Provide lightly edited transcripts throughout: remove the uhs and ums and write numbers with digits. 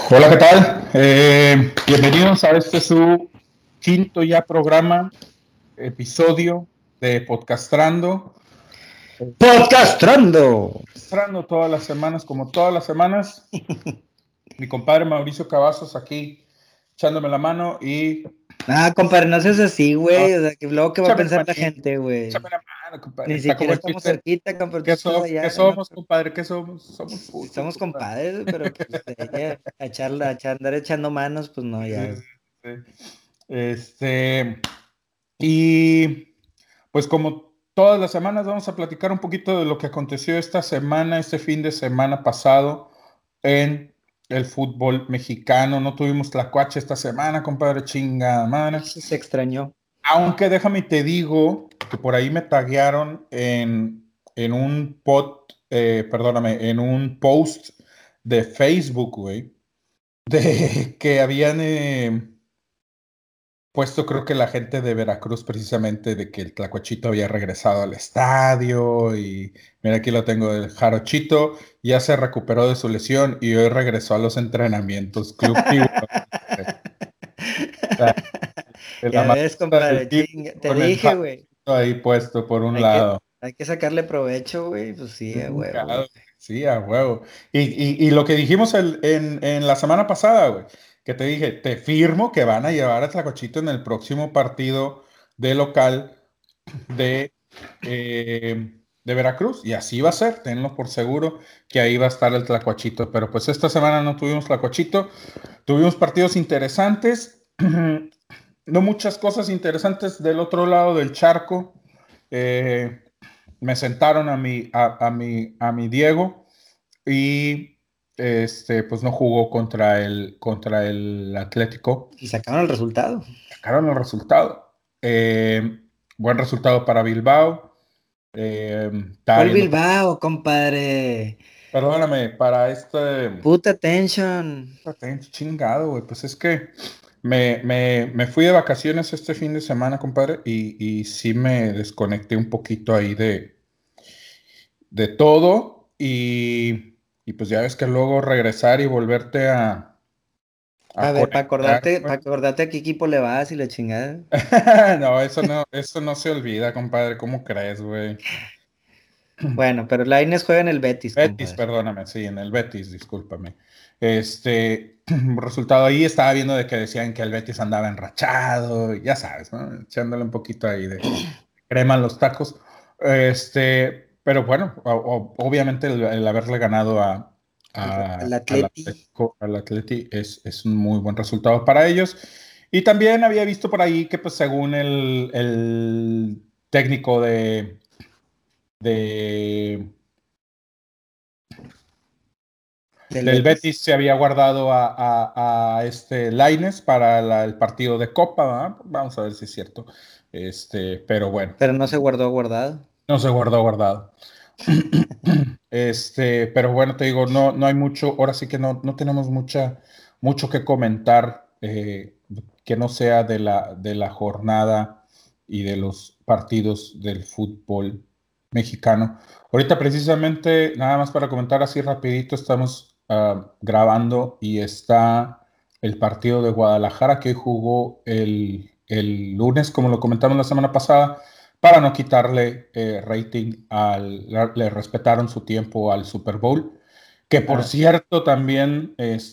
Hola, ¿qué tal? Bienvenidos a este su quinto ya programa, episodio de Podcastrando. ¡Podcastrando! Podcastrando todas las semanas, como todas las semanas. Mi compadre Mauricio Cavazos aquí echándome la mano y... Compadre, no seas así, güey. O sea, que luego qué va a Échame la pensar la manita, gente, güey. échame la mano, compadre. Ni Está como siquiera el estamos chiste. cerquita, compadre. Tú ¿Qué, estás allá qué en somos, otro. compadre? ¿Qué somos? Somos putos, Somos compadre. compadres, pero pues andar echando manos, pues no, Sí, ya. sí, sí. Y pues como todas las semanas vamos a platicar un poquito de lo que aconteció esta semana, este fin de semana pasado en el fútbol mexicano. No tuvimos tlacuache esta semana, compadre, chingada madre. Se extrañó. Aunque déjame te digo que por ahí me taguearon en un en un post de Facebook, güey, de que habían puesto creo que la gente de Veracruz precisamente de que el Tlacuachito había regresado al estadio y mira aquí lo tengo del Jarochito, ya se recuperó de su lesión y hoy regresó a los entrenamientos. Club Tiburón. De la Ya ves, mascota del compadre, Tiburón chinga. Te con el dije, güey. Jarochito ahí puesto por un Hay que, lado. hay que sacarle provecho, güey. Pues sí, a huevo, güey. Chingado, sí, a huevo. Y lo que dijimos en la semana pasada, güey, que te dije, te firmo que van a llevar a Tlacochito en el próximo partido de local de Veracruz. Y así va a ser, tenlo por seguro que ahí va a estar el Tlacuachito. Pero pues esta semana no tuvimos Tlacuachito, tuvimos partidos interesantes, no muchas cosas interesantes del otro lado del charco. Eh, Me sentaron a mi Diego y pues no jugó contra el Atlético. Y sacaron el resultado. Sacaron el resultado. Buen resultado para Bilbao. Estaba ¿Cuál viendo, Bilbao, compadre? perdóname, para Puta tension. chingado, güey. Pues es que me fui de vacaciones este fin de semana, compadre, y sí me desconecté un poquito ahí de todo y pues ya ves que luego regresar y volverte a A ver, conectar, para güey. acordarte a qué equipo le vas y la chingada. No, eso no se olvida, compadre. ¿Cómo crees, güey? Bueno, pero Lainez juega en el Betis, Betis, compadre. perdóname, sí, en el Betis, discúlpame. Resultado ahí estaba viendo de que decían que el Betis andaba enrachado, ya sabes, ¿no? Echándole un poquito ahí de crema a los tacos. Pero bueno, obviamente el haberle ganado El al Atleti. Atlético, al Atleti es un muy buen resultado para ellos. Y también había visto por ahí que pues según el técnico de Del del Betis. Betis se había guardado a este Lainez para el partido de Copa, ¿verdad? Vamos a ver si es cierto. Pero bueno, Pero no se guardado. no se guardado. Pero bueno, te digo, no hay mucho, ahora sí que no tenemos mucho que comentar que no sea de la jornada y de los partidos del fútbol mexicano. Ahorita precisamente, nada más para comentar así rapidito, estamos grabando y está el partido de Guadalajara que hoy jugó el lunes, como lo comentamos la semana pasada para no quitarle rating le respetaron su tiempo al Super Bowl, que por Ah, cierto también,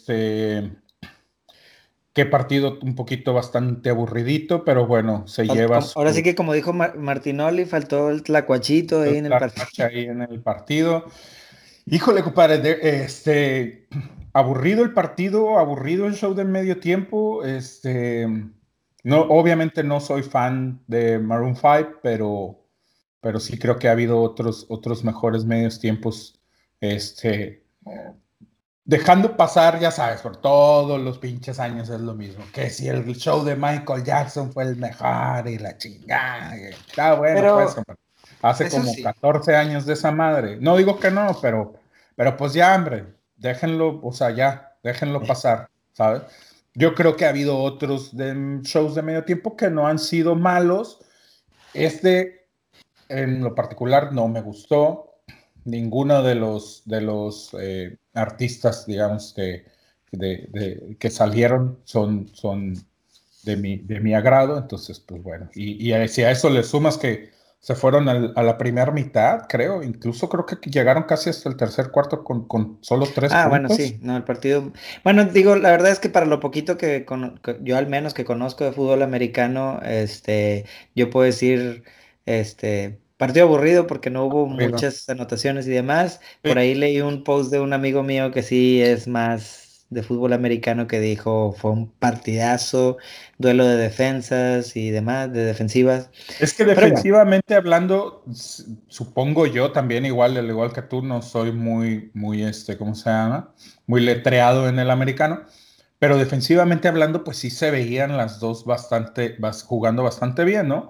qué partido un poquito bastante aburridito, pero bueno, se lleva ahora sí su que como dijo Martinoli, faltó el tlacuachito ahí en el la partido. racha ahí en el partido. Híjole, compadre, aburrido el partido, aburrido el show de medio tiempo, no, obviamente no soy fan de Maroon 5, pero sí creo que ha habido otros mejores medios tiempos, este, dejando pasar, ya sabes, por todos los pinches años es lo mismo, que si el show de Michael Jackson fue el mejor y la chingada, está bueno, pues, Pero, compadre. Hace eso como sí. 14 años de esa madre. No digo que no, pero pues ya, hombre, déjenlo, o sea, ya, déjenlo pasar, ¿sabes? Yo creo que ha habido otros shows de medio tiempo que no han sido malos. Este, en lo particular, no me gustó. Ninguno de los artistas, digamos, que que salieron son de mi agrado, entonces, pues bueno, y si a eso le sumas que se fueron a la primera mitad, creo, incluso creo que llegaron casi hasta el tercer cuarto con solo 3 Bueno, puntos. sí, no, el partido. Bueno, digo, la verdad es que para lo poquito que yo al menos que conozco de fútbol americano, yo puedo decir, partido aburrido porque no hubo Arriba. muchas anotaciones y demás. Por Sí. ahí leí un post de un amigo mío que sí es más de fútbol americano que dijo fue un partidazo, duelo de defensas y demás, de defensivas. Es que Pero bueno, defensivamente hablando, supongo yo también igual, al igual que tú, no soy ¿cómo se llama? Muy letreado en el americano, pero defensivamente hablando, pues sí se veían las dos jugando bastante bien, ¿no?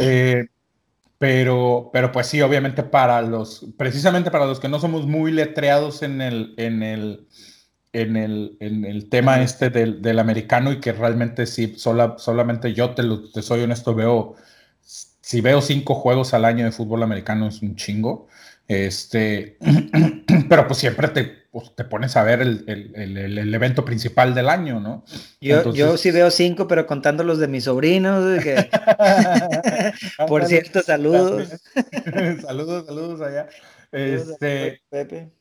Pero pues sí, obviamente precisamente para los que no somos muy letreados en el tema del americano y que realmente sí, solamente yo te soy honesto, si veo 5 juegos al año de fútbol americano es un chingo, pero pues siempre te pones a ver el evento principal del año, ¿no? yo sí Entonces, veo 5, pero contando los de mis sobrinos, por ándale, cierto, también. saludos. Saludos allá. Saludos a Pepe. Este, Pepe.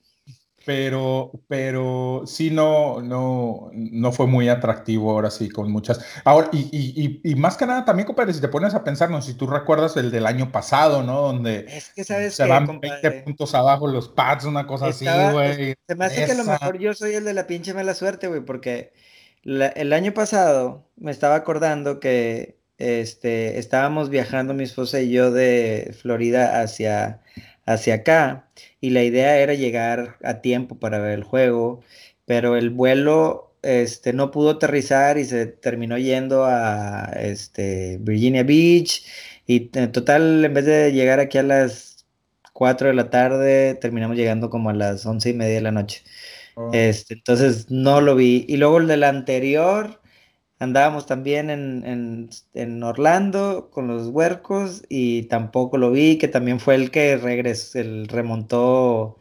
pero sí no fue muy atractivo ahora sí con muchas. Ahora, y más que nada también, compadre, si te pones a pensar, no sé si tú recuerdas el del año pasado, ¿no? Donde Es que, ¿sabes se qué, van 20 compadre? puntos abajo los Pats, una cosa así, güey. Se me hace que a lo Esa. mejor yo soy el de la pinche mala suerte, güey, porque el año pasado me estaba acordando que estábamos viajando mi esposa y yo de Florida hacia acá, y la idea era llegar a tiempo para ver el juego, pero el vuelo no pudo aterrizar y se terminó yendo a Virginia Beach, y en total, en vez de llegar aquí a las 4 de la tarde, terminamos llegando como a las 11:30 de la noche. Oh. Entonces no lo vi. Y luego el del anterior, andábamos también en Orlando con los Huercos y tampoco lo vi, que también fue el que regresó, el remontó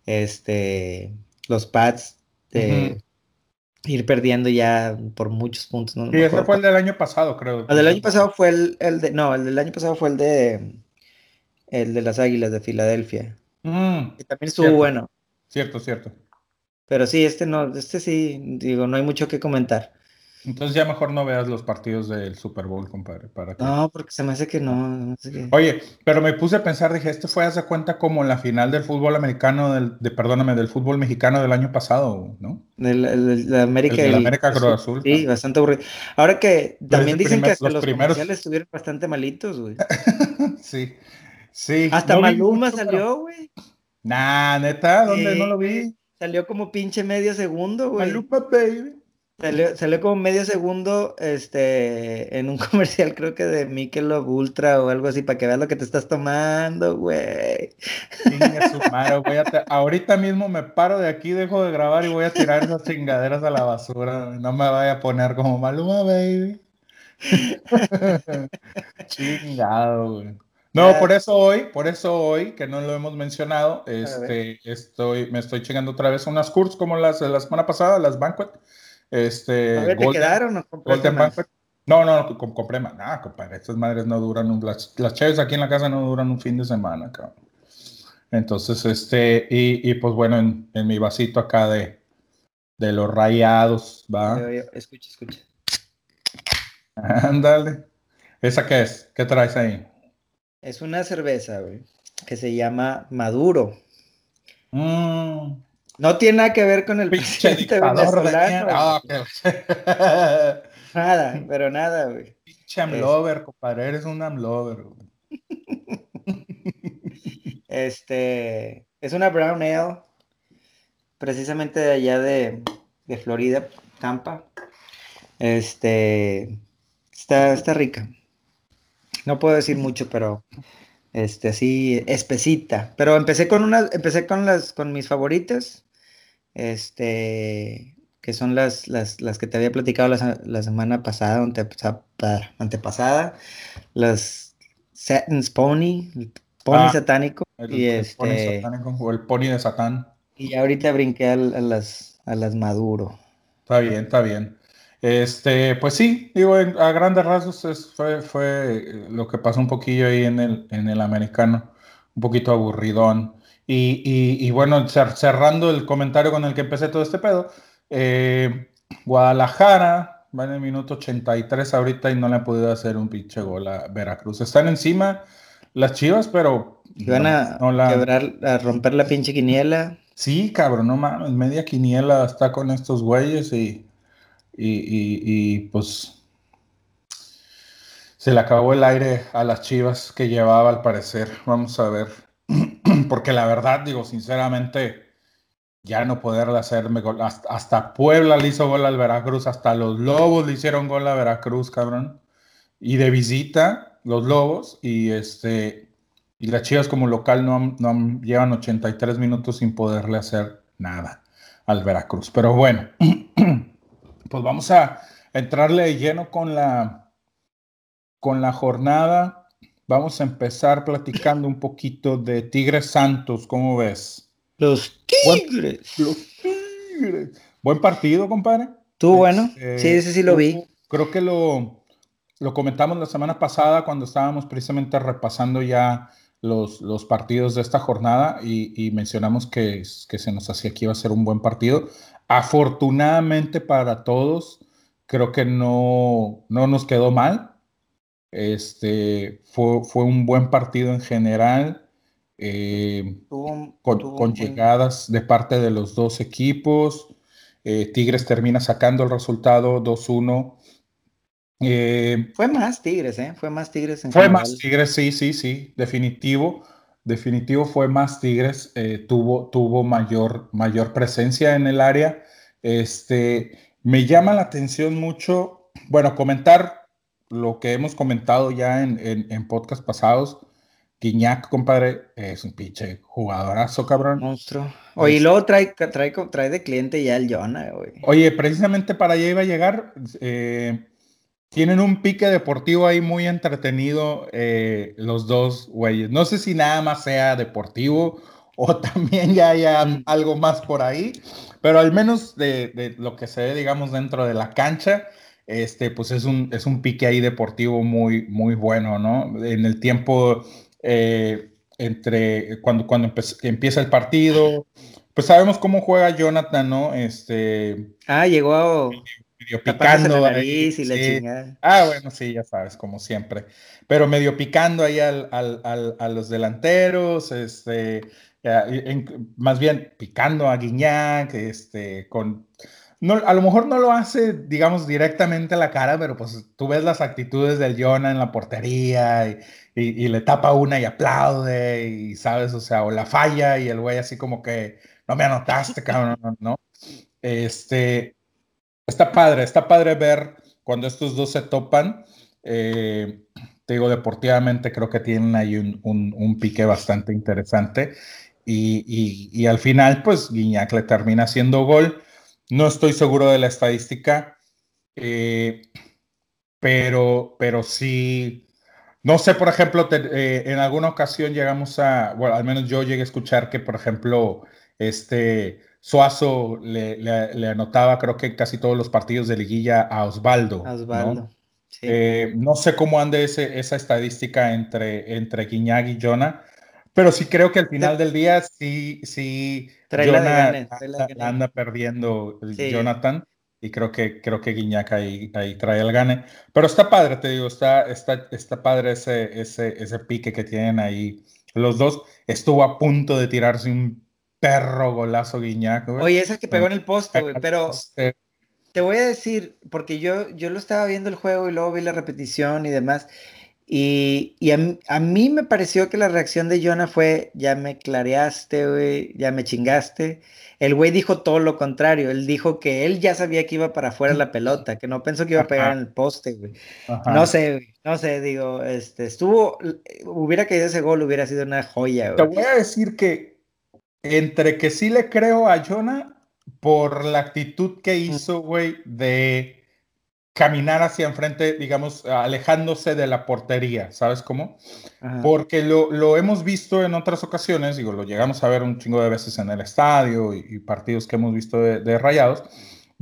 los Pats Ujú. de ir perdiendo ya por muchos puntos, no Sí, me ese acuerdo fue el cuál. del año pasado, creo. El del año pasado fue no, el del año pasado fue el de las Águilas de Filadelfia, que también estuvo Cierto, bueno. cierto, cierto. Pero sí, no, sí, digo, no hay mucho que comentar. Entonces ya mejor no veas los partidos del Super Bowl, compadre, ¿para qué? No, porque se me hace que no sé qué. Oye, pero me puse a pensar, dije, fue, haz de cuenta, como la final del fútbol americano, perdóname, del fútbol mexicano del año pasado, ¿no? La El América de y la el América Cruz Cruz Azul. Azul, Sí, cabrón. bastante aburrido. Ahora que también dicen que hasta Los los primeros, comerciales estuvieron bastante malitos, güey. sí, sí, Hasta no vi Maluma mucho, pero, salió, güey. nah, neta, ¿dónde? No lo Güey. vi. Salió como pinche medio segundo, güey. Maluma, baby. Salió como medio segundo, en un comercial, creo que de Michelob Ultra o algo así, para que veas lo que te estás tomando, güey. Chinga su madre, ahorita mismo me paro de aquí, dejo de grabar y voy a tirar esas chingaderas a la basura. No me vaya a poner como Maluma, baby. Chingado, güey. No, Ah, por eso hoy, que no lo hemos mencionado, a ver. me estoy chingando otra vez unas Kurz como las de la semana pasada, las Banquet, ¿Todavía te quedaron o compraste Golden Banquet. más? No, no, compré más. Nada, compadre, estas madres no duran las chaves aquí en la casa no duran un fin de semana, cabrón. Entonces, y pues bueno, en mi vasito acá de los rayados, ¿va? Escucha, escucha. Ándale. ¿Esa qué es? ¿Qué traes ahí? Es una cerveza, güey, que se llama Maduro. Mmm. No tiene nada que ver con el Pinche presidente dictador de mierda. venezolano, Ah, güey. ok. Nada, pero nada, güey. Pinche Es, amlover, compadre. Eres un amlover, güey. es una brown ale, precisamente de allá de Florida, Tampa. Este, está rica. No puedo decir mucho, pero así espesita. Pero empecé con mis favoritas, que son las que te había platicado la semana pasada, antepasada, las Satan's Pony, el Pony Ah, satánico, el pony satánico o el pony de Satán. y ahorita brinqué a las Maduro. Está bien, está bien. Pues sí, digo, a grandes rasgos fue lo que pasó un poquillo ahí en el americano, un poquito aburridón. Y bueno, cerrando el comentario con el que empecé todo este pedo, Guadalajara va en el minuto 83 ahorita y no le ha podido hacer un pinche gol a Veracruz. Están encima las Chivas, pero Iban a nomás no la... quebrar, a romper la pinche quiniela. Sí, cabrón, no mames, media quiniela está con estos güeyes y pues se le acabó el aire a las Chivas que llevaba al parecer. Vamos a ver. Porque la verdad, digo, sinceramente, ya no poderle hacerme gol. Hasta Puebla le hizo gol al Veracruz, hasta los Lobos le hicieron gol a Veracruz, cabrón. Y de visita, los Lobos, y las Chivas como local llevan 83 minutos sin poderle hacer nada al Veracruz. Pero bueno, pues vamos a entrarle de lleno con la jornada. Vamos a empezar platicando un poquito de Tigres Santos, ¿cómo ves? Los Buen, los Tigres. Tigres. Buen partido, compadre. ¿Tú bueno? Sí, ese sí lo vi. Creo que lo comentamos la semana pasada cuando estábamos precisamente repasando ya los partidos de esta jornada y mencionamos que se nos hacía que iba a ser un buen partido. Afortunadamente para todos, creo que no nos quedó mal. Fue un buen partido en general, Tuvo con un buen... llegadas de parte de los dos equipos. Tigres termina sacando el resultado 2-1. Eh, Fue más Tigres, ¿eh? Fue más Tigres en Fue más general. Tigres, sí, sí, sí, definitivo. Definitivo fue más Tigres, tuvo mayor presencia en el área. Me llama la atención mucho, bueno, comentar lo que hemos comentado ya en podcast pasados. Guiñac, compadre, es un pinche jugadorazo, cabrón. Monstruo. Oye, y Es- luego trae de cliente ya el Jonah, güey. Oye, precisamente para allá iba a llegar. Tienen un pique deportivo ahí muy entretenido, los dos güeyes. No sé si nada más sea deportivo o también ya haya Mm. algo más por ahí, pero al menos de lo que se ve, digamos, dentro de la cancha, pues es un pique ahí deportivo muy bueno, ¿no? En el tiempo entre cuando empieza el partido, pues sabemos cómo juega Jonathan, ¿no? Llegó Medio tapándose la picando ahí, nariz y la sí. chingada. Ah, bueno, sí, ya sabes, como siempre. Pero medio picando ahí a los delanteros, más bien picando a Guiñac, no, a lo mejor no lo hace, digamos, directamente a la cara, pero pues tú ves las actitudes del Jonah en la portería y le tapa una y aplaude y sabes, o sea, o la falla y el güey así como que no me anotaste, cabrón, ¿no? Este, está padre ver cuando estos dos se topan. Eh, Te digo, deportivamente creo que tienen ahí un pique bastante interesante. Y al final, pues Guiñac le termina haciendo gol. No estoy seguro de la estadística, eh, pero sí. No sé, por ejemplo, en alguna ocasión llegamos bueno, al menos yo llegué a escuchar que, por ejemplo, Suazo le anotaba, creo que en casi todos los partidos de liguilla a Osvaldo, ¿no? Osvaldo. Sí. No sé cómo ande esa estadística entre Guiñac y Jonah, pero sí creo que al final del día, sí, Trae la de Jonah Gane, trae la de la Gane. anda perdiendo Sí. Jonathan, y creo que Guiñac ahí trae el gane. Pero está padre, te digo, está padre ese pique que tienen ahí los dos. Estuvo a punto de tirarse un perro golazo Guiñac, güey. Oye, esa que pegó Pero, en el poste, güey, pero te voy a decir, porque yo lo estaba viendo el juego y luego vi la repetición y demás, y a mí me pareció que la reacción de Jonah fue, ya me clareaste, güey, ya me chingaste. El güey dijo todo lo contrario, él dijo que él ya sabía que iba para afuera la pelota, que no pensó que iba a pegar ajá, en el poste, güey. No ajá. sé, güey, no sé, digo, hubiera caído ese gol, hubiera sido una joya, Te güey. voy a decir que entre que sí le creo a Jonah por la actitud que Mm, hizo, güey, de caminar hacia enfrente, digamos, alejándose de la portería, ¿sabes cómo? ajá. Porque lo hemos visto en otras ocasiones, digo, lo llegamos a ver un chingo de veces en el estadio y partidos que hemos visto de Rayados,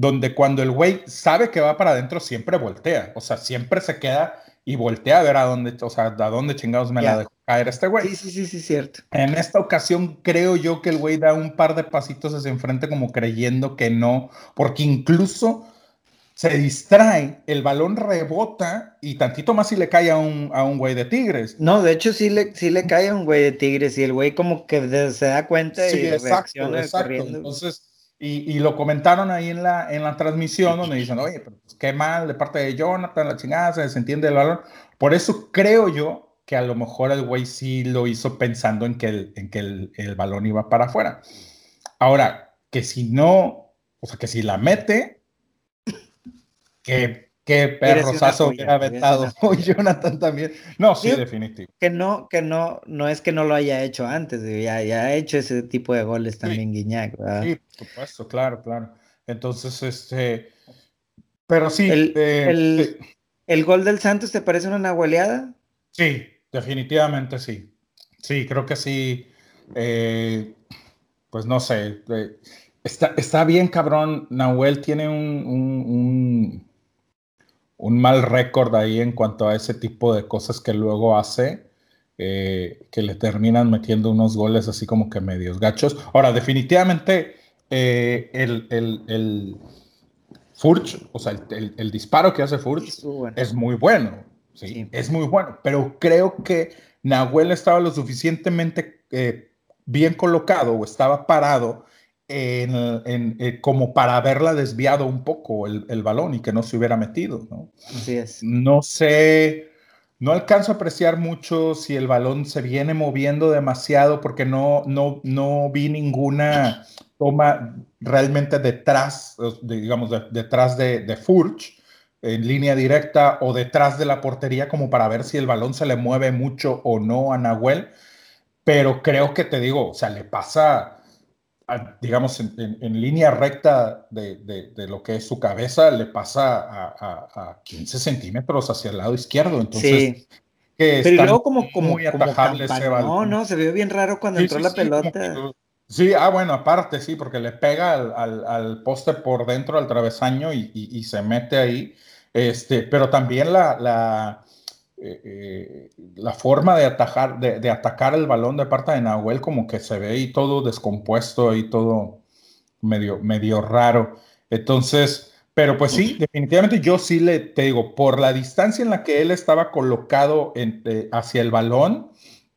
donde cuando el güey sabe que va para adentro, siempre voltea. O sea, siempre se queda y voltea a ver a dónde, o sea, a dónde chingados me la Ya. dejó caer este güey. Sí, sí, sí, sí, cierto. En esta ocasión creo yo que el güey da un par de pasitos hacia enfrente como creyendo que no, porque incluso se distrae, el balón rebota y tantito más si le cae a un güey de Tigres. No, de hecho sí le cae a un güey de Tigres y el güey como que se da cuenta Sí, y exacto, reacciona exacto. corriendo. Entonces, y lo comentaron ahí en la transmisión donde dicen, oye, pero pues, qué mal de parte de Jonathan, la chingada, se desentiende el balón. Por eso creo yo que a lo mejor el güey sí lo hizo pensando en que el balón iba para afuera. Ahora, que si no, o sea, que si la mete, qué Hubiera sido una perrosazo hubiera joya, hubiera sido aventado una joya. Jonathan también. No, sí, Digo definitivo. no es que no lo haya hecho antes, digo, ya ha hecho ese tipo de goles Sí, también Guiñac, ¿verdad? sí, por supuesto, claro, claro. Entonces, pero sí, ¿El, sí, el, el gol del Santos te parece una nahueleada? sí, definitivamente sí. Sí, creo que sí. Eh, pues no sé. Está bien, cabrón. Nahuel tiene un mal récord ahí en cuanto a ese tipo de cosas que luego hace, que le terminan metiendo unos goles así como que medios gachos. Ahora, definitivamente, el Furch, o sea, el disparo que hace Sí, Furch estuvo bueno. es muy bueno, ¿sí? Sí, Es muy bueno, pero creo que Nahuel estaba lo suficientemente bien colocado o estaba parado como para haberla desviado un poco el balón y que no se hubiera metido, ¿no? así es. No sé, no alcanzo a apreciar mucho si el balón se viene moviendo demasiado porque no vi ninguna toma realmente detrás, digamos, detrás de Furch, en línea directa o detrás de la portería como para ver si el balón se le mueve mucho o no a Nahuel, pero creo que te digo, o sea, le pasa digamos, en línea recta de lo que es su cabeza, le pasa a 15 centímetros hacia el lado izquierdo. Entonces, Sí, que pero y está luego muy como atajable ese campanó, balón. ¿no? Se vio bien raro cuando Sí, entró sí, la sí, como que pelota. sí, bueno, aparte, sí, porque le pega al poste por dentro, al travesaño y se mete ahí. Pero también la forma de atajar, de atacar el balón de parte de Nahuel, como que se ve ahí todo descompuesto, ahí todo medio raro. Entonces, pero pues sí, definitivamente yo sí te digo, por la distancia en la que él estaba colocado hacia el balón,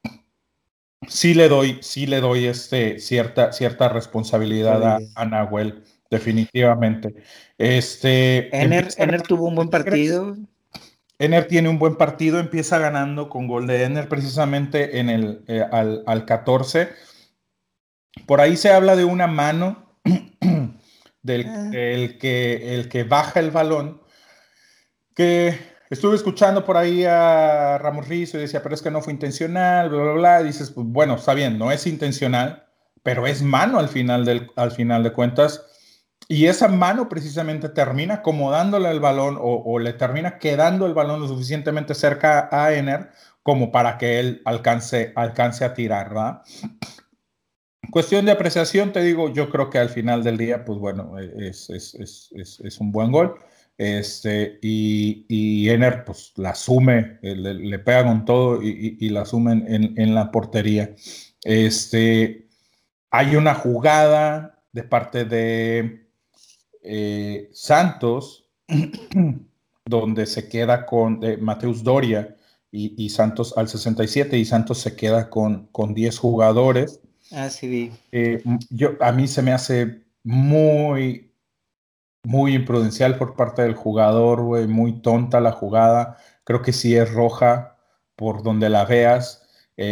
sí le doy cierta responsabilidad Habilidad. a Nahuel, definitivamente. Empieza Ener ganando tuvo un con buen Tigres. partido. Ener tiene un buen partido, empieza ganando con gol de Ener precisamente al 14. Por ahí se habla de una mano Ah, el que baja el balón, que estuve escuchando por ahí a Ramos Rizzo y decía, pero es que no fue intencional, bla, bla, bla. Y dices, pues bueno, está bien, no es intencional, pero es mano al final de cuentas. Y esa mano precisamente termina acomodándole el balón o le termina quedando el balón lo suficientemente cerca a Ener como para que él alcance a tirar, ¿verdad? Cuestión de apreciación, te digo, yo creo que al final del día, pues bueno, es un buen gol. Y Ener, pues la asume, le pega con todo y la asume en la portería. Hay una jugada de parte de Santos, donde se queda con Mateus Doria y Santos al 67 y Santos se queda con 10 jugadores. sí vi. A mí se me hace muy imprudencial por parte del jugador, güey, muy tonta la jugada. Creo que sí es roja por donde la veas.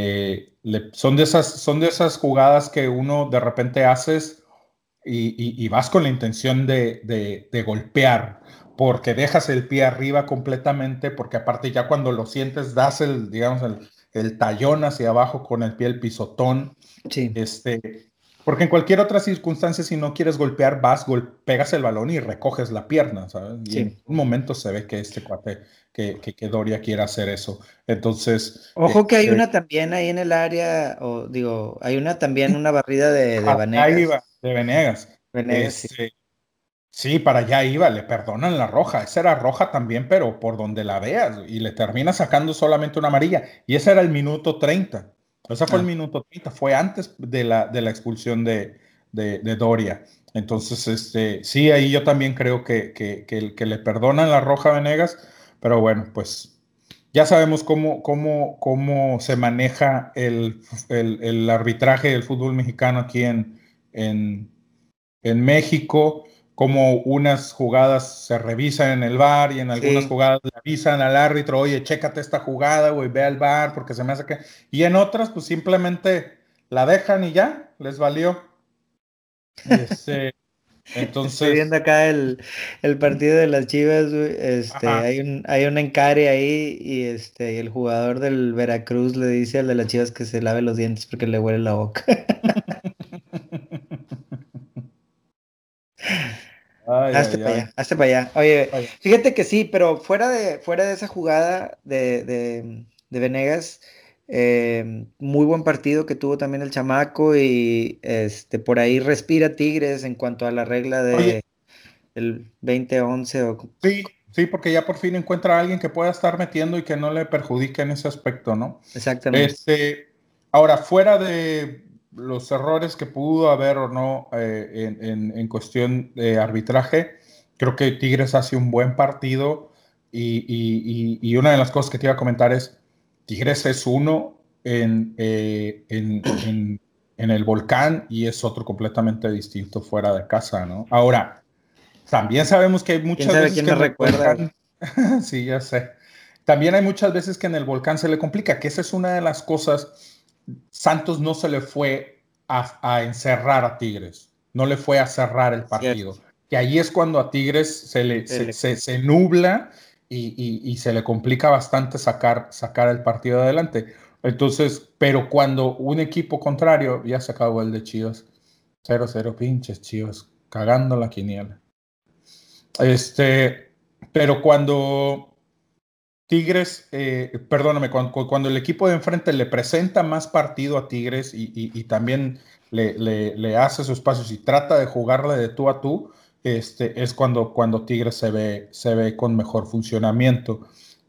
Son de esas jugadas que uno de repente haces y vas con la intención de golpear, porque dejas el pie arriba completamente, porque aparte ya cuando lo sientes das digamos, el tallón hacia abajo con el pie, el pisotón. Sí, Porque en cualquier otra circunstancia, si no quieres golpear, pegas el balón y recoges la pierna, ¿sabes? Y en sí. un momento se ve que este cuate, que Doria quiere hacer eso. Entonces, Ojo que hay una también ahí en el área, o digo, hay una también, una barrida de ahí Vanegas. va, de Venegas. Venegas, sí. Sí, para allá iba, le perdonan la roja. Esa era roja también, pero por donde la veas. Y le termina sacando solamente una amarilla. Y ese era el minuto 30. Ese fue el Ah, minuto 30. Fue antes de la expulsión de Doria. Entonces, sí, ahí yo también creo que le perdonan la roja a Venegas. Pero bueno, pues ya sabemos cómo se maneja el arbitraje del fútbol mexicano aquí en, en México, como unas jugadas se revisan en el VAR y en algunas sí, jugadas le avisan al árbitro, oye, chécate esta jugada, güey, ve al VAR porque se me hace que... Y en otras, pues simplemente la dejan y ya, les valió. Este, estoy viendo entonces, acá el partido de las Chivas, güey. ajá. Hay un encare ahí y el jugador del Veracruz le dice al de las Chivas que se lave los dientes porque le huele la boca. Ay, Hazte ay, para ay. allá, hazte para allá. Oye, Vaya. fíjate que sí, pero fuera de esa jugada de Venegas, muy buen partido que tuvo también el chamaco y por ahí respira Tigres en cuanto a la regla Oye, de el 20-11 o sí, sí, porque ya por fin encuentra a alguien que pueda estar metiendo y que no le perjudique en ese aspecto, ¿no? exactamente. Este, ahora, fuera de los errores que pudo haber o no en cuestión de arbitraje, creo que Tigres hace un buen partido y una de las cosas que te iba a comentar es, Tigres es uno en el Volcán y es otro completamente distinto fuera de casa, ¿no? Ahora, también sabemos que hay ¿Quién muchas sabe veces quién que me en el recuerda, güey? Volcán, sí, ya sé. También hay muchas veces que en el Volcán se le complica, que esa es una de las cosas. Santos no se le fue a encerrar a Tigres, no le fue a cerrar el Cierto. partido. Que ahí es cuando a Tigres se, le, Se le- se nubla y se le complica bastante sacar el partido adelante. Entonces, pero cuando un equipo contrario, ya se acabó el de Chivas, 0-0 pinches Chivas, cagando la quiniela. Este, pero cuando Tigres, perdóname, cuando el equipo de enfrente le presenta más partido a Tigres y también le hace sus pasos y trata de jugarle de tú a tú, es cuando Tigres se ve con mejor funcionamiento.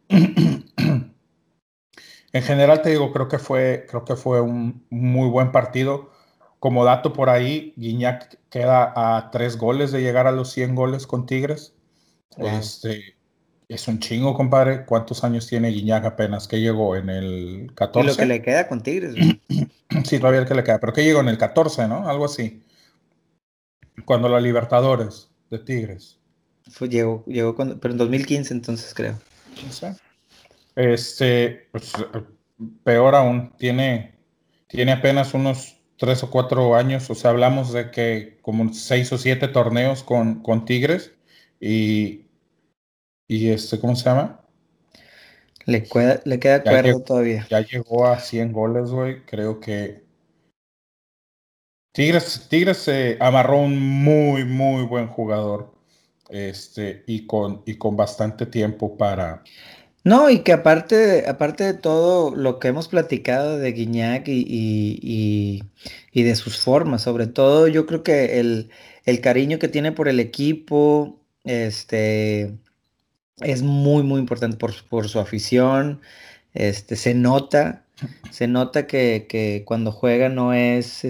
En general te digo, creo que fue un muy buen partido. Como dato por ahí, Guiñac queda a 3 goles de llegar a los 100 goles con Tigres. Wow. Es un chingo, compadre. ¿Cuántos años tiene Guiñac apenas? ¿Qué llegó en el Y lo que 14? le queda con Tigres, güey. Sí, todavía el que le queda, pero ¿qué llegó en el 14, no? Algo así. Cuando la Libertadores de Tigres. Pero en 2015 entonces creo. No sé. Pues, peor aún, tiene apenas unos 3 o 4 años. O sea, hablamos de que como 6 o 7 torneos con Tigres y, ¿cómo se llama? Le queda Ya llegó, cuerdo todavía. ya llegó a 100 goles, güey. Creo que Tigres se amarró un muy, muy buen jugador. Y con bastante tiempo para. No, y que aparte de todo lo que hemos platicado de Guiñac y de sus formas, sobre todo yo creo que el cariño que tiene por el equipo, es muy, muy importante por su afición. Se nota que cuando juega no es,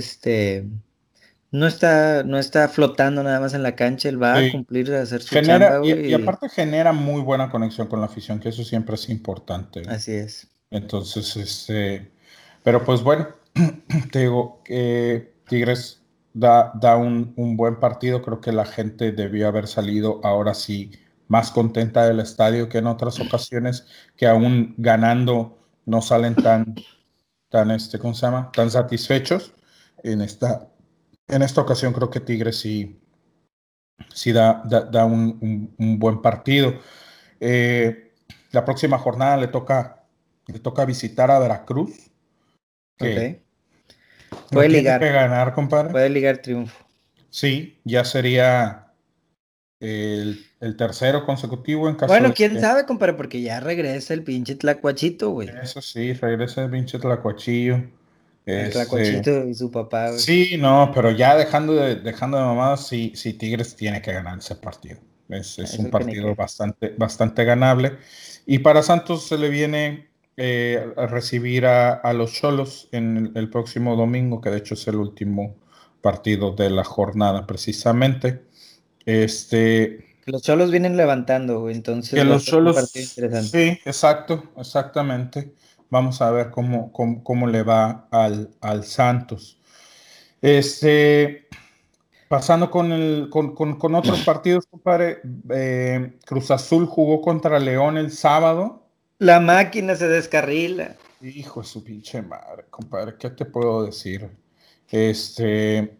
no está flotando nada más en la cancha, él va a Sí, cumplir, a hacer su genera, chamba, y güey, y aparte genera muy buena conexión con la afición, que eso siempre es importante. así es. Entonces, pero pues bueno, te digo que Tigres da un buen partido. Creo que la gente debió haber salido ahora sí más contenta del estadio que en otras ocasiones, que aún ganando no salen ¿cómo se llama? Tan satisfechos. En esta, en esta ocasión creo que Tigres sí da un buen partido. Eh, la próxima jornada le toca visitar a Veracruz, que Ok. lo tiene que Puede ganar, compadre. puede ligar triunfo. Sí, ya sería el tercero consecutivo en caso Bueno, de quién que, sabe, compadre, porque ya regresa el pinche tlacuachito, güey. eso sí, regrese el pinche Tlacuachillo. El Es, Tlacuachito y su papá, güey. sí, no, pero ya dejando de mamadas, sí, sí, Tigres tiene que ganar ese partido. Es un Eso que ni partido qué. bastante ganable. Y para Santos se le viene a recibir a los Cholos en el próximo domingo, que de hecho es el último partido de la jornada, precisamente. Este, Que los Cholos vienen levantando, güey, que entonces va a los ser un partido Cholos, interesante. sí, exacto, exactamente. Vamos a ver cómo le va al Santos. Este, Pasando con otros partidos, compadre, Cruz Azul jugó contra León el sábado. La máquina se descarrila. Hijo de su pinche madre, compadre, ¿qué te puedo decir? Este,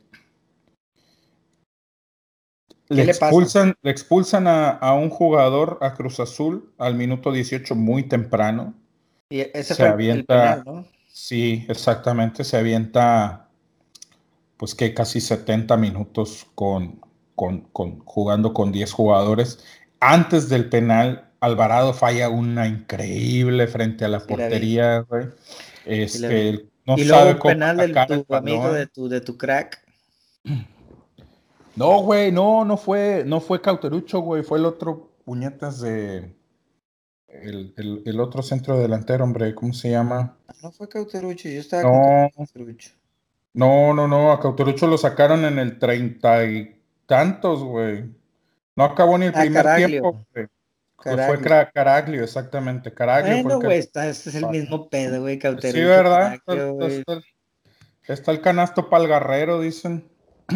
¿Qué le pasa? le expulsan a un jugador a Cruz Azul al minuto 18 muy temprano. Y ese Se fue el penal, avienta, ¿no? sí, exactamente, se avienta pues que casi 70 minutos jugando con 10 jugadores. Antes del penal, Alvarado falla una increíble frente a la Sí la vi, portería, güey. sí la vi. No Y luego sabe un cómo penal de atacar el tu amigo, balón. de tu crack. No, güey, no fue Cauterucho, güey, fue el otro puñetas el otro centro delantero, hombre, ¿cómo se llama? Ah, no fue Cauterucho, yo estaba con que fue No, Cauterucho. no, a Cauterucho lo sacaron en el 30 y tantos, güey. No acabó ni el Ah, primer Caraglio, tiempo, güey. Fue Caraglio. Caraglio, exactamente. Caraglio fue el Bueno, que... güey, este es el mismo pedo, güey, Sí, Cauterucho, ¿verdad? Caraglio, güey. Está el canasto para el guerrero, dicen.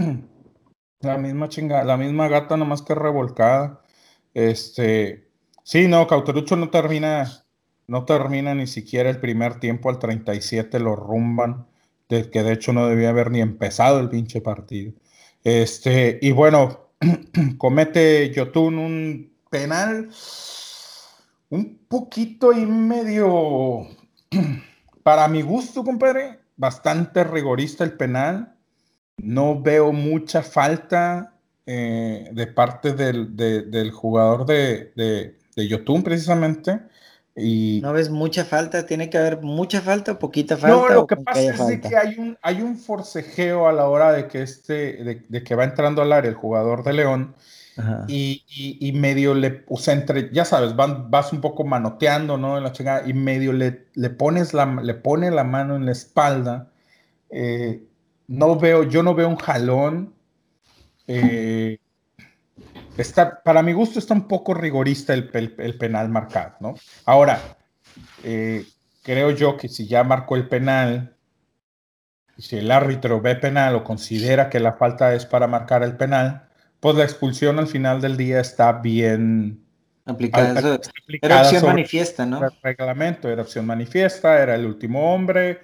La misma gata, nomás que revolcada. Este, sí, no, Cauterucho no termina ni siquiera el primer tiempo, al 37 lo rumban, que de hecho no debía haber ni empezado el pinche partido. Y bueno, comete Yotun un penal un poquito y medio, para mi gusto, compadre, bastante rigorista el penal. No veo mucha falta de parte del jugador de Yotun, precisamente. ¿No Y ves mucha falta? ¿Tiene que haber mucha falta o poquita no, falta lo o que con que pasa haya es de que falta? hay un forcejeo a la hora de que va entrando al área el jugador de León Ajá. y medio o sea, ya sabes, vas un poco manoteando, ¿no? En la chingada, y medio le pone la mano en la espalda. eh, yo no veo un jalón. eh, para mi gusto está un poco rigorista el penal marcado, ¿no? Ahora, creo yo que si ya marcó el penal, si el árbitro ve penal o considera que la falta es para marcar el penal, pues la expulsión al final del día está bien Aplicada, eso está era aplicada opción sobre manifiesta, el ¿no? reglamento, era opción manifiesta, era el último hombre,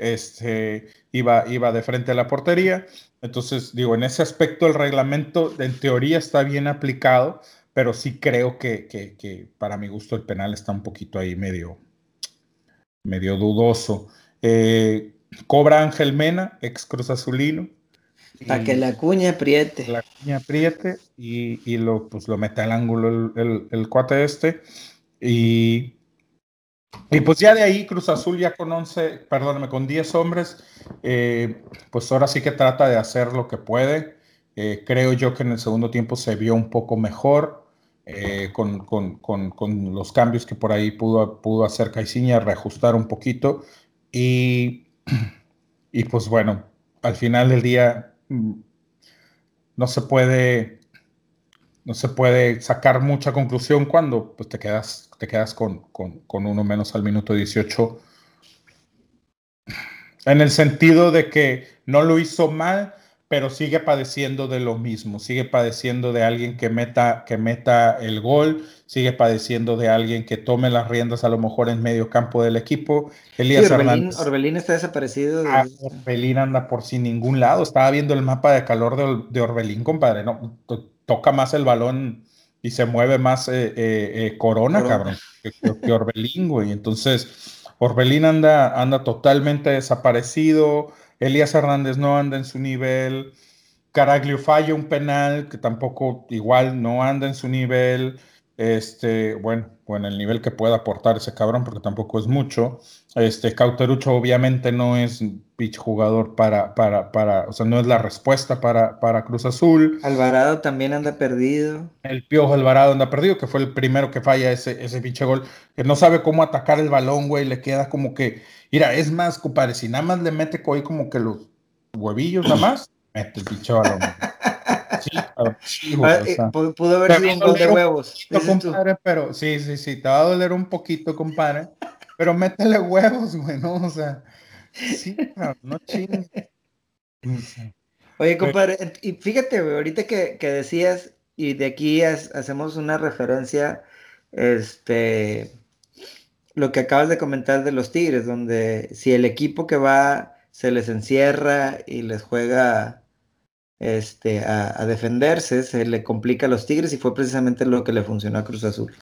iba de frente a la portería. Entonces, digo, en ese aspecto el reglamento en teoría está bien aplicado, pero sí creo que para mi gusto el penal está un poquito ahí medio dudoso. Cobra Ángel Mena, ex Cruz Azulino, Para que y la cuña apriete. la cuña apriete y pues lo mete al ángulo el cuate este. Y, y pues ya de ahí Cruz Azul ya con 11, perdóname, con 10 hombres, pues ahora sí que trata de hacer lo que puede. Creo yo que en el segundo tiempo se vio un poco mejor con los cambios que por ahí pudo hacer Caixinha, reajustar un poquito. Y, y pues bueno, al final del día no se puede, no se puede sacar mucha conclusión cuando pues, te quedas con uno menos al minuto 18. En el sentido de que no lo hizo mal, pero sigue padeciendo de lo mismo. Sigue padeciendo de alguien que meta el gol, sigue padeciendo de alguien que tome las riendas a lo mejor en medio campo del equipo. Sí, Elías Hernández, Orbelín está desaparecido desde Orbelín anda por sin ningún lado. Estaba viendo el mapa de calor de Orbelín, compadre. No, toca más el balón y se mueve más Corona, Corona. cabrón, que Orbelín, güey. Entonces, Orbelín anda totalmente desaparecido. Elías Hernández no anda en su nivel. Caraglio falla un penal que tampoco igual no anda en su nivel. Bueno, el nivel que pueda aportar ese cabrón, porque tampoco es mucho. Cauterucho obviamente no es un pitch jugador o sea, no es la respuesta para Cruz Azul. Alvarado también anda perdido. El Piojo Alvarado anda perdido, que fue el primero que falla ese pinche gol, que no sabe cómo atacar el balón, güey, le queda como que, mira, es más, compadre, si nada más le mete ahí como que los huevillos nada más, mete el pinche balón, güey. Sí, cabrón, sí, güey, Ah, o sea, pudo haber te va sido a un gol de doler un huevos, poquito, dices tú. compadre, pero sí, sí, sí, te va a doler un poquito, compadre, pero métele huevos, güey, ¿no? O sea, sí, cabrón, no chingues. O sea, Oye, pero compadre, y fíjate, güey, ahorita que decías, y de aquí hacemos una referencia, este, lo que acabas de comentar de los Tigres, donde si el equipo que va se les encierra y les juega a defenderse, se le complica a los Tigres y fue precisamente lo que le funcionó a Cruz Azul.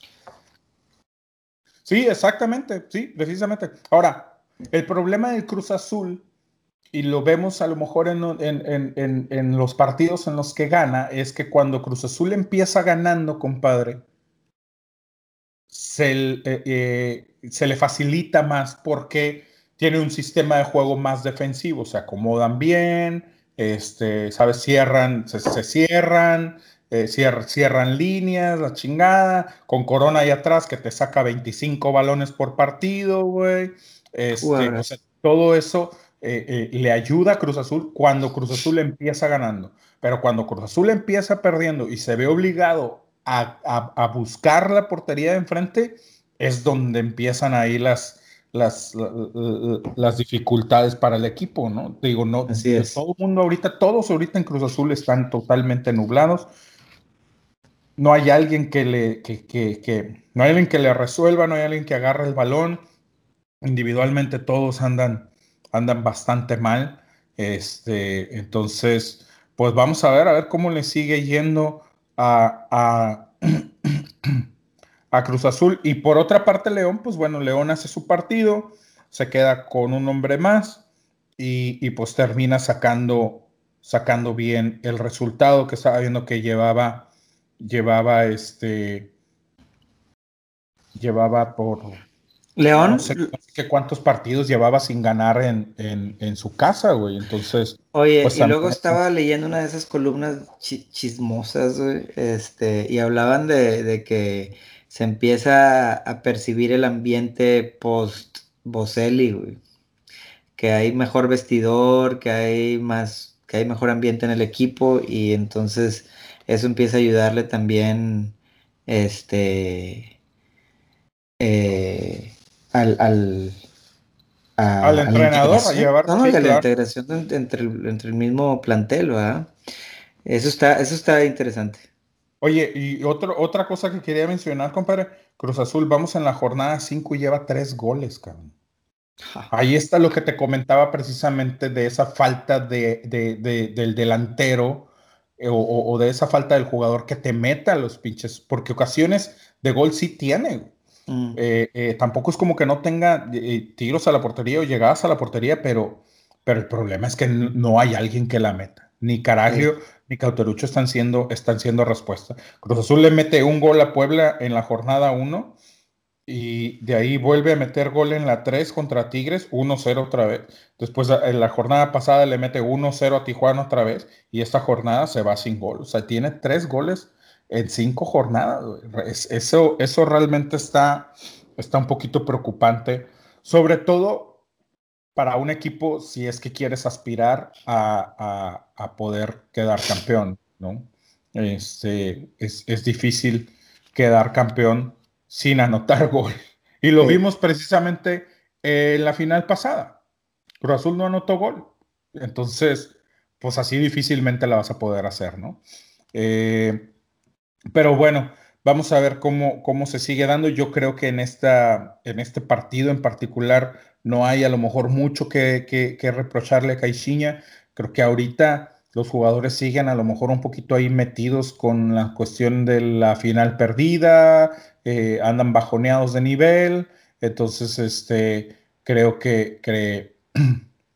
sí, exactamente, sí, precisamente. Ahora, el problema del Cruz Azul, y lo vemos a lo mejor en los partidos en los que gana, es que cuando Cruz Azul empieza ganando, compadre, se le facilita más porque tiene un sistema de juego más defensivo, se acomodan bien, ¿sabes? Se cierran, cierran líneas, la chingada, con Corona ahí atrás que te saca 25 balones por partido, güey. O sea, todo eso le ayuda a Cruz Azul cuando Cruz Azul empieza ganando. Pero cuando Cruz Azul empieza perdiendo y se ve obligado a buscar la portería de enfrente, es donde empiezan ahí las dificultades para el equipo, ¿no? Digo, no, Así es. todo el mundo ahorita, todos ahorita en Cruz Azul están totalmente nublados. No hay alguien no hay alguien que le resuelva, no hay alguien que agarre el balón. Individualmente todos andan bastante mal. Entonces, pues vamos a ver cómo le sigue yendo a Cruz Azul. Y por otra parte, León, pues bueno, León hace su partido, se queda con un hombre más pues termina sacando bien el resultado que estaba viendo que llevaba, llevaba no León, sé, no sé qué cuántos partidos llevaba sin ganar en su casa, güey. Entonces, oye, pues y luego también estaba leyendo una de esas columnas chismosas, güey, y hablaban de que se empieza a percibir el ambiente post Boselli, güey, que hay mejor vestidor, que hay mejor ambiente en el equipo y entonces eso empieza a ayudarle también, este, eh, al, al a la entrenador a integración, llevar, ¿no? Y sí, a la claro. integración entre el mismo plantel, ¿verdad? Eso está interesante. Oye, y otra cosa que quería mencionar, compadre, Cruz Azul, vamos en la jornada 5 y lleva 3 goles, cabrón. Ja. Ahí está lo que te comentaba precisamente de esa falta del delantero o de esa falta del jugador que te meta los pinches, porque ocasiones de gol sí tiene. Mm, Tampoco es como que no tenga tiros a la portería o llegadas a la portería, pero el problema es que no hay alguien que la meta. Ni sí. Caraglio ni Cauterucho están siendo respuesta. Cruz Azul le mete un gol a Puebla en la jornada 1 y de ahí vuelve a meter gol en la 3 contra Tigres, 1-0 otra vez. Después en la jornada pasada le mete 1-0 a Tijuana otra vez y esta jornada se va sin gol. O sea, tiene 3 goles en 5 jornadas, güey. Eso realmente está un poquito preocupante, sobre todo para un equipo si es que quieres aspirar a poder quedar campeón, ¿no? Es difícil quedar campeón sin anotar gol. Y lo Sí. vimos precisamente en la final pasada. Cruz Azul no anotó gol. Entonces, pues así difícilmente la vas a poder hacer, ¿no? Eh, pero bueno, vamos a ver cómo se sigue dando. Yo creo que en este partido en particular no hay a lo mejor mucho que reprocharle a Caixinha. Creo que ahorita los jugadores siguen a lo mejor un poquito ahí metidos con la cuestión de la final perdida, andan bajoneados de nivel. Entonces, creo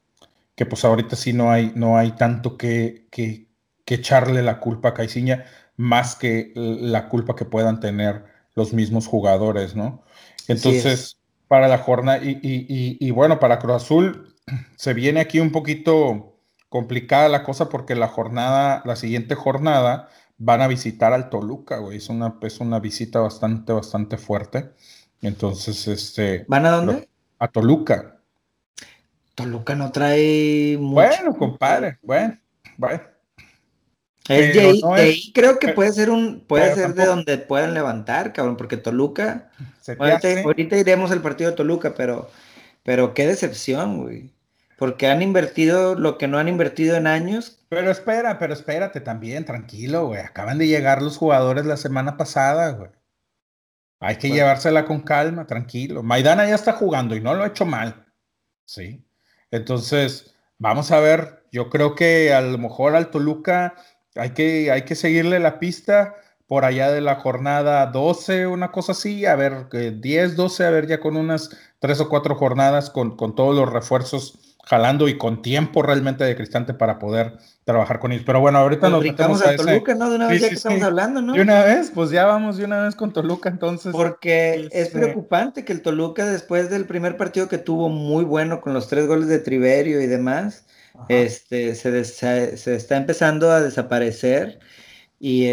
que pues ahorita sí no hay tanto que echarle la culpa a Caixinha. más que la culpa que puedan tener los mismos jugadores, ¿no? Así es. Entonces, para la jornada, y bueno, para Cruz Azul se viene aquí un poquito complicada la cosa porque la siguiente jornada van a visitar al Toluca, güey. Es una visita bastante, bastante fuerte. Entonces, ¿Van a dónde? a Toluca. Toluca no trae mucho. Bueno, compadre, bueno, bueno. Es Pero no de es, ahí creo que pero, puede pero ser de tampoco donde puedan levantar, cabrón, porque Toluca, se te hace. ahorita iremos al partido de Toluca, pero qué decepción, güey. Porque han invertido lo que no han invertido en años. Pero espérate también, tranquilo, güey. Acaban de llegar los jugadores la semana pasada, güey. Hay que Bueno, llevársela con calma, tranquilo. Maidana ya está jugando y no lo ha hecho mal, ¿sí? Entonces, vamos a ver. Yo creo que a lo mejor al Toluca hay que seguirle la pista por allá de la jornada 12, una cosa así, a ver, 10, 12, a ver, ya con unas 3 o 4 jornadas con todos los refuerzos jalando y con tiempo realmente de Cristante para poder trabajar con ellos. Pero bueno, ahorita pues nos brincamos metemos a al ese. Toluca, ¿no? De una Sí, vez ya sí, que estamos sí. hablando, De ¿no? una vez, pues ya vamos de una vez con Toluca, entonces. Porque es Este, preocupante que el Toluca, después del primer partido que tuvo muy bueno con los 3 goles de Triverio y demás, ajá. se está empezando a desaparecer y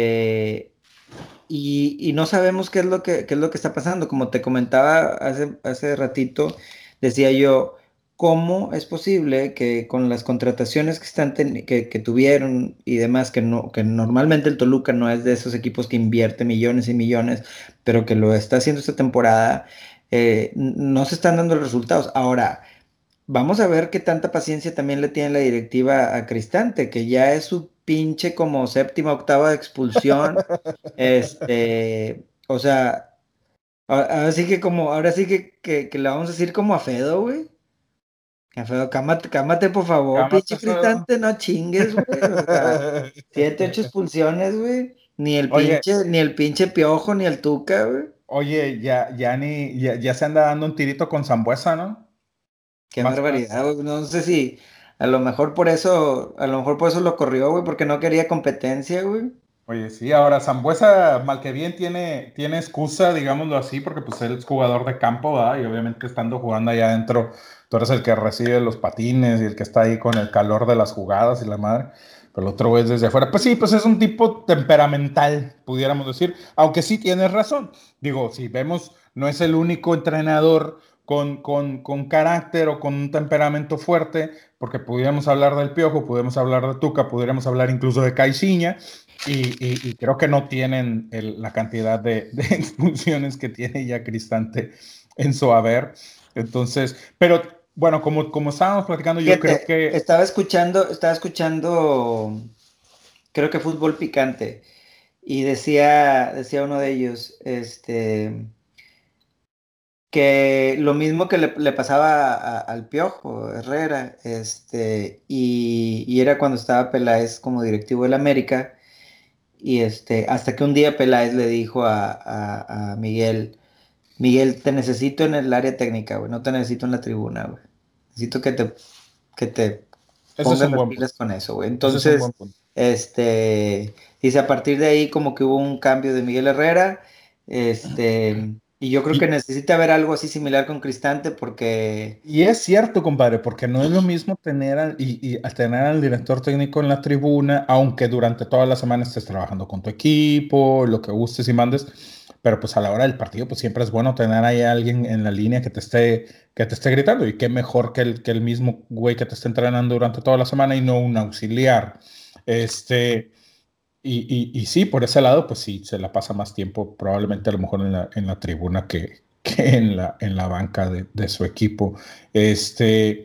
y no sabemos qué es lo que está pasando. Como te comentaba hace ratito, decía yo, ¿cómo es posible que con las contrataciones que tuvieron y demás, que normalmente el Toluca no es de esos equipos que invierte millones y millones, pero que lo está haciendo esta temporada, no se están dando los resultados? Ahora, vamos a ver qué tanta paciencia también le tiene la directiva a Cristante, que ya es su pinche como séptima, octava expulsión. O sea, ahora sí que le vamos a decir como a Fedo, güey. A Fedo, cámate, cámate, por favor, Cámate, pinche Fedo. Cristante, no chingues, güey. O sea, 7, 8 expulsiones, güey. Oye, Ni el pinche Piojo, ni el Tuca, güey. oye, ya se anda dando un tirito con Zambuesa, ¿no? Qué Más, más. barbaridad, güey. No sé si a lo mejor por eso lo corrió, güey, porque no quería competencia, güey. Oye, sí, ahora Zambuesa, mal que bien, tiene excusa, digámoslo así, porque pues él es jugador de campo, ¿verdad? Y obviamente estando jugando allá adentro, tú eres el que recibe los patines y el que está ahí con el calor de las jugadas y la madre. Pero el otro es desde afuera. Pues sí, pues es un tipo temperamental, pudiéramos decir, aunque sí tienes razón. Digo, si vemos, no es el único entrenador con carácter o con un temperamento fuerte, porque pudiéramos hablar del Piojo, pudiéramos hablar de Tuca, pudiéramos hablar incluso de Caixinha. Y creo que no tienen la cantidad de expulsiones que tiene ya Cristante en su haber. Entonces, pero bueno, como estábamos platicando, yo creo Fíjate, que estaba escuchando, creo que Fútbol Picante, y decía uno de ellos, que lo mismo que le pasaba al Piojo Herrera, y era cuando estaba Peláez como directivo del América, y hasta que un día Peláez le dijo a Miguel, Miguel, te necesito en el área técnica, güey, no te necesito en la tribuna, güey. Necesito que te ese es pongas un las buen pilas punto. con eso, güey. Ese es un Entonces, buen punto. dice, a partir de ahí como que hubo un cambio de Miguel Herrera, y yo creo que Y, necesita haber algo así similar con Cristante porque, y es cierto, compadre, porque no es lo mismo tener al director técnico en la tribuna, aunque durante toda la semana estés trabajando con tu equipo, lo que gustes y mandes, pero pues a la hora del partido, pues siempre es bueno tener ahí a alguien en la línea que te esté gritando. Y qué mejor que el mismo güey que te esté entrenando durante toda la semana y no un auxiliar. Este, y sí, por ese lado, pues sí, se la pasa más tiempo, probablemente a lo mejor en la tribuna que en la banca de su equipo. Este,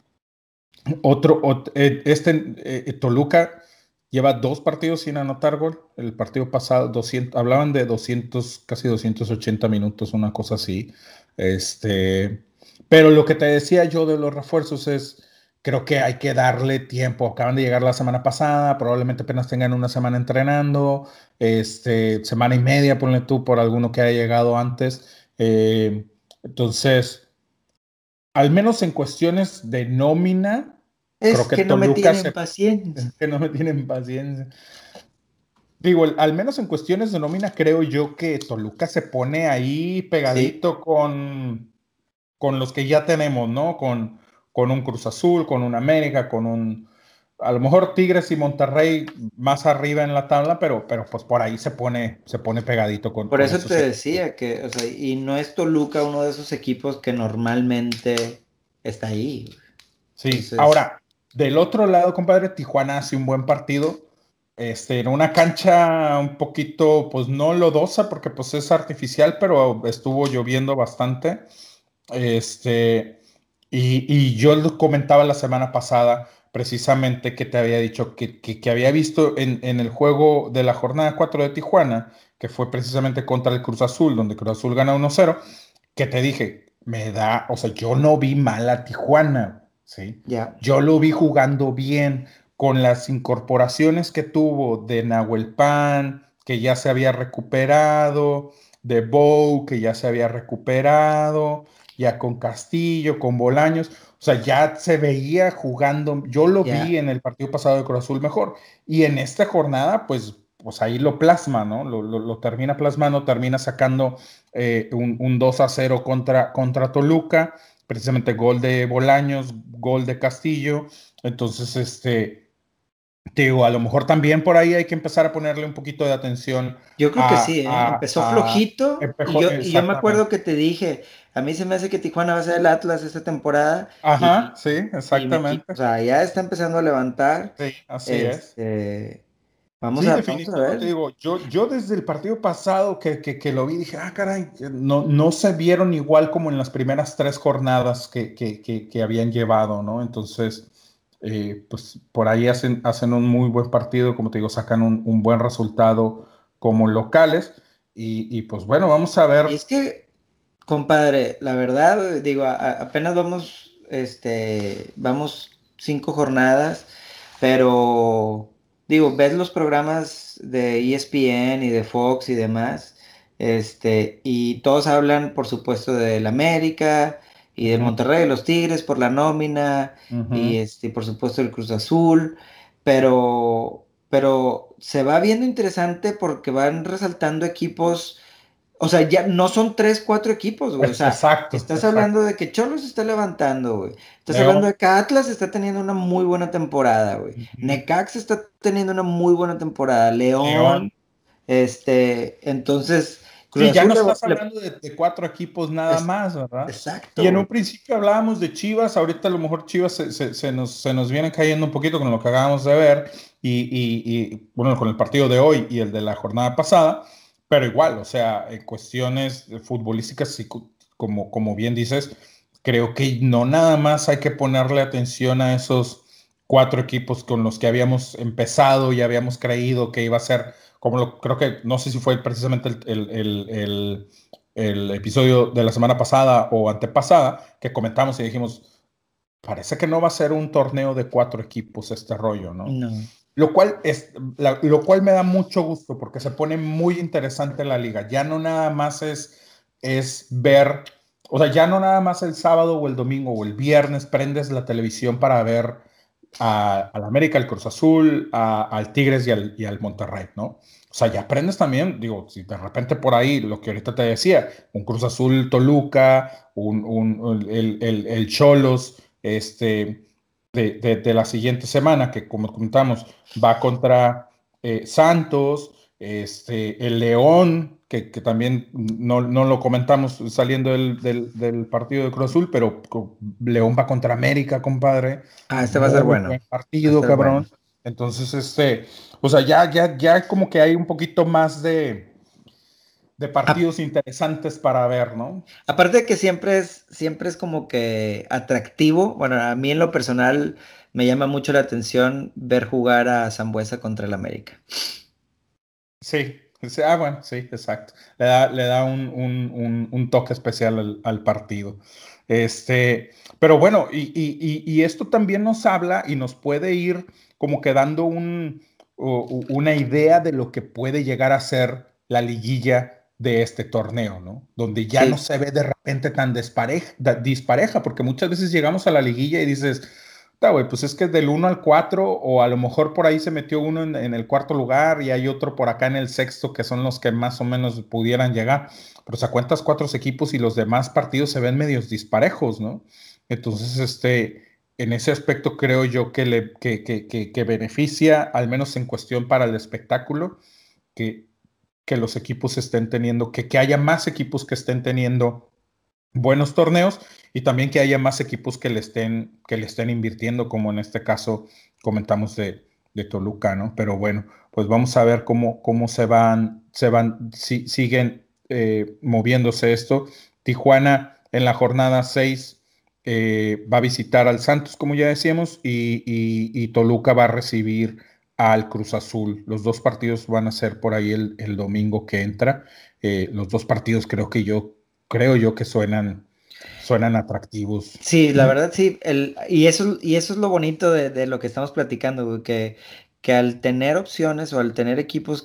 Toluca lleva 2 partidos sin anotar gol. El partido pasado, hablaban de 200, casi 280 minutos, una cosa así. Este, pero lo que te decía yo de los refuerzos es, creo que hay que darle tiempo. Acaban de llegar la semana pasada, probablemente apenas tengan una semana entrenando, semana y media, ponle tú, por alguno que haya llegado antes. Entonces, al menos en cuestiones de nómina, creo es que que no me Toluca tienen paciencia. que no me tienen paciencia. Digo, al menos en cuestiones de nómina, creo yo que Toluca se pone ahí Sí, pegadito con los que ya tenemos, ¿no? Con un Cruz Azul, con un América, con un... A lo mejor Tigres y Monterrey más arriba en la tabla, pero pues por ahí se pone pegadito por con eso te esos equipos. decía que, o sea, y no es Toluca uno de esos equipos que normalmente está ahí. Sí, Entonces, ahora, del otro lado, compadre, Tijuana hace un buen partido. En una cancha un poquito, pues no lodosa, porque pues es artificial, pero estuvo lloviendo bastante. Este, y yo lo comentaba la semana pasada, precisamente que te había dicho que había visto en el juego de la jornada 4 de Tijuana, que fue precisamente contra el Cruz Azul, donde Cruz Azul gana 1-0, que te dije, o sea, yo no vi mal a Tijuana, ¿sí? ya, Yo lo vi jugando bien, con las incorporaciones que tuvo de Nahuel Pan, que ya se había recuperado, de Bow, que ya se había recuperado, ya con Castillo, con Bolaños, o sea, ya se veía jugando, yo lo vi ya, en el partido pasado de Cruz Azul mejor, y en esta jornada, pues ahí lo plasma, ¿no? Lo termina plasmando, termina sacando un 2-0 contra Toluca, precisamente gol de Bolaños, gol de Castillo. Entonces, te digo, a lo mejor también por ahí hay que empezar a ponerle un poquito de atención yo creo que sí, ¿eh? Empezó flojito y yo me acuerdo exactamente. que te dije, a mí se me hace que Tijuana va a ser el Atlas esta temporada Ajá, y, sí, o exactamente. sea, ya está empezando a levantar. Sí, así es. Este, Sí, vamos a definitivo, te ver. digo, yo desde el partido pasado que lo vi, dije, caray, no se vieron igual como en las primeras 3 jornadas que habían llevado, ¿no? Entonces, pues por ahí hacen un muy buen partido, como te digo, sacan un buen resultado como locales, y pues bueno, vamos a Y ver. es que, compadre, la verdad, digo, apenas vamos 5 jornadas, pero digo, ves los programas de ESPN y de Fox y demás, y todos hablan, por supuesto, del América y del Ujú, Monterrey, de los Tigres por la nómina y ujú. por supuesto el Cruz Azul, pero se va viendo interesante porque van resaltando equipos. O sea, ya no son 3, 4 equipos, güey. O sea, Exacto, estás exacto. hablando de que Cholos se está levantando, güey. Estás hablando León. de que Atlas está teniendo una muy buena temporada, güey. Ujú. Necaxa está teniendo una muy buena temporada. León. León, entonces, Cruz Sí, ya Azul no estás hablando de 4 equipos nada es- más, ¿verdad? Y exacto, en güey. un principio hablábamos de Chivas, ahorita a lo mejor Chivas se nos viene cayendo un poquito con lo que acabamos de ver, bueno, con el partido de hoy y el de la jornada pasada, pero igual, o sea, en cuestiones futbolísticas, sí, como bien dices, creo que no nada más hay que ponerle atención a esos 4 equipos con los que habíamos empezado y habíamos creído que iba a ser creo que, no sé si fue precisamente el episodio de la semana pasada o antepasada, que comentamos y dijimos, parece que no va a ser un torneo de 4 equipos este rollo, ¿no? No. Lo cual me da mucho gusto porque se pone muy interesante la liga. Ya no nada más es ver, o sea, ya no nada más el sábado o el domingo o el viernes prendes la televisión para ver al América, al Cruz Azul, al Tigres y al Monterrey, ¿no? O sea, ya aprendes también, digo, si de repente por ahí, lo que ahorita te decía, un Cruz Azul Toluca, el Cholos, de la siguiente semana, que como comentamos, va contra Santos, el León, que también no lo comentamos saliendo del partido de Cruz Azul, pero León va contra América, compadre. Ah, este va a ser Muy bueno. buen Va a partido, ser cabrón. bueno. Entonces, o sea, ya como que hay un poquito más de partidos interesantes para ver, ¿no? Aparte de que siempre es como que atractivo, bueno, a mí en lo personal me llama mucho la atención ver jugar a Sambuesa contra el América. Sí, sí, bueno, sí, exacto. Le da un toque especial al partido. Este, pero bueno, y esto también nos habla y nos puede ir como que dando una idea de lo que puede llegar a ser la liguilla de este torneo, ¿no? Donde ya no Sí, se ve de repente tan dispareja, porque muchas veces llegamos a la liguilla y dices, Güey, pues es que del 1 al 4, o a lo mejor por ahí se metió uno en el cuarto lugar y hay otro por acá en el sexto, que son los que más o menos pudieran llegar. Pero se cuentas cuatro equipos y los demás partidos se ven medios disparejos, ¿no? Entonces, en ese aspecto creo yo que beneficia, al menos en cuestión para el espectáculo, que, que los equipos estén teniendo, que haya más equipos que estén teniendo buenos torneos y también que haya más equipos que le estén invirtiendo, como en este caso comentamos de Toluca, ¿no? Pero bueno, pues vamos a ver cómo siguen moviéndose esto. Tijuana en la jornada 6 va a visitar al Santos, como ya decíamos, y Toluca va a recibir al Cruz Azul. Los dos partidos van a ser por ahí el domingo que entra. Los dos partidos creo yo que suenan atractivos. Sí, la verdad sí, y eso es lo bonito de lo que estamos platicando, güey, que al tener opciones o al tener equipos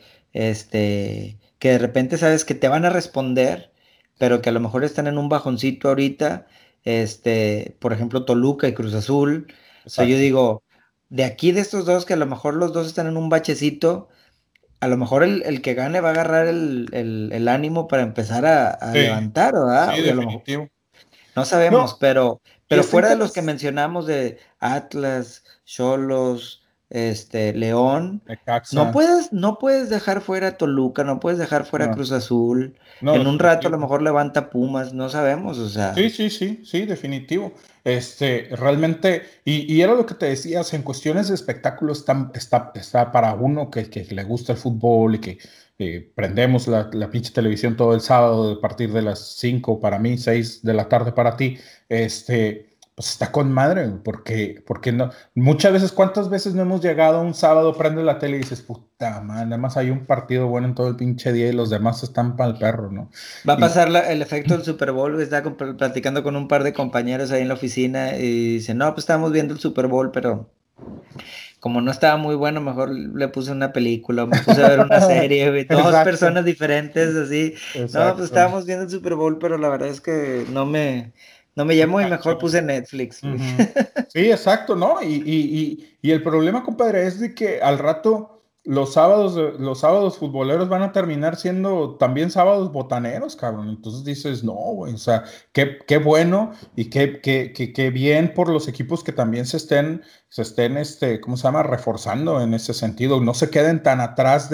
que de repente sabes que te van a responder, pero que a lo mejor están en un bajoncito ahorita, por ejemplo, Toluca y Cruz Azul. O sea, yo Exacto. digo, de aquí de estos dos, que a lo mejor los dos están en un bachecito, a lo mejor el que gane va a agarrar el ánimo para empezar a Sí, levantar, ¿verdad? sí, Y a lo mejor definitivo. no sabemos, No, y pero está fuera de los que interesante. mencionamos de Atlas, Xolos, León, Necaxa. no puedes dejar fuera a Toluca, no puedes dejar fuera a No, Cruz Azul. no, En un rato a lo definitivo. mejor levanta Pumas, no sabemos, o Sí, sea, sí, sí, sí, definitivo. Realmente, y era lo que te decías, en cuestiones de espectáculo está para uno que le gusta el fútbol y que prendemos la pinche televisión todo el sábado a partir de las 5 para mí, 6 de la tarde para ti, pues está con madre, güey, porque no, muchas veces, ¿cuántas veces no hemos llegado un sábado, prendes la tele y dices, puta madre, nada más hay un partido bueno en todo el pinche día y los demás están para el perro, ¿no? va a Y pasar el efecto del Super Bowl. Estaba platicando con un par de compañeros ahí en la oficina y dicen, no, pues estábamos viendo el Super Bowl, pero como no estaba muy bueno, mejor le puse una película, o me puse a ver una serie, güey, dos Exacto, personas diferentes, así. No, pues exacto. estábamos viendo el Super Bowl, pero la verdad es que no me llamó y mejor Enganchó. puse Netflix, güey. Ujú. Sí, exacto, ¿no? Y el problema, compadre, es de que al rato los sábados futboleros van a terminar siendo también sábados botaneros, cabrón. Entonces dices, no, güey, o sea, qué bueno y qué bien por los equipos que también se estén, ¿cómo se llama? Reforzando en ese sentido. No se queden tan atrás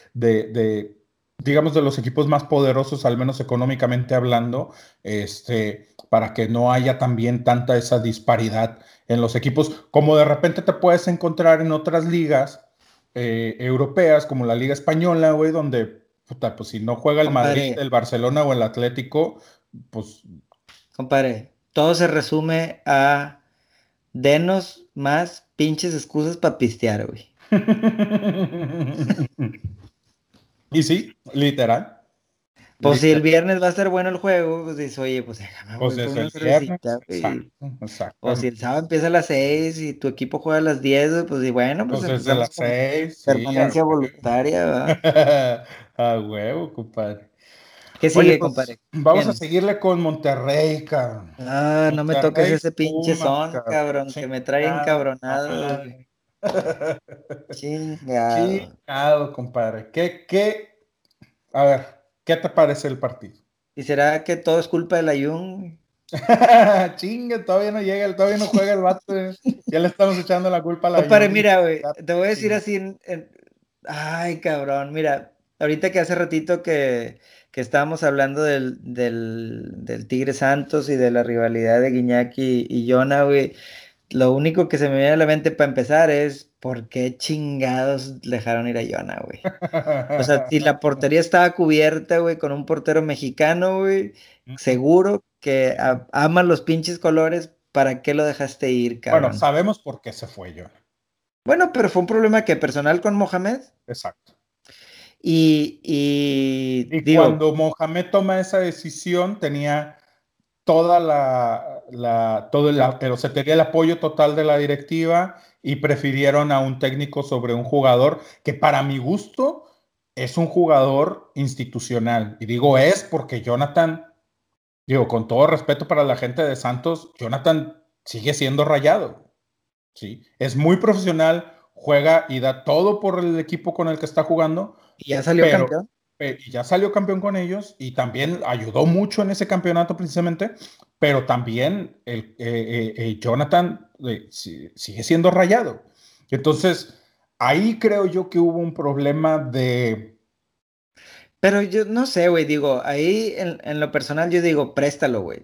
digamos, de los equipos más poderosos, al menos económicamente hablando, para que no haya también tanta esa disparidad en los equipos, como de repente te puedes encontrar en otras ligas europeas, como la Liga Española, güey, donde, puta, pues si no juega el Madrid, Compadre, el Barcelona o el Atlético, pues... compadre, todo se resume a denos más pinches excusas para pistear, güey. Y sí, literal, Pues si el literal. viernes va a estar bueno el juego, pues dices, oye, pues déjame, Pues voy por desde una el viernes, cervecita, güey. exacto, O si el exactamente. sábado empieza a las 6 y tu equipo juega a las 10, pues y bueno, pues Pues desde empezamos las con 6, sí, a permanencia huevo. voluntaria, ¿verdad? A huevo, compadre. ¿Qué Oye, sigue, pues compadre? vamos a ¿Quién? seguirle con Monterrey, cabrón. Ah, no me toques Monterrey ese pinche Pumas, son, cabrón. cabrón, que me trae Chingada encabronado, güey. madre. Chingado. Chingado, compadre. A ver, ¿qué te parece el partido? ¿Y será que todo es culpa del Ayun? Chinga, todavía no llega, todavía no juega el vato. Ya le estamos echando la culpa a la Compadre, Jun. mira, güey, te voy a decir así Ay, cabrón, mira, ahorita que hace ratito que estábamos hablando del Tigre Santos y de la rivalidad de Guiñac y Jonah, güey, lo único que se me viene a la mente para empezar es ¿por qué chingados dejaron ir a Jonah, güey? O sea, si la portería estaba cubierta, güey, con un portero mexicano, güey, seguro que ama los pinches colores, ¿para qué lo dejaste ir, Bueno, cabrón? sabemos por qué se fue John. Bueno, pero fue un problema que personal con Mohamed Exacto. y Y digo, cuando Mohamed toma esa decisión, tenía toda pero se tenía el apoyo total de la directiva y prefirieron a un técnico sobre un jugador que para mi gusto es un jugador institucional. Y digo es porque Jonathan, digo, con todo respeto para la gente de Santos, Jonathan sigue siendo Rayado. Sí, es muy profesional, juega y da todo por el equipo con el que está jugando, Y ya salió pero campeón. y ya salió campeón con ellos y también ayudó mucho en ese campeonato precisamente, pero también Jonathan sigue siendo rayado. Entonces, ahí creo yo que hubo un problema de... Pero yo no sé, güey, digo, ahí en lo personal yo digo, préstalo, güey.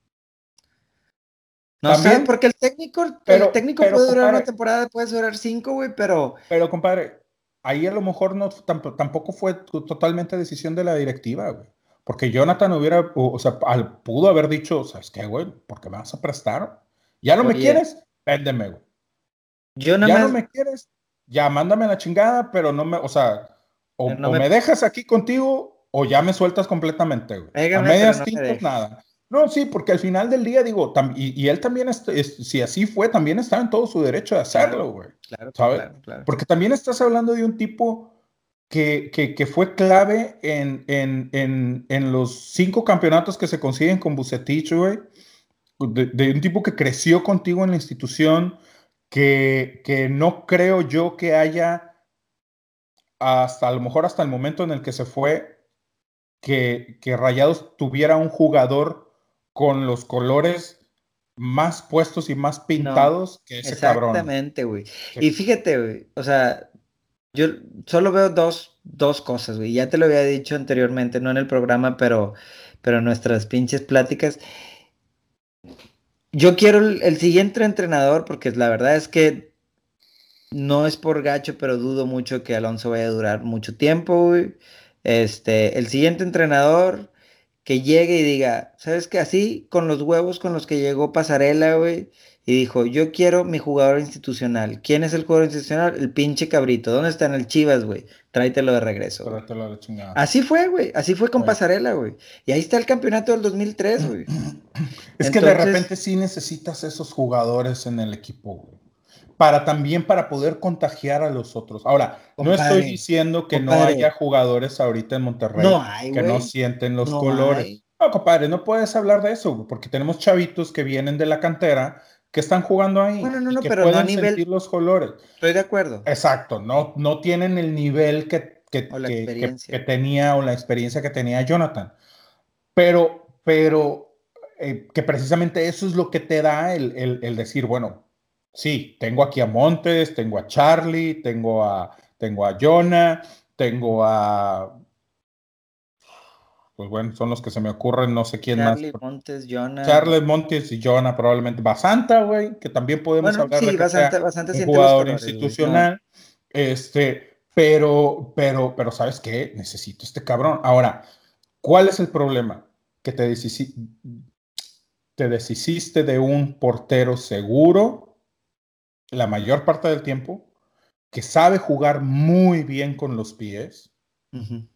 No sabes, También, porque el técnico puede durar una compadre, temporada, puede durar 5, güey, pero compadre, ahí a lo mejor no tampoco fue totalmente decisión de la directiva, güey. Porque Jonathan hubiera, o sea, pudo haber dicho, ¿sabes qué, güey? ¿Por qué me vas a prestar? ¿Ya no me oye, quieres? Véndeme, güey. yo nada ¿Ya no más, me quieres? Ya mándame a la chingada, pero no me, o sea, no o me, me dejas aquí contigo o ya me sueltas completamente, güey. A pégame, pero medias no me tintas, dejes. nada. No, sí, porque al final del día, digo, y él también, si así fue, también estaba en todo su derecho de Claro, hacerlo, güey. claro, ¿Sabes? claro, claro. Porque también estás hablando de un tipo que fue clave en los 5 campeonatos que se consiguen con Vucetich, güey. De un tipo que creció contigo en la institución, que no creo yo que haya, hasta a lo mejor hasta el momento en el que se fue, que Rayados tuviera un jugador con los colores más puestos y más No, pintados que ese cabrón. exactamente, güey. Sí. Y fíjate, güey, o sea, yo solo veo dos cosas, güey. Ya te lo había dicho anteriormente, no en el programa, pero en nuestras pinches pláticas. Yo quiero el siguiente entrenador, porque la verdad es que no es por gacho, pero dudo mucho que Alonso vaya a durar mucho tiempo, güey. El siguiente entrenador que llegue y diga, ¿sabes qué? Así, con los huevos con los que llegó Pasarela, güey, y dijo, yo quiero mi jugador institucional. ¿Quién es el jugador institucional? El pinche cabrito. ¿Dónde está en el Chivas, güey? Tráetelo de regreso, güey. Tráetelo a la chingada. Así fue, güey. Así fue con Oye. Pasarela, güey. Y ahí está el campeonato del 2003, güey. Es que de Entonces, repente sí necesitas esos jugadores en el equipo, güey, para también para poder contagiar a los otros. Ahora, no estoy compadre, diciendo que no haya compadre, jugadores ahorita en Monterrey no hay, que no güey. sienten los No colores. hay. No, compadre, no puedes hablar de eso, güey, porque tenemos chavitos que vienen de la cantera, que están jugando ahí Bueno, no, y no, que pero no a pueden sentir nivel, los colores. estoy de acuerdo. Exacto, no tienen el nivel O la que experiencia. tenía o la experiencia que tenía Jonathan. Pero que precisamente eso es lo que te da el decir, bueno, sí, tengo aquí a Montes, tengo a Charlie, tengo a Jonah, tengo a, pues bueno, son los que se me ocurren, no sé quién más. Charlie, Montes, Jonah. Charles, Montes y Jonah probablemente. Basanta, güey, que también podemos Bueno, hablar de sí, que sea bastante, bastante un siente los jugador colores, güey. No. institucional. Pero, ¿sabes qué? Necesito este cabrón. Ahora, ¿cuál es el problema? Que te deshiciste de un portero seguro la mayor parte del tiempo, que sabe jugar muy bien con los pies Ujú.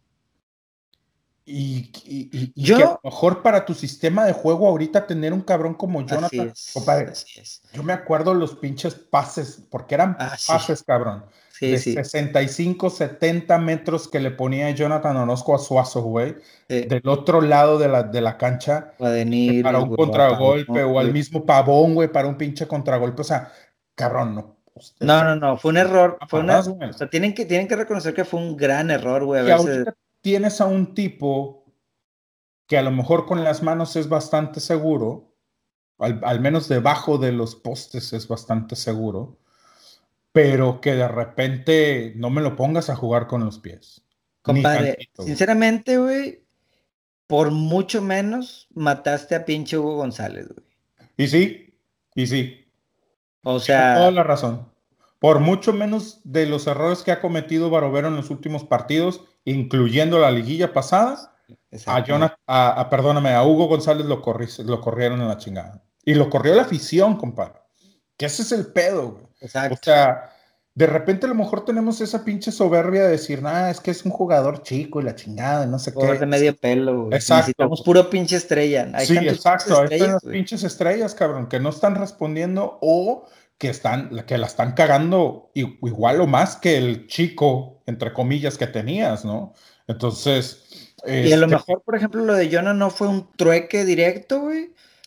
y que a lo Yo, mejor para tu sistema de juego ahorita tener un cabrón como así Jonathan, es, compadre, así es. yo me acuerdo los pinches pases, porque eran Ah, sí, pases, cabrón, sí, de sí. 65, 70 metros que le ponía Jonathan Orozco a Suazo, güey, Sí. del otro lado de la cancha, para Guadeniris, un güey, a Pavón, contragolpe, o al güey. mismo Pavón, güey, para un pinche contragolpe, o sea, cabrón, no, No, ustedes no, no, fue un error, fue mamadas, una, güey. o sea, tienen que reconocer que fue un gran error, güey, Y haberse, ahorita tienes a un tipo que a lo mejor con las manos es bastante seguro, al menos debajo de los postes es bastante seguro, pero que de repente no me lo pongas a jugar con los pies, ni compadre, tantito, güey. sinceramente, güey, por mucho menos mataste a pinche Hugo González, güey. Y sí, y sí, O tienes toda sea, la razón. Por mucho menos de los errores que ha cometido Barovero en los últimos partidos, incluyendo la liguilla pasada, exactamente. perdóname, a Hugo González lo corrieron en la chingada. Y lo corrió la afición, compadre. Que ese es el pedo, güey. O Exacto. sea, de repente a lo mejor tenemos esa pinche soberbia de decir, es que es un jugador chico y la chingada, y no sé Jugador qué. de medio pelo, güey. Exacto. Necesitamos puro pinche estrella. Ahí Sí, están tus pinches exacto. Ahí están estrellas, las güey. pinches estrellas, cabrón, que no están respondiendo o que la están cagando igual o más que el chico, entre comillas, que tenías, ¿no? Entonces, Y a lo mejor, por ejemplo, lo de Jonah no fue un trueque directo, güey.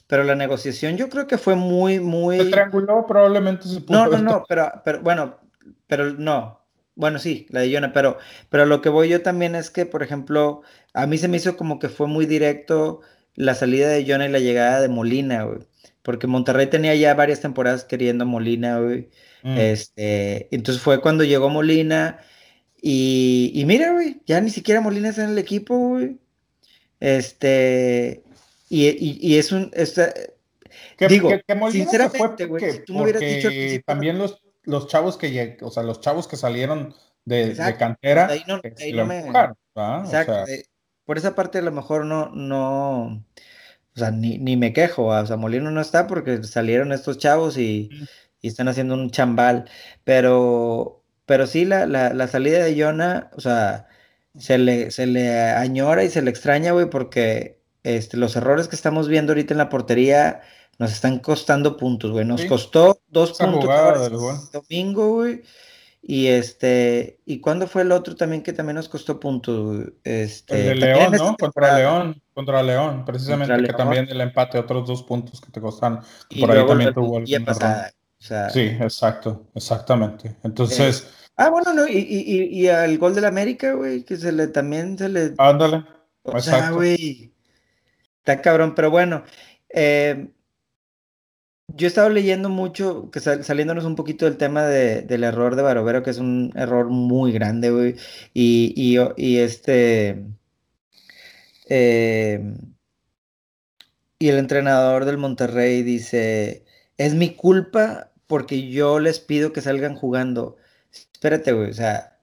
pero la negociación yo creo que fue muy, Se muy... trianguló, probablemente se pudo No, no, haber no, pero bueno, pero no. Bueno, sí, la de Jonah, pero lo que voy yo también es que, por ejemplo, a mí se me hizo como que fue muy directo la salida de Jonah y la llegada de Molina, güey. Porque Monterrey tenía ya varias temporadas queriendo a Molina, güey. Mm. Entonces fue cuando llegó Molina y mira, güey, ya ni siquiera Molina está en el equipo, güey. Este, y es un, digo, Que Molina se fue sinceramente, güey, si tú me hubieras dicho al porque principio, también los chavos o sea, los chavos que salieron de exacto, de ahí cantera, no, de ahí lo no me, empujaron, ¿va? O exacto, sea, por esa parte a lo mejor no, o sea, ni me quejo, o sea, Molino no está porque salieron estos chavos y están haciendo un chambal, pero sí la salida de Jonah, o sea, se le añora y se le extraña, güey, porque los errores que estamos viendo ahorita en la portería nos están costando puntos, güey, nos sí, costó dos esa puntos ahora jugada este del gol. domingo, güey, ¿y cuándo fue el otro también que también nos costó puntos, güey? El de También en León, esta ¿no? temporada, Contra León, contra precisamente, que León. también el empate, otros 2 puntos que te costaron, que Y por ahí luego la también tuvo liguilla algún error. pasada. O sea, Sí, exacto, exactamente. es. Entonces, Bueno, no, y al gol del América, güey, que también se le. ándale, O sea, exacto. güey, está cabrón, pero bueno. eh, yo he estado leyendo mucho, que saliéndonos un poquito del tema del error de Barovero, que es un error muy grande, güey. Y eh, y el entrenador del Monterrey dice, es mi culpa porque yo les pido que salgan jugando. Espérate, güey, o sea,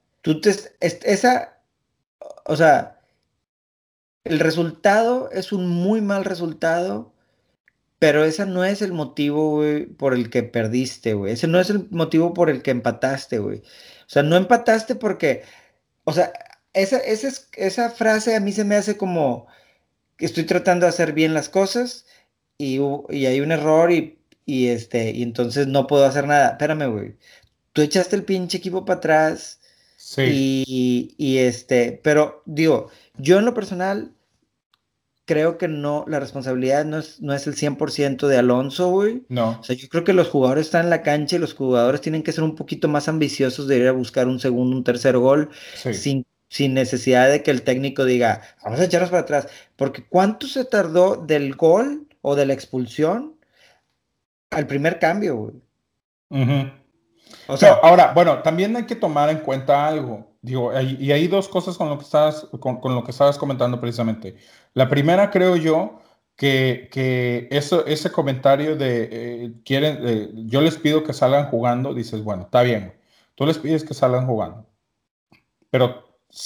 o sea, el resultado es un muy mal resultado, pero ese no es el motivo, güey, por el que perdiste, güey. Ese no es el motivo por el que empataste, güey. O sea, no empataste porque, o sea, esa frase a mí se me hace como que estoy tratando de hacer bien las cosas y hay un error y entonces no puedo hacer nada. Espérame, güey. Tú echaste el pinche equipo para atrás Sí, pero digo, yo en lo personal creo que no, la responsabilidad no es el 100% de Alonso, güey. O no, sea, yo creo que los jugadores están en la cancha y los jugadores tienen que ser un poquito más ambiciosos de ir a buscar un segundo, un tercer gol sí. sin necesidad de que el técnico diga, vamos a echarnos para atrás. Porque ¿cuánto se tardó del gol o de la expulsión al primer cambio, güey? Ujú. O No, sea, ahora, bueno, también hay que tomar en cuenta algo. Digo, y hay dos cosas con lo que con lo que estabas comentando precisamente. La primera, creo yo, que ese comentario de yo les pido que salgan jugando, dices, bueno, está bien, tú les pides que salgan jugando, pero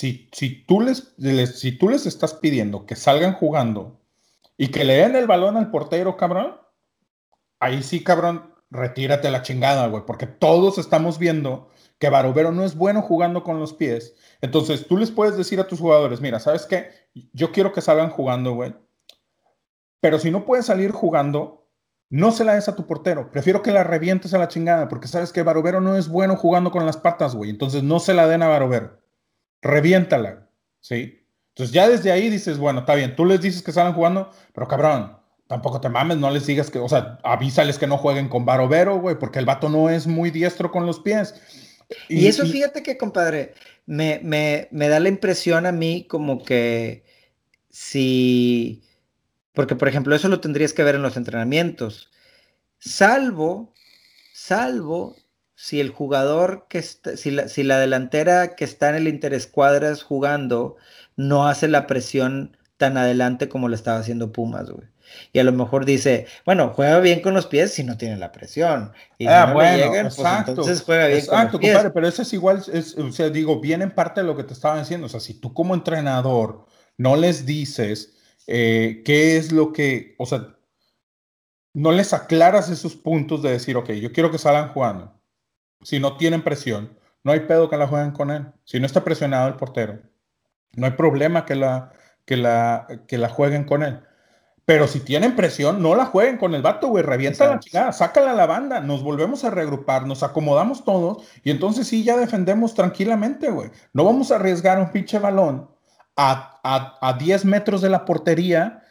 si tú les estás pidiendo que salgan jugando y que le den el balón al portero, cabrón, ahí sí, cabrón, retírate a la chingada, güey, porque todos estamos viendo que Barovero no es bueno jugando con los pies. Entonces, tú les puedes decir a tus jugadores, mira, ¿sabes qué? Yo quiero que salgan jugando, güey, pero si no puedes salir jugando, no se la des a tu portero. Prefiero que la revientes a la chingada, porque sabes que Barovero no es bueno jugando con las patas, güey. Entonces, no se la den a Barovero. Reviéntala, ¿sí? Entonces, ya desde ahí dices, bueno, está bien, tú les dices que salgan jugando, pero cabrón, tampoco te mames, no les digas que, o sea, avísales que no jueguen con Barovero, güey, porque el vato no es muy diestro con los pies. y eso Y fíjate que, compadre, me da la impresión a mí como que si, porque por ejemplo, eso lo tendrías que ver en los entrenamientos, salvo, salvo si el jugador que está, si la delantera que está en el interescuadras jugando no hace la presión tan adelante como lo estaba haciendo Pumas, güey. Y a lo mejor dice, bueno, juega bien con los pies si no tiene la presión. Y si no le bueno, llegan, pues exacto, entonces juega bien con los exacto, compadre, pies. pero eso es igual, o sea, digo, viene en parte de lo que te estaba diciendo, o sea, si tú como entrenador no les dices qué es lo que, o sea, no les aclaras esos puntos de decir, ok, yo quiero que salgan jugando. Si no tienen presión, no hay pedo que la jueguen con él. Si no está presionado el portero, no hay problema que la jueguen con él. Pero si tienen presión, no la jueguen con el vato, güey. Revienta la Exacto. chingada, sácala a la banda, nos volvemos a reagrupar, nos acomodamos todos y entonces sí ya defendemos tranquilamente, güey. No vamos a arriesgar un pinche balón a 10 metros de la portería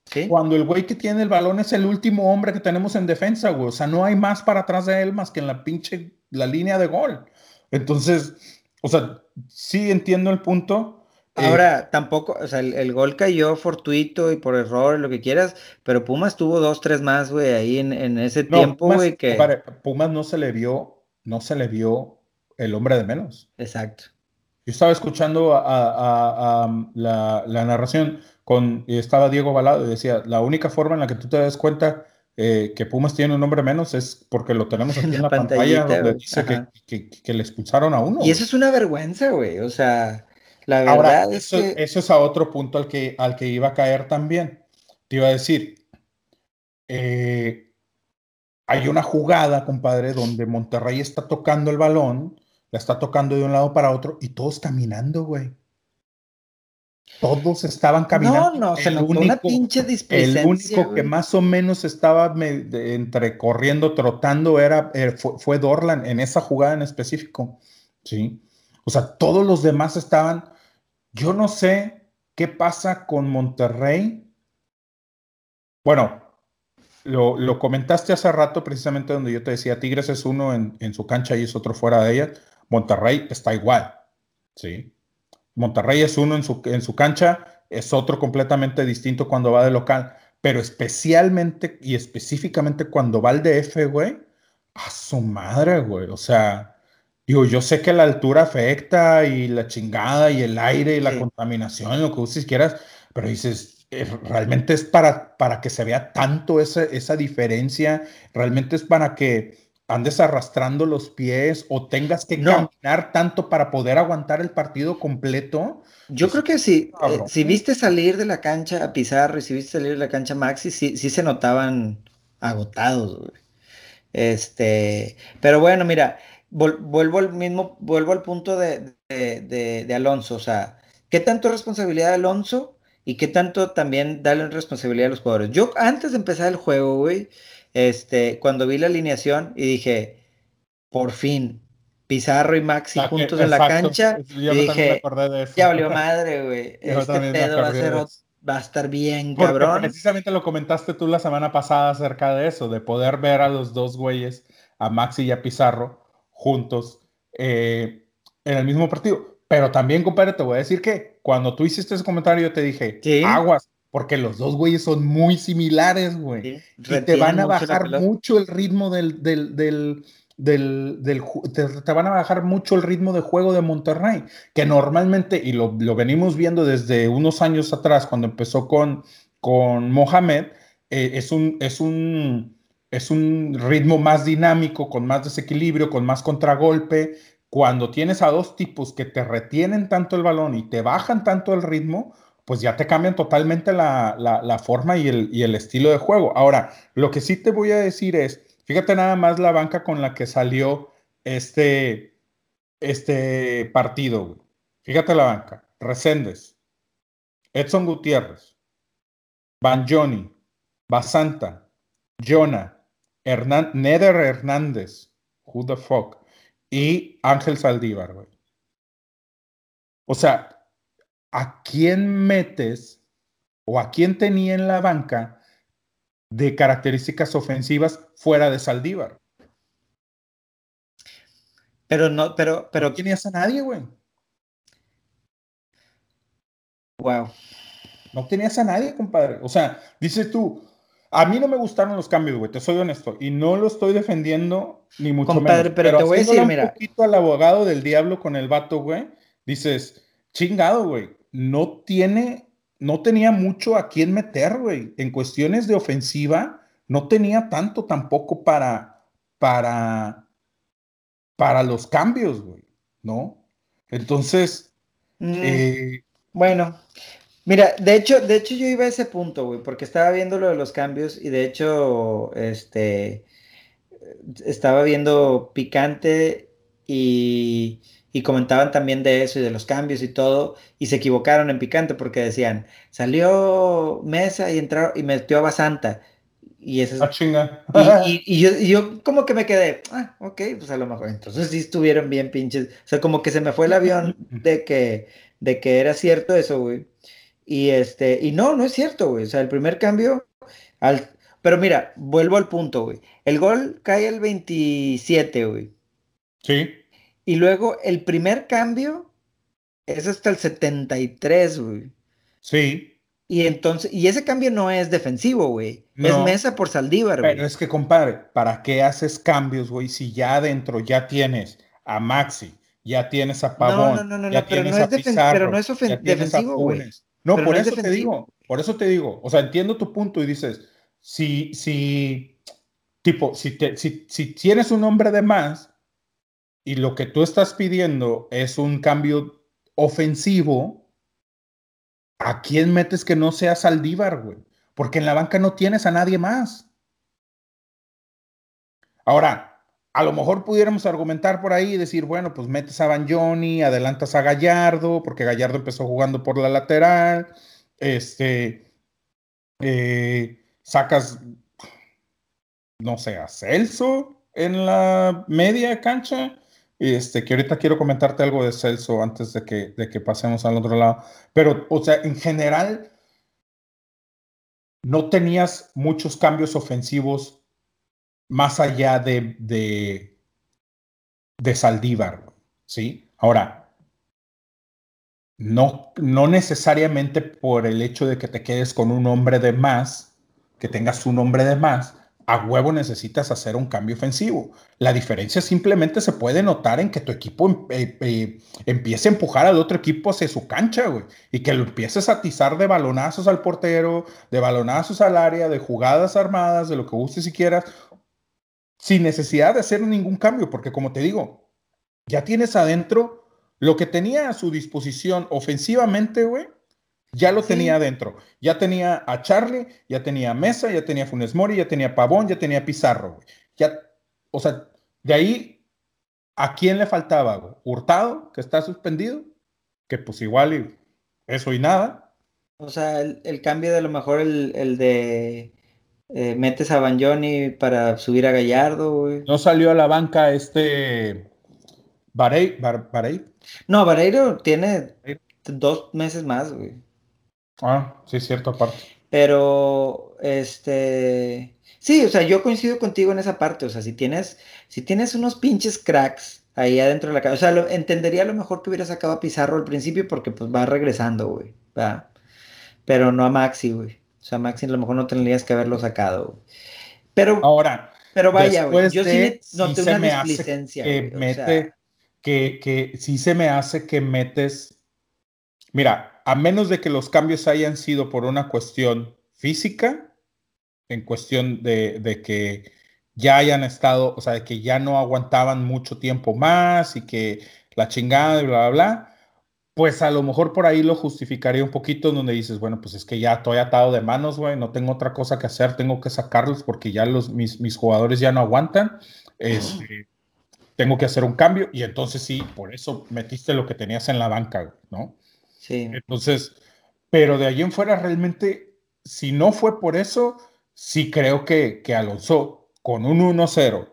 ¿Sí? Cuando el güey que tiene el balón es el último hombre que tenemos en defensa, güey. O sea, no hay más para atrás de él más que en la pinche, la línea de gol. Entonces, o sea, sí entiendo el punto. Ahora, tampoco, o sea, el gol cayó fortuito y por error, lo que quieras, pero Pumas tuvo dos, tres más, güey, ahí en ese No, tiempo, güey, que... Pumas no se le vio el hombre de menos. Exacto. Yo estaba escuchando la narración y estaba Diego Balado y decía, la única forma en la que tú te das cuenta que Pumas tiene un hombre menos es porque lo tenemos aquí En en la la pantalla pantallita, donde güey. dice Ajá. que le expulsaron a uno, Y güey. eso es una vergüenza, güey. O sea, la Ahora, verdad es que... eso es a otro punto al que iba a caer también. Te iba a decir, eh, hay una jugada, compadre, donde Monterrey está tocando el balón, la está tocando de un lado para otro y todos caminando, güey. Todos estaban No, caminando. no, se notó una pinche El displicencia, único que güey. más o menos estaba entre corriendo, trotando, fue Dorlan en esa jugada en específico. Sí. O sea, todos los demás estaban. Yo no sé qué pasa con Monterrey. Bueno, lo comentaste hace rato, precisamente donde yo te decía, Tigres es uno en su cancha y es otro fuera de ella. Monterrey está igual. Sí. Monterrey es uno en su cancha, es otro completamente distinto cuando va de local, pero especialmente y específicamente cuando va al DF, güey, a su madre, güey. O sea, digo, yo sé que la altura afecta y la chingada y el aire y la Sí. contaminación, lo que ustedes quieras, pero dices, realmente es para que se vea tanto esa diferencia, realmente es para que andes arrastrando los pies o tengas que No, caminar tanto para poder aguantar el partido completo. yo creo Dices, que sí. cabrón. Si viste salir de la cancha a Pizarro y si viste salir de la cancha a Maxi, sí, sí se notaban agotados, güey. Pero bueno, mira, vuelvo al punto de Alonso, o sea, ¿qué tanto es responsabilidad de Alonso y qué tanto también darle responsabilidad a los jugadores? Yo antes de empezar el juego, güey, cuando vi la alineación y dije, por fin, Pizarro y Maxi juntos en la Exacto. cancha, y Yo también me dije, acordé de ya eso. valió madre, güey, Yo este también me pedo acordé de eso. va a estar bien, Porque cabrón. precisamente lo comentaste tú la semana pasada acerca de eso, de poder ver a los dos güeyes, a Maxi y a Pizarro, juntos en el mismo partido. Pero también, compadre, te voy a decir que cuando tú hiciste ese comentario, yo te dije, Sí, aguas, porque los dos güeyes son muy similares, güey. sí, Y te retienen van a mucho la bajar pelota. mucho el ritmo te van a bajar mucho el ritmo de juego de Monterrey, que normalmente, y lo venimos viendo desde unos años atrás, cuando empezó con Mohamed, es un ritmo más dinámico, con más desequilibrio, con más contragolpe. Cuando tienes a dos tipos que te retienen tanto el balón y te bajan tanto el ritmo, pues ya te cambian totalmente la forma y el estilo de juego. Ahora, lo que sí te voy a decir es, fíjate nada más la banca con la que salió este, este partido, güey. Fíjate la banca. Reséndez, Edson Gutiérrez, Banjoni, Basanta, Jonah, Neder Hernández, who the fuck, y Ángel Saldívar, güey. O sea, ¿a quién metes o a quién tenía en la banca de características ofensivas fuera de Saldívar? Pero no, No pero, tenías a nadie, güey. wow. No tenías a nadie, compadre. O sea, dices tú, a mí no me gustaron los cambios, güey, te soy honesto. Y no lo estoy defendiendo, ni mucho Compadre, menos. pero Pero te voy a haciéndola decir, un mira, poquito al abogado del diablo con el vato, güey, dices, chingado, güey. No tenía mucho a quién meter, güey. En cuestiones de ofensiva, no tenía tanto tampoco para, para los cambios, güey, ¿no? Entonces, mm, eh, bueno, mira, de hecho yo iba a ese punto, güey, porque estaba viendo lo de los cambios y de hecho, estaba viendo Picante y comentaban también de eso y de los cambios y todo, y se equivocaron en Picante porque decían, salió Mesa y entró y metió a Basanta. Y eso ah, es, chinga. y yo como que me quedé, ah, ok, pues a lo mejor, entonces sí estuvieron bien pinches, o sea, como que se me fue el avión de que era cierto eso, güey. Y no es cierto, güey. O sea, el primer cambio, al, pero mira, vuelvo al punto, güey. El gol cae al 27, güey. Sí, Y luego el primer cambio es hasta el 73, güey. sí, Y entonces, y ese cambio no es defensivo, güey. Es no. Mesa por Saldívar, Pero güey. es que, compadre, ¿para qué haces cambios, güey? Si ya adentro ya tienes a Maxi, ya tienes a No, no, Pavón, no, no, ya no, pero no tienes es a Pizarro, ya tienes a defensivo, güey. Funes. No, Pero no por es eso te defensivo. digo, por eso te digo. O sea, entiendo tu punto y dices, si, tipo, si tienes un hombre de más y lo que tú estás pidiendo es un cambio ofensivo, ¿a quién metes que no sea Saldívar, güey? Porque en la banca no tienes a nadie más. Ahora, a lo mejor pudiéramos argumentar por ahí y decir, bueno, pues metes a Banjoni, adelantas a Gallardo, porque Gallardo empezó jugando por la lateral, este, sacas, no sé, a Celso en la media cancha, que ahorita quiero comentarte algo de Celso antes de que pasemos al otro lado, pero, o sea, en general, no tenías muchos cambios ofensivos más allá de Saldívar, ¿sí? Ahora, no necesariamente por el hecho de que te quedes con un hombre de más, que tengas un hombre de más, a huevo necesitas hacer un cambio ofensivo. La diferencia simplemente se puede notar en que tu equipo empiece a empujar al otro equipo hacia su cancha, güey, y que lo empieces a atizar de balonazos al portero, de balonazos al área, de jugadas armadas, de lo que gustes si quieras, sin necesidad de hacer ningún cambio, porque como te digo, ya tienes adentro lo que tenía a su disposición ofensivamente, güey, ya lo tenía Sí, adentro. Ya tenía a Charlie, ya tenía a Mesa, ya tenía a Funes Mori, ya tenía a Pavón, ya tenía a Pizarro, güey. Ya, o sea, de ahí, ¿a quién le faltaba, güey? Hurtado, que está suspendido, que pues igual y eso y nada. o sea, el cambio de a lo mejor el de metes a Banjoni para subir a Gallardo, güey. No salió a la banca Barey. No, Vareiro tiene 2 meses más, güey. Ah, sí, cierto, aparte. Pero, sí, o sea, yo coincido contigo en esa parte. O sea, si tienes unos pinches cracks ahí adentro de la casa, o sea, entendería a lo mejor que hubiera sacado a Pizarro al principio porque pues va regresando, güey. Va. Pero no a Maxi, güey. O sea, Maxi a lo mejor no tendrías que haberlo sacado, güey. Pero, Ahora, pero vaya, güey. después Yo sí de, sí noté se una me hace displicencia, que güey. O sea, sí se me hace que metes, mira, a menos de que los cambios hayan sido por una cuestión física, en cuestión de que ya hayan estado, o sea, de que ya no aguantaban mucho tiempo más y que la chingada y bla, bla, bla, pues a lo mejor por ahí lo justificaría un poquito, donde dices, bueno, pues es que ya estoy atado de manos, güey, no tengo otra cosa que hacer, tengo que sacarlos porque ya mis jugadores ya no aguantan, tengo que hacer un cambio y entonces sí, por eso metiste lo que tenías en la banca, güey, ¿no? sí. Entonces, pero de ahí en fuera realmente, si no fue por eso, sí creo que Alonso con un 1-0,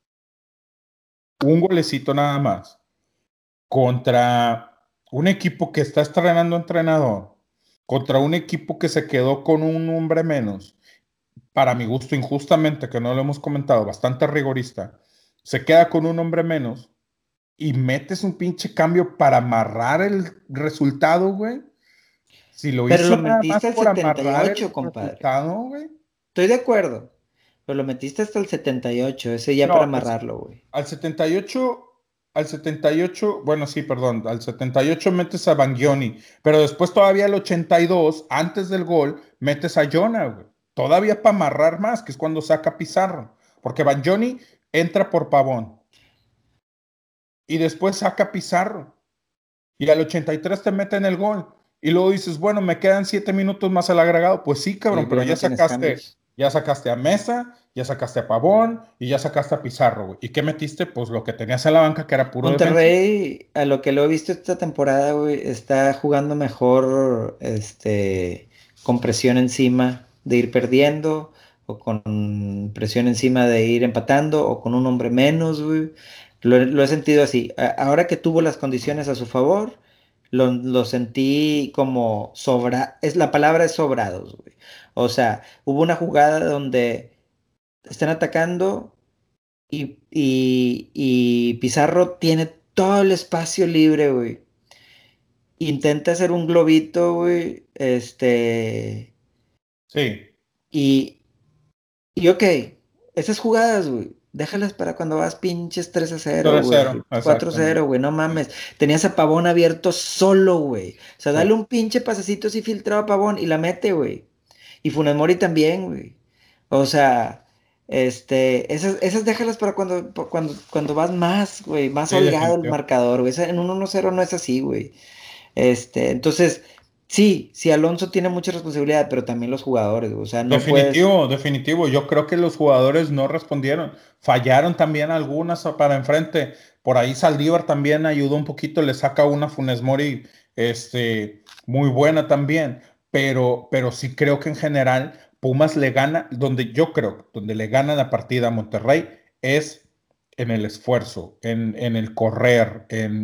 un golecito nada más, contra un equipo que está estrenando entrenador, contra un equipo que se quedó con un hombre menos, para mi gusto injustamente, que no lo hemos comentado, bastante rigorista, se queda con un hombre menos y metes un pinche cambio para amarrar el resultado, güey. Si lo Pero lo hizo nada más metiste al por setenta y amarrar el ocho compadre. resultado, güey. Estoy de acuerdo. Pero lo metiste hasta el 78 ese ya para No, amarrarlo, güey. al 78, al 78, bueno, sí, perdón, al 78 metes a Bangioni, pero después todavía al 82, antes del gol, metes a Jonah, güey. Todavía para amarrar más, que es cuando saca Pizarro. Porque Bangioni entra por Pavón y después saca Pizarro. Y al 83 te meten el gol. Y luego dices, bueno, me quedan 7 minutos más al agregado. Pues sí, Sí, cabrón, pero pero ya no tienes cambios. ya sacaste a Mesa, ya sacaste a Pavón y ya sacaste a Pizarro, güey. ¿Y qué metiste? Pues lo que tenías en la banca, que era puro defensivo. Monterrey, a lo que lo he visto esta temporada, güey, está jugando mejor, con presión encima de ir perdiendo, o con presión encima de ir empatando, o con un hombre menos, güey. Lo he sentido así. Ahora que tuvo las condiciones a su favor, lo sentí como la palabra es sobrados, güey. O sea, hubo una jugada donde están atacando y Pizarro tiene todo el espacio libre, güey. Intenta hacer un globito, güey, Sí, y, y ok, esas jugadas, güey, déjalas para cuando vas pinches 3-0, tres güey, cero, 4-0, exactamente. güey, no Sí, mames. Tenías a Pavón abierto solo, güey. O sea, sí, dale un pinche pasecito así filtrado a Pavón y la mete, güey. Y Funes Mori también, güey. O sea, esas déjalas para cuando vas más, güey, más sí, holgado el definitivo. marcador, güey. En un 1-0 no es así, güey. Entonces, sí, sí, Alonso tiene mucha responsabilidad, pero también los jugadores, güey. O sea, no puedes. Definitivo, definitivo. Yo creo que los jugadores no respondieron. Fallaron también algunas para enfrente. Por ahí Saldívar también ayudó un poquito, le saca una Funes Mori, muy buena también. Pero sí creo que en general Pumas le gana, donde yo creo, donde le gana la partida a Monterrey es en el esfuerzo, en el correr,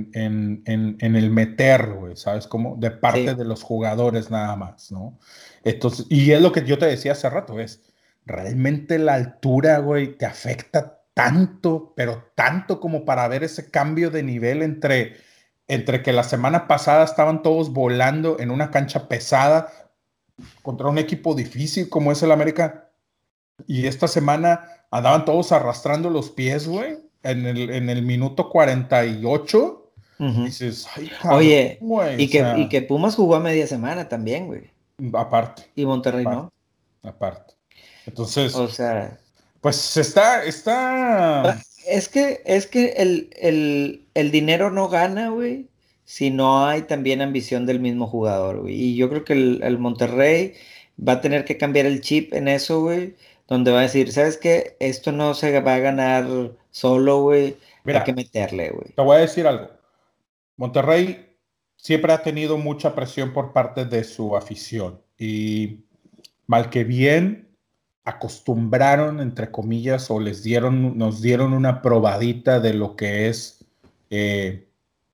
en el meter, güey, ¿sabes cómo? De parte Sí, de los jugadores nada más, ¿no? Entonces, y es lo que yo te decía hace rato, es realmente la altura, güey, te afecta tanto, pero tanto como para ver ese cambio de nivel entre que la semana pasada estaban todos volando en una cancha pesada contra un equipo difícil como es el América, y esta semana andaban todos arrastrando los pies, güey, en el minuto 48. ujú. Dices, ay, cabrón, Oye, güey, o y que sea, Pumas jugó a media semana también, güey. aparte, Y Monterrey aparte, no. aparte. Entonces, O sea, pues está, es que el dinero no gana, güey, si no hay también ambición del mismo jugador, güey. Y yo creo que el Monterrey va a tener que cambiar el chip en eso, güey, donde va a decir, ¿sabes qué? Esto no se va a ganar solo, güey. Hay que mira, meterle, güey. te voy a decir algo. Monterrey siempre ha tenido mucha presión por parte de su afición y mal que bien acostumbraron, entre comillas, o nos dieron una probadita de lo que es eh,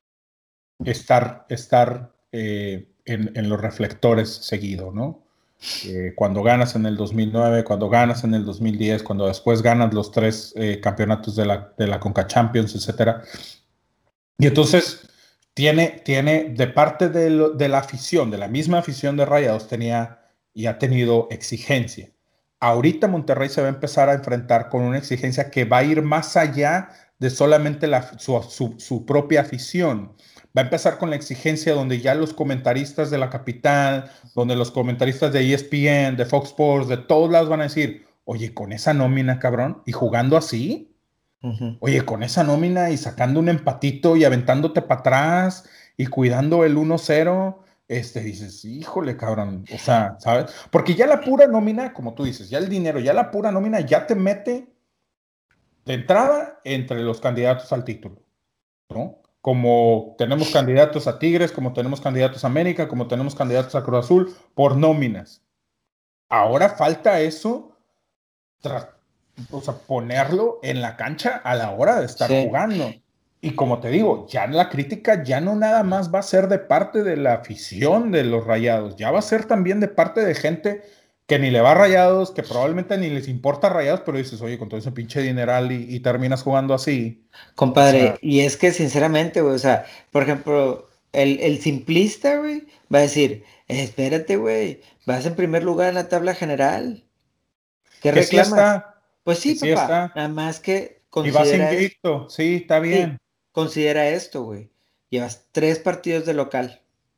estar en los reflectores seguido, ¿no? Cuando ganas en el 2009, cuando ganas en el 2010, cuando después ganas los tres campeonatos de la Conca Champions, etcétera. Y entonces tiene de parte de la afición, de la misma afición de Rayados, tenía y ha tenido exigencia. Ahorita Monterrey se va a empezar a enfrentar con una exigencia que va a ir más allá de solamente su propia afición. Va a empezar con la exigencia donde ya los comentaristas de la capital, donde los comentaristas de ESPN, de Fox Sports, de todos lados van a decir, oye, con esa nómina, cabrón, y jugando así, Ujú. oye, con esa nómina y sacando un empatito y aventándote para atrás y cuidando el 1-0, dices, híjole, cabrón, o sea, ¿sabes? Porque ya la pura nómina, como tú dices, ya el dinero, ya la pura nómina ya te mete de entrada entre los candidatos al título, ¿no? Como tenemos candidatos a Tigres, como tenemos candidatos a América, como tenemos candidatos a Cruz Azul, por nóminas. Ahora falta eso, o sea, ponerlo en la cancha a la hora de estar Sí. jugando. Y como te digo, ya la crítica ya no nada más va a ser de parte de la afición de los Rayados, ya va a ser también de parte de gente que ni le va a Rayados, que probablemente ni les importa Rayados, pero dices, oye, con todo ese pinche dineral y terminas jugando así. O Compadre, sea, y es que sinceramente, güey, o sea, por ejemplo, el simplista, güey, va a decir, espérate, güey, vas en primer lugar en la tabla general, ¿qué que sí reclamas? está, Pues que sí, sí papá, está, nada más que y vas considera esto, invicto, sí, está sí, bien. considera esto, güey, llevas 3 partidos de local,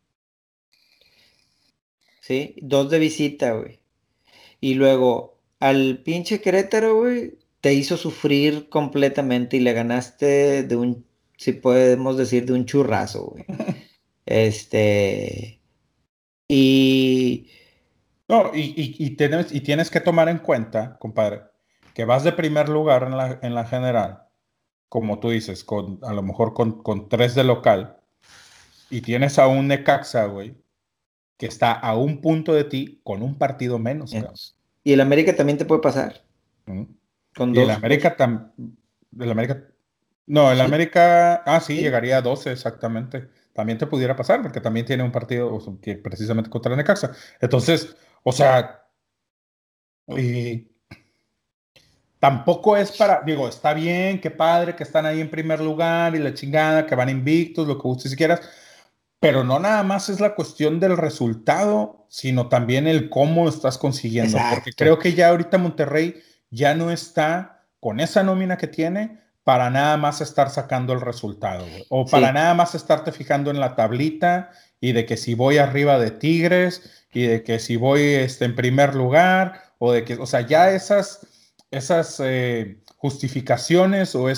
¿sí? 2 de visita, güey, y luego al pinche Querétaro, güey, te hizo sufrir completamente y le ganaste si podemos decir, de un churrazo, güey. Este, y No, y tienes que tomar en cuenta, compadre, que vas de primer lugar en la general, como tú dices, a lo mejor con tres de local, y tienes a un Necaxa, güey, que está a un punto de ti con un partido menos, cabrón. menos. Y el América también te puede pasar ¿Mm? con Y el dos, América, el América, no, el sí, América, sí, sí, llegaría a 12 exactamente. también te pudiera pasar, porque también tiene un partido que precisamente contra Necaxa. Entonces, o sea, y tampoco es para, digo, está bien, qué padre que están ahí en primer lugar y la chingada, que van invictos, lo que usted si quieras, pero no nada más es la cuestión del resultado, sino también el cómo estás consiguiendo, porque Exacto. creo que ya ahorita Monterrey ya no está con esa nómina que tiene para nada más estar sacando el resultado, güey, o para Sí. nada más estarte fijando en la tablita y de que si voy arriba de Tigres y de que si voy en primer lugar o de que, o sea, ya esas justificaciones o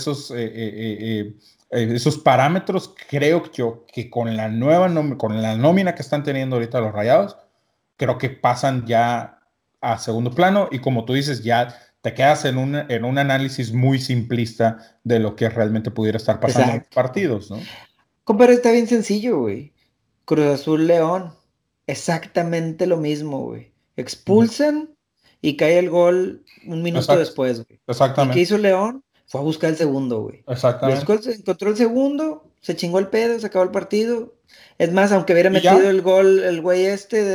esos parámetros, creo yo que con la con la nómina que están teniendo ahorita los Rayados, creo que pasan ya a segundo plano y como tú dices, ya te quedas en un análisis muy simplista de lo que realmente pudiera estar pasando en los Exacto. partidos, ¿no? Compadre, está bien sencillo, güey. Cruz Azul León. Exactamente lo mismo, güey. Ujú. Expulsan y cae el gol un minuto Exact, después, güey. ¿Y qué exactamente, hizo León? Fue a buscar el segundo, güey. exactamente. Encontró el segundo, se chingó el pedo, se acabó el partido. Es más, aunque hubiera Y metido ya, el gol, el güey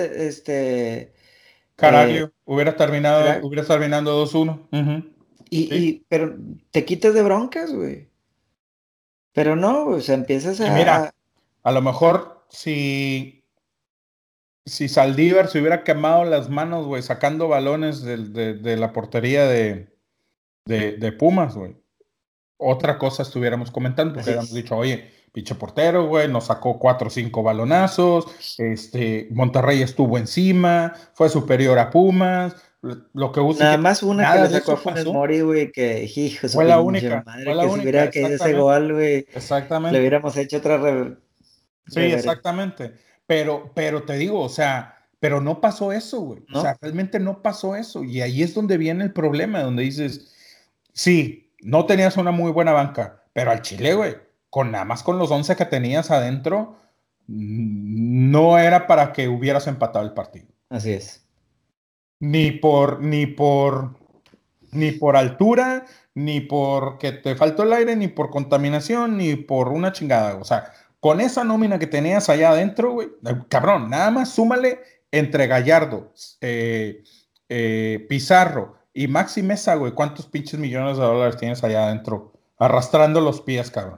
eh, Caraglio, hubiera terminado 2-1. Ujú. Sí. pero te quitas de broncas, güey. Pero no, o sea, empiezas Y a, mira, a lo mejor si Saldívar se hubiera quemado las manos, güey, sacando balones de la portería de Pumas, güey. Otra cosa estuviéramos comentando, porque así habíamos es. dicho, oye, pinche portero, güey, nos sacó 4 o 5 balonazos, Monterrey estuvo encima, fue superior a Pumas, lo que guste, Nada que más una que nada le de sacó a eso Funes pasó. Mori, güey, que hijo de su Fue la pinche única, fue madre, la que si única, hubiera caído ese exactamente, gol, güey, le exactamente. hubiéramos hecho otra Sí, rever- exactamente. Pero te digo, o sea, pero no pasó eso, güey. O ¿no? sea, realmente no pasó eso. Y ahí es donde viene el problema, donde dices, sí, no tenías una muy buena banca, pero al Chile, güey, con nada más con los 11 que tenías adentro, no era para que hubieras empatado el partido. Así es. Ni por altura, ni porque te faltó el aire, ni por contaminación, ni por una chingada. O sea, con esa nómina que tenías allá adentro, güey, cabrón, nada más súmale entre Gallardo, Pizarro y Maxi Mesa, güey, ¿cuántos pinches millones de dólares tienes allá adentro? Arrastrando los pies, cabrón,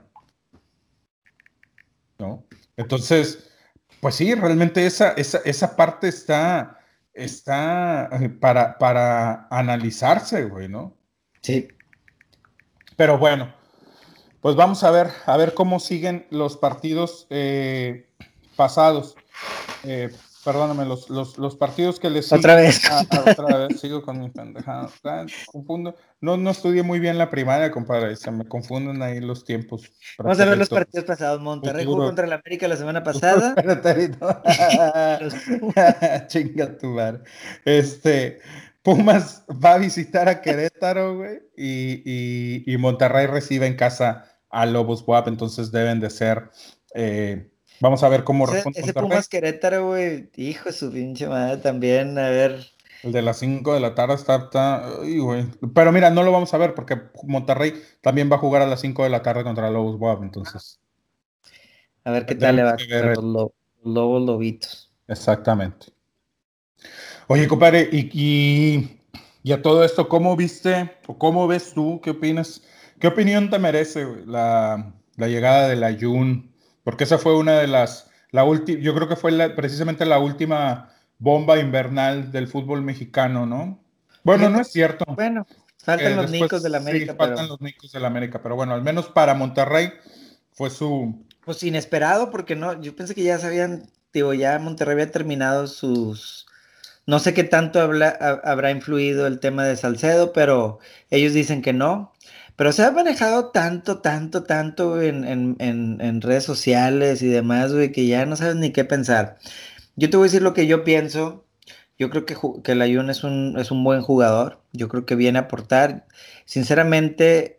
¿no? Entonces, pues sí, realmente esa parte está para analizarse, güey, ¿no? Sí. Pero bueno, pues vamos a ver cómo siguen los partidos pasados. Perdóname, los partidos que le Otra siguen vez. otra vez, sigo con mi pendejada. Confundo. No, no estudié muy bien la primaria, compadre. Se me confunden ahí los tiempos Vamos a ver los pretéritos, partidos pasados. Monterrey jugó futuros. contra el América la semana Futuros pasada. pretéritos. Los, Chinga tu madre. Este, Pumas va a visitar a Querétaro, güey, y Monterrey recibe en casa a Lobos WAP, entonces deben de ser. Vamos a ver cómo responde ese Monterrey. Pumas Querétaro, güey, hijo de su pinche madre también. A ver, El de las 5 de la tarde ay, güey. Pero mira, no lo vamos a ver porque Monterrey también va a jugar a las 5 de la tarde contra Lobos WAP, entonces a ver qué tal le tendremos va que contra ver. los Lobos Lobitos. Exactamente. Oye, compadre, y a todo esto, ¿cómo viste o cómo ves tú? ¿Qué opinas? ¿Qué opinión te merece, güey, la llegada de la Jun? Porque esa fue una de la última, yo creo que fue precisamente la última bomba invernal del fútbol mexicano, ¿no? Bueno, no Fíjate, es cierto. bueno, faltan los Después Nicos del sí América, faltan pero los Nicos del América, pero bueno, al menos para Monterrey fue pues inesperado, porque no, yo pensé que ya sabían, digo, ya Monterrey había terminado sus, no sé qué tanto habrá influido el tema de Salcedo, pero ellos dicen que no. Pero se ha manejado tanto, tanto, tanto en redes sociales y demás, güey, que ya no sabes ni qué pensar. Yo te voy a decir lo que yo pienso. Yo creo que el Ayun es un buen jugador. Yo creo que viene a aportar. Sinceramente,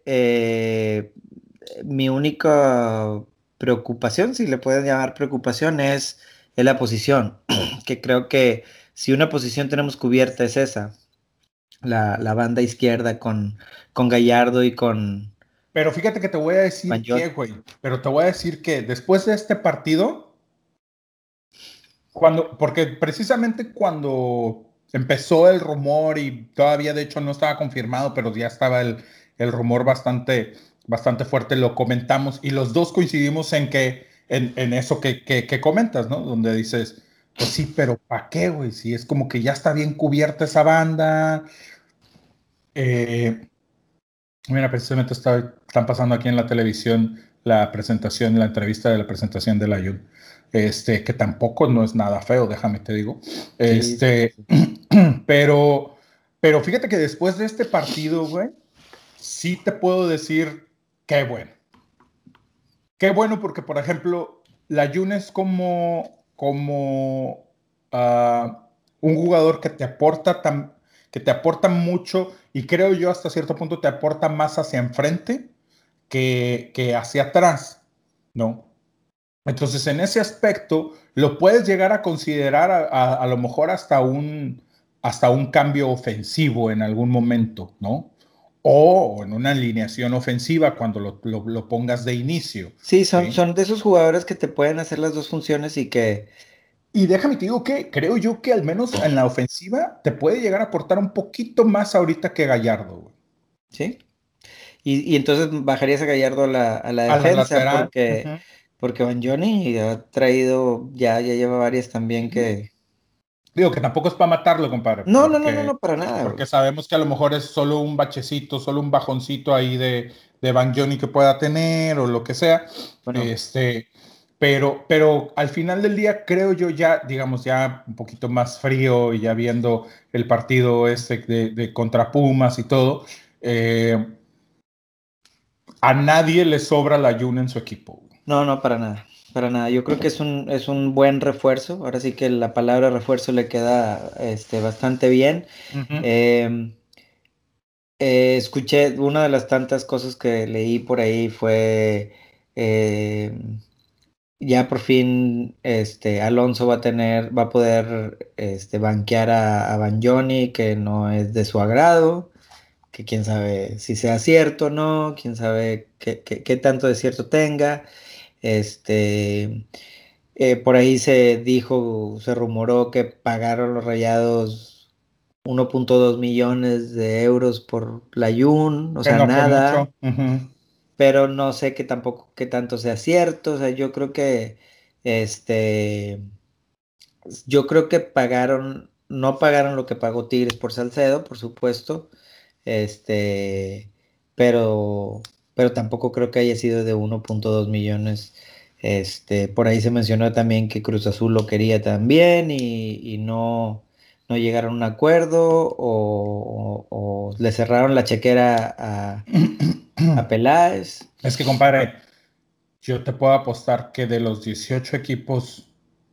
mi única preocupación, si le pueden llamar preocupación, es la posición. Que creo que si una posición tenemos cubierta es esa, la banda izquierda con Gallardo Pero fíjate que te voy a decir Banjoni. güey. Pero te voy a decir que después de este partido, porque precisamente cuando empezó el rumor y todavía de hecho no estaba confirmado, pero ya estaba el rumor bastante fuerte, lo comentamos y los dos coincidimos en eso que comentas, ¿no? Donde dices, pues sí, pero ¿para qué, güey? Si es como que ya está bien cubierta esa banda. Eh, Mira, precisamente están pasando aquí en la televisión la presentación, la entrevista de la presentación de la Jun, que tampoco no es nada feo, déjame te digo. Sí, sí, Este, sí. pero fíjate que después de este partido, güey, sí te puedo decir qué bueno. Qué bueno porque, por ejemplo, la Jun es como un jugador que te aporta mucho y creo yo hasta cierto punto te aporta más hacia enfrente que hacia atrás, ¿no? Entonces, en ese aspecto, lo puedes llegar a considerar a lo mejor hasta un cambio ofensivo en algún momento, ¿no? O en una alineación ofensiva cuando lo pongas de inicio, Sí, son, ¿sí? son de esos jugadores que te pueden hacer las dos funciones y que, Y déjame te digo que creo yo que al menos en la ofensiva te puede llegar a aportar un poquito más ahorita que Gallardo, güey. ¿sí? Y entonces bajarías a Gallardo a la A la defensa lateral. porque Banjoni ha traído, ya lleva varias también Ujú. que... Digo que tampoco es para matarlo, compadre, No, no, no, no, no, para nada, güey. porque sabemos que a lo mejor es solo un bachecito, solo un bajoncito ahí de Van Johnny que pueda tener o lo que sea. Bueno, Este, pero al final del día creo yo ya, digamos, ya un poquito más frío y ya viendo el partido de contra Pumas y todo, eh, a nadie le sobra la Jun en su equipo. no, no, para nada, para nada. Yo creo que es un buen refuerzo. Ahora sí que la palabra refuerzo le queda bastante bien. Ujú. Eh, Escuché, una de las tantas cosas que leí por ahí fue eh, ya por fin Alonso va a poder banquear a Banjoni, que no es de su agrado, que quién sabe si sea cierto o no, quién sabe qué tanto de cierto tenga. Este, por ahí se dijo, se rumoró que pagaron los Rayados 1.2 millones de euros por la Jun, o Que sea, no fue nada, mucho. Ujú. pero no sé qué tampoco, qué tanto sea cierto, o sea, este, yo creo que no pagaron lo que pagó Tigres por Salcedo, por supuesto, este, pero, pero tampoco creo que haya sido de 1.2 millones. Por ahí se mencionó también que Cruz Azul lo quería también y no llegaron a un acuerdo o le cerraron la chequera a Peláez. Es que, compadre, yo te puedo apostar que de los 18 equipos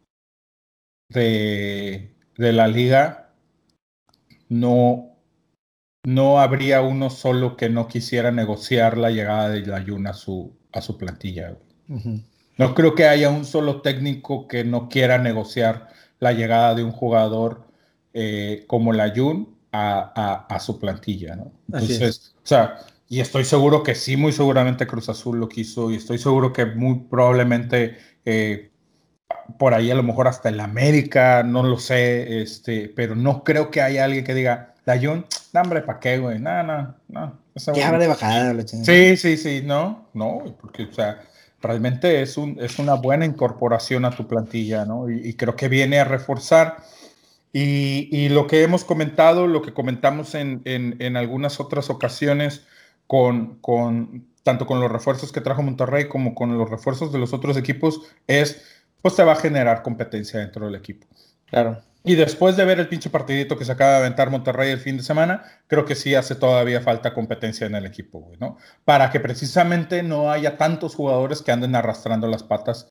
de la liga, no, no habría uno solo que no quisiera negociar la llegada de Layún a su plantilla, güey. Ujú. No creo que haya un solo técnico que no quiera negociar la llegada de un jugador como Layún a su plantilla, ¿no? Así es. Entonces, o sea, y estoy seguro que sí, muy seguramente Cruz Azul lo quiso, y estoy seguro que muy probablemente por ahí a lo mejor hasta el América, no lo sé, pero no creo que haya alguien que diga, Layún, no, hombre, ¿para qué, güey? No, no, no, ese güey Ya va no. de bajada la chingada. Sí, sí, sí, no, no, güey, porque, o sea, realmente es una buena incorporación a tu plantilla, ¿no? Y creo que viene a reforzar. Y lo que hemos comentado, lo que comentamos en algunas otras ocasiones, tanto con los refuerzos que trajo Monterrey como con los refuerzos de los otros equipos, pues te va a generar competencia dentro del equipo. Claro. Y después de ver el pinche partidito que se acaba de aventar Monterrey el fin de semana, creo que sí hace todavía falta competencia en el equipo, güey, ¿no? Para que precisamente no haya tantos jugadores que anden arrastrando las patas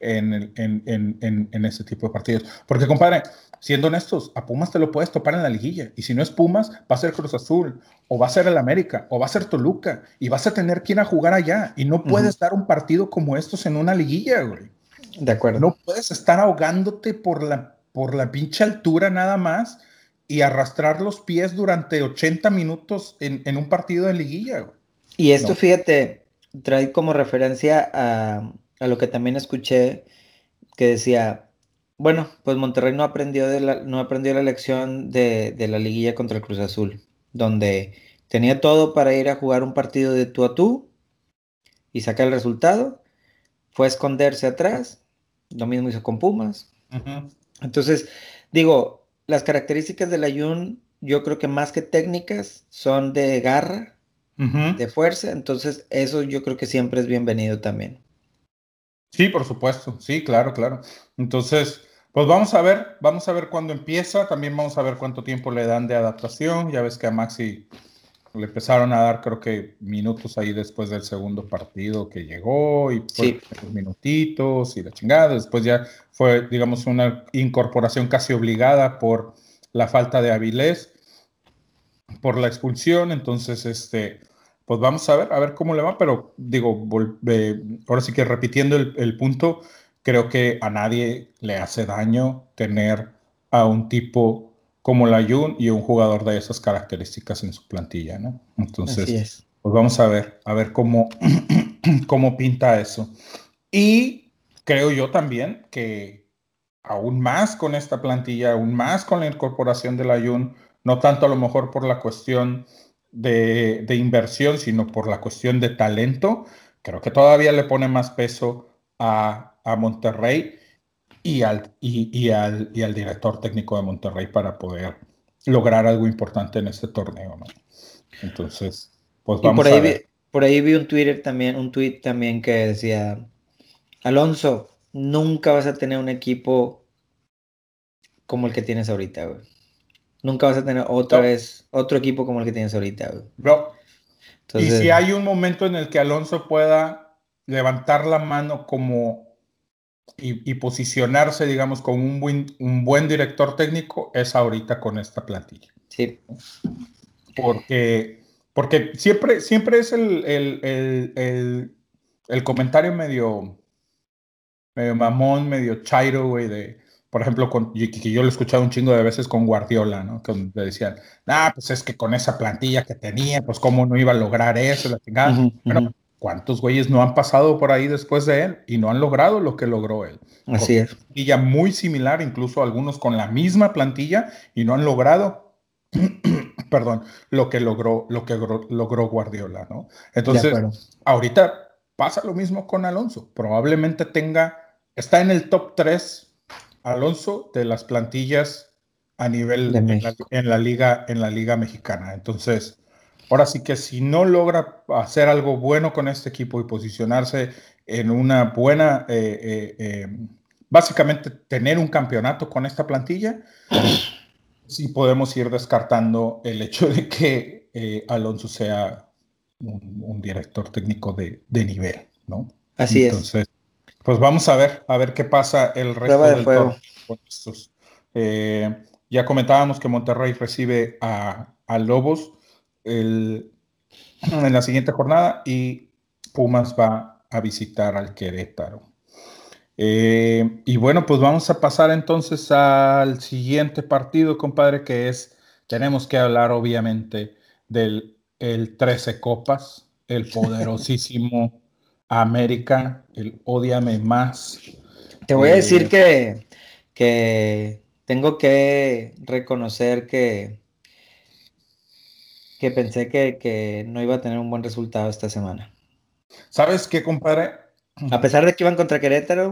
en ese tipo de partidos. Porque, compadre, siendo honestos, a Pumas te lo puedes topar en la liguilla. Y si no es Pumas, va a ser Cruz Azul, o va a ser el América, o va a ser Toluca, y vas a tener que ir a jugar allá. Y no Ujú. puedes dar un partido como estos en una liguilla, güey. De acuerdo. No puedes estar ahogándote por la pinche altura nada más y arrastrar los pies durante 80 minutos en un partido de liguilla, güey. Y esto, No. fíjate. trae como referencia a lo que también escuché que decía, bueno, pues Monterrey no aprendió la lección de la liguilla contra el Cruz Azul, donde tenía todo para ir a jugar un partido de tú a tú y sacar el resultado, fue a esconderse atrás, lo mismo hizo con Pumas. Ujú, Entonces, digo, las características del Ayun, yo creo que más que técnicas, son de garra, ujú. de fuerza, entonces eso yo creo que siempre es bienvenido también. Sí, por supuesto, sí, claro, claro. Entonces, pues vamos a ver cuándo empieza, también vamos a ver cuánto tiempo le dan de adaptación. Ya ves que a Maxi le empezaron a dar, creo que minutos ahí después del segundo partido que llegó y fue Sí, unos minutitos y la chingada. Después ya fue, digamos, una incorporación casi obligada por la falta de Avilés, por la expulsión. Entonces, pues vamos a ver cómo le va. Pero digo, ahora sí que repitiendo el punto, creo que a nadie le hace daño tener a un tipo como Layún y un jugador de esas características en su plantilla, ¿no? así Entonces, es. pues vamos a ver cómo, cómo pinta eso. Y creo yo también que aún más con esta plantilla, aún más con la incorporación del Ayun, no tanto a lo mejor por la cuestión de inversión, sino por la cuestión de talento, creo que todavía le pone más peso a Monterrey y al director técnico de Monterrey para poder lograr algo importante en este torneo, ¿no? Entonces, pues Y vamos a ver. por ahí vi un tweet también que decía, Alonso, nunca vas a tener un equipo como el que tienes ahorita, güey. Nunca vas a tener otra No, vez otro equipo como el que tienes ahorita, güey. no. Y si Entonces, hay un momento en el que Alonso pueda levantar la mano como y posicionarse, digamos, como un buen director técnico, es ahorita con esta plantilla. sí, Porque, porque siempre es el comentario medio mamón, medio chairo, güey, por ejemplo, que yo lo he escuchado un chingo de veces con Guardiola, ¿no? Que le decían, pues es que con esa plantilla que tenía, pues cómo no iba a lograr eso, la chingada. ujú, Bueno, ujú, ¿cuántos güeyes no han pasado por ahí después de él y no han logrado lo que logró él? Con así una es, plantilla muy similar, incluso algunos con la misma plantilla y no han logrado, perdón, logró Guardiola, ¿no? de Entonces, acuerdo. ahorita pasa lo mismo con Alonso. Probablemente está en el top 3 Alonso de las plantillas a De nivel México. en la liga mexicana. Entonces, ahora sí que si no logra hacer algo bueno con este equipo y posicionarse en una buena, básicamente tener un campeonato con esta plantilla, sí podemos ir descartando el hecho de que Alonso sea un director técnico de nivel, ¿no? Así es. Entonces, pues a ver qué pasa el Prueba resto de del fuego. torneo con estos. Ya comentábamos que Monterrey recibe a Lobos en la siguiente jornada y Pumas va a visitar al Querétaro. Y bueno, pues vamos a pasar entonces al siguiente partido, compadre, tenemos que hablar obviamente del el 13 Copas, el poderosísimo América, el Ódiame Más. Te voy a decir Eh, que tengo que reconocer que pensé que no iba a tener un buen resultado esta semana. ¿Sabes qué, compadre? A pesar de que iban contra Querétaro,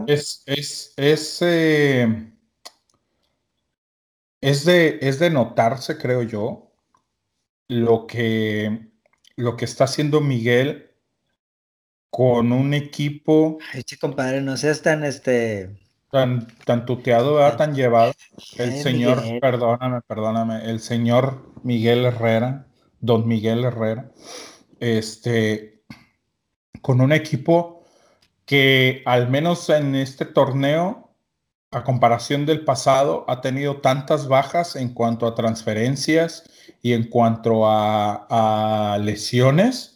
Es de notarse, creo yo, lo que, lo que está haciendo Miguel con un equipo ay, che, compadre, no seas tan tan tuteado, ¿verdad? tan- Tan llevado. El ay, señor, Miguel. perdóname, el señor Miguel Herrera, don Miguel Herrera, este, con un equipo que al menos en este torneo, a comparación del pasado, ha tenido tantas bajas en cuanto a transferencias y en cuanto a lesiones.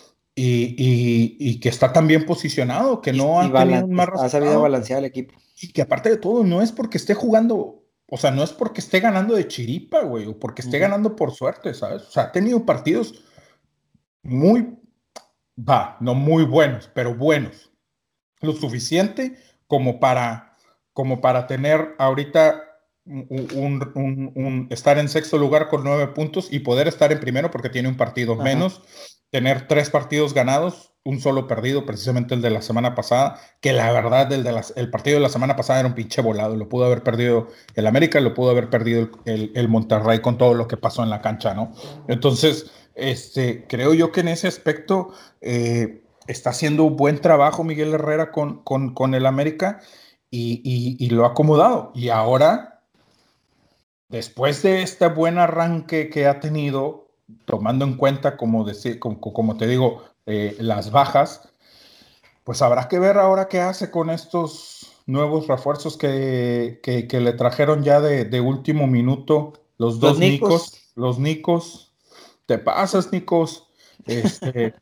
Y que está tan bien posicionado, que no ha tenido un mal Ha sabido resultado. balancear el equipo. Y que aparte de todo, no es porque esté jugando, o sea, no es porque esté ganando de chiripa, güey, o porque esté Ujú. ganando por suerte, ¿sabes? O sea, ha tenido partidos muy, no muy buenos, pero buenos. Lo suficiente como para, como para tener ahorita estar en sexto lugar con 9 puntos y poder estar en primero porque tiene un partido Ajá. menos, tener 3 partidos ganados, un solo perdido, precisamente el de la semana pasada, que la verdad el partido de la semana pasada era un pinche volado, lo pudo haber perdido el América, lo pudo haber perdido el Monterrey con todo lo que pasó en la cancha, ¿no? Entonces, creo yo que en ese aspecto está haciendo un buen trabajo Miguel Herrera con el América y lo ha acomodado. Y ahora, después de este buen arranque que ha tenido, tomando en cuenta, como te digo, las bajas, pues habrá que ver ahora qué hace con estos nuevos refuerzos que le trajeron ya de último minuto, los Los dos Nicos. Nicos, los Nicos, te pasas, Nicos, este,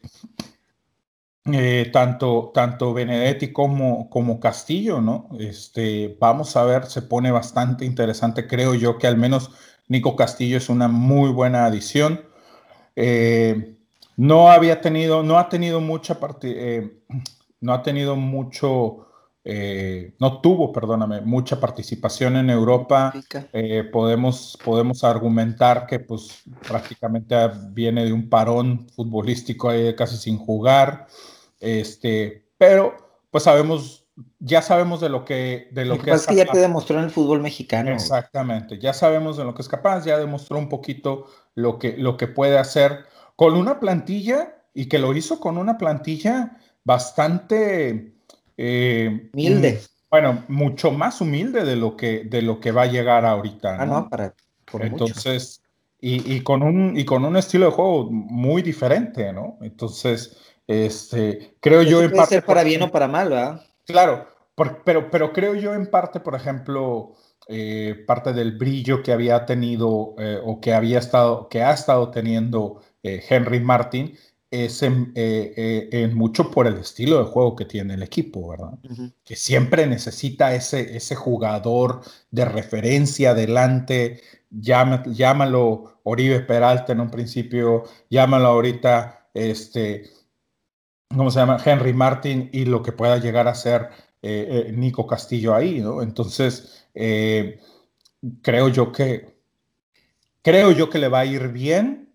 tanto Benedetti como Castillo, ¿no? Vamos a ver, se pone bastante interesante. Creo yo que al menos Nico Castillo es una muy buena adición. Eh, no ha tenido no ha tenido mucho, no tuvo, perdóname, mucha participación en Europa. Pica. Podemos argumentar que pues prácticamente viene de un parón futbolístico casi sin jugar, pero pues ya sabemos de Lo lo que que pasa es es que ya te capaz. demostró en el fútbol mexicano, güey. Exactamente, ya sabemos de lo que es capaz, ya demostró un poquito lo que puede hacer con una plantilla y que lo hizo con una plantilla bastante, eh, mm, Humilde. bueno, mucho más humilde de lo que va a llegar ahorita, Ah, no, ¿no? por mucho. Entonces, y con un estilo de juego muy diferente, ¿no? Entonces, creo yo Eso en puede parte, ser para bien o para mal, ¿verdad? claro, pero creo yo en parte, por ejemplo, parte del brillo que había tenido o que ha estado teniendo Henry Martin es en mucho por el estilo de juego que tiene el equipo, ¿verdad? Ujú. Que siempre necesita ese jugador de referencia adelante, llámalo Oribe Peralta en un principio, llámalo ahorita, ¿cómo se llama? Henry Martin y lo que pueda llegar a ser Nico Castillo ahí, ¿no? Entonces, creo yo creo yo que le va a ir bien,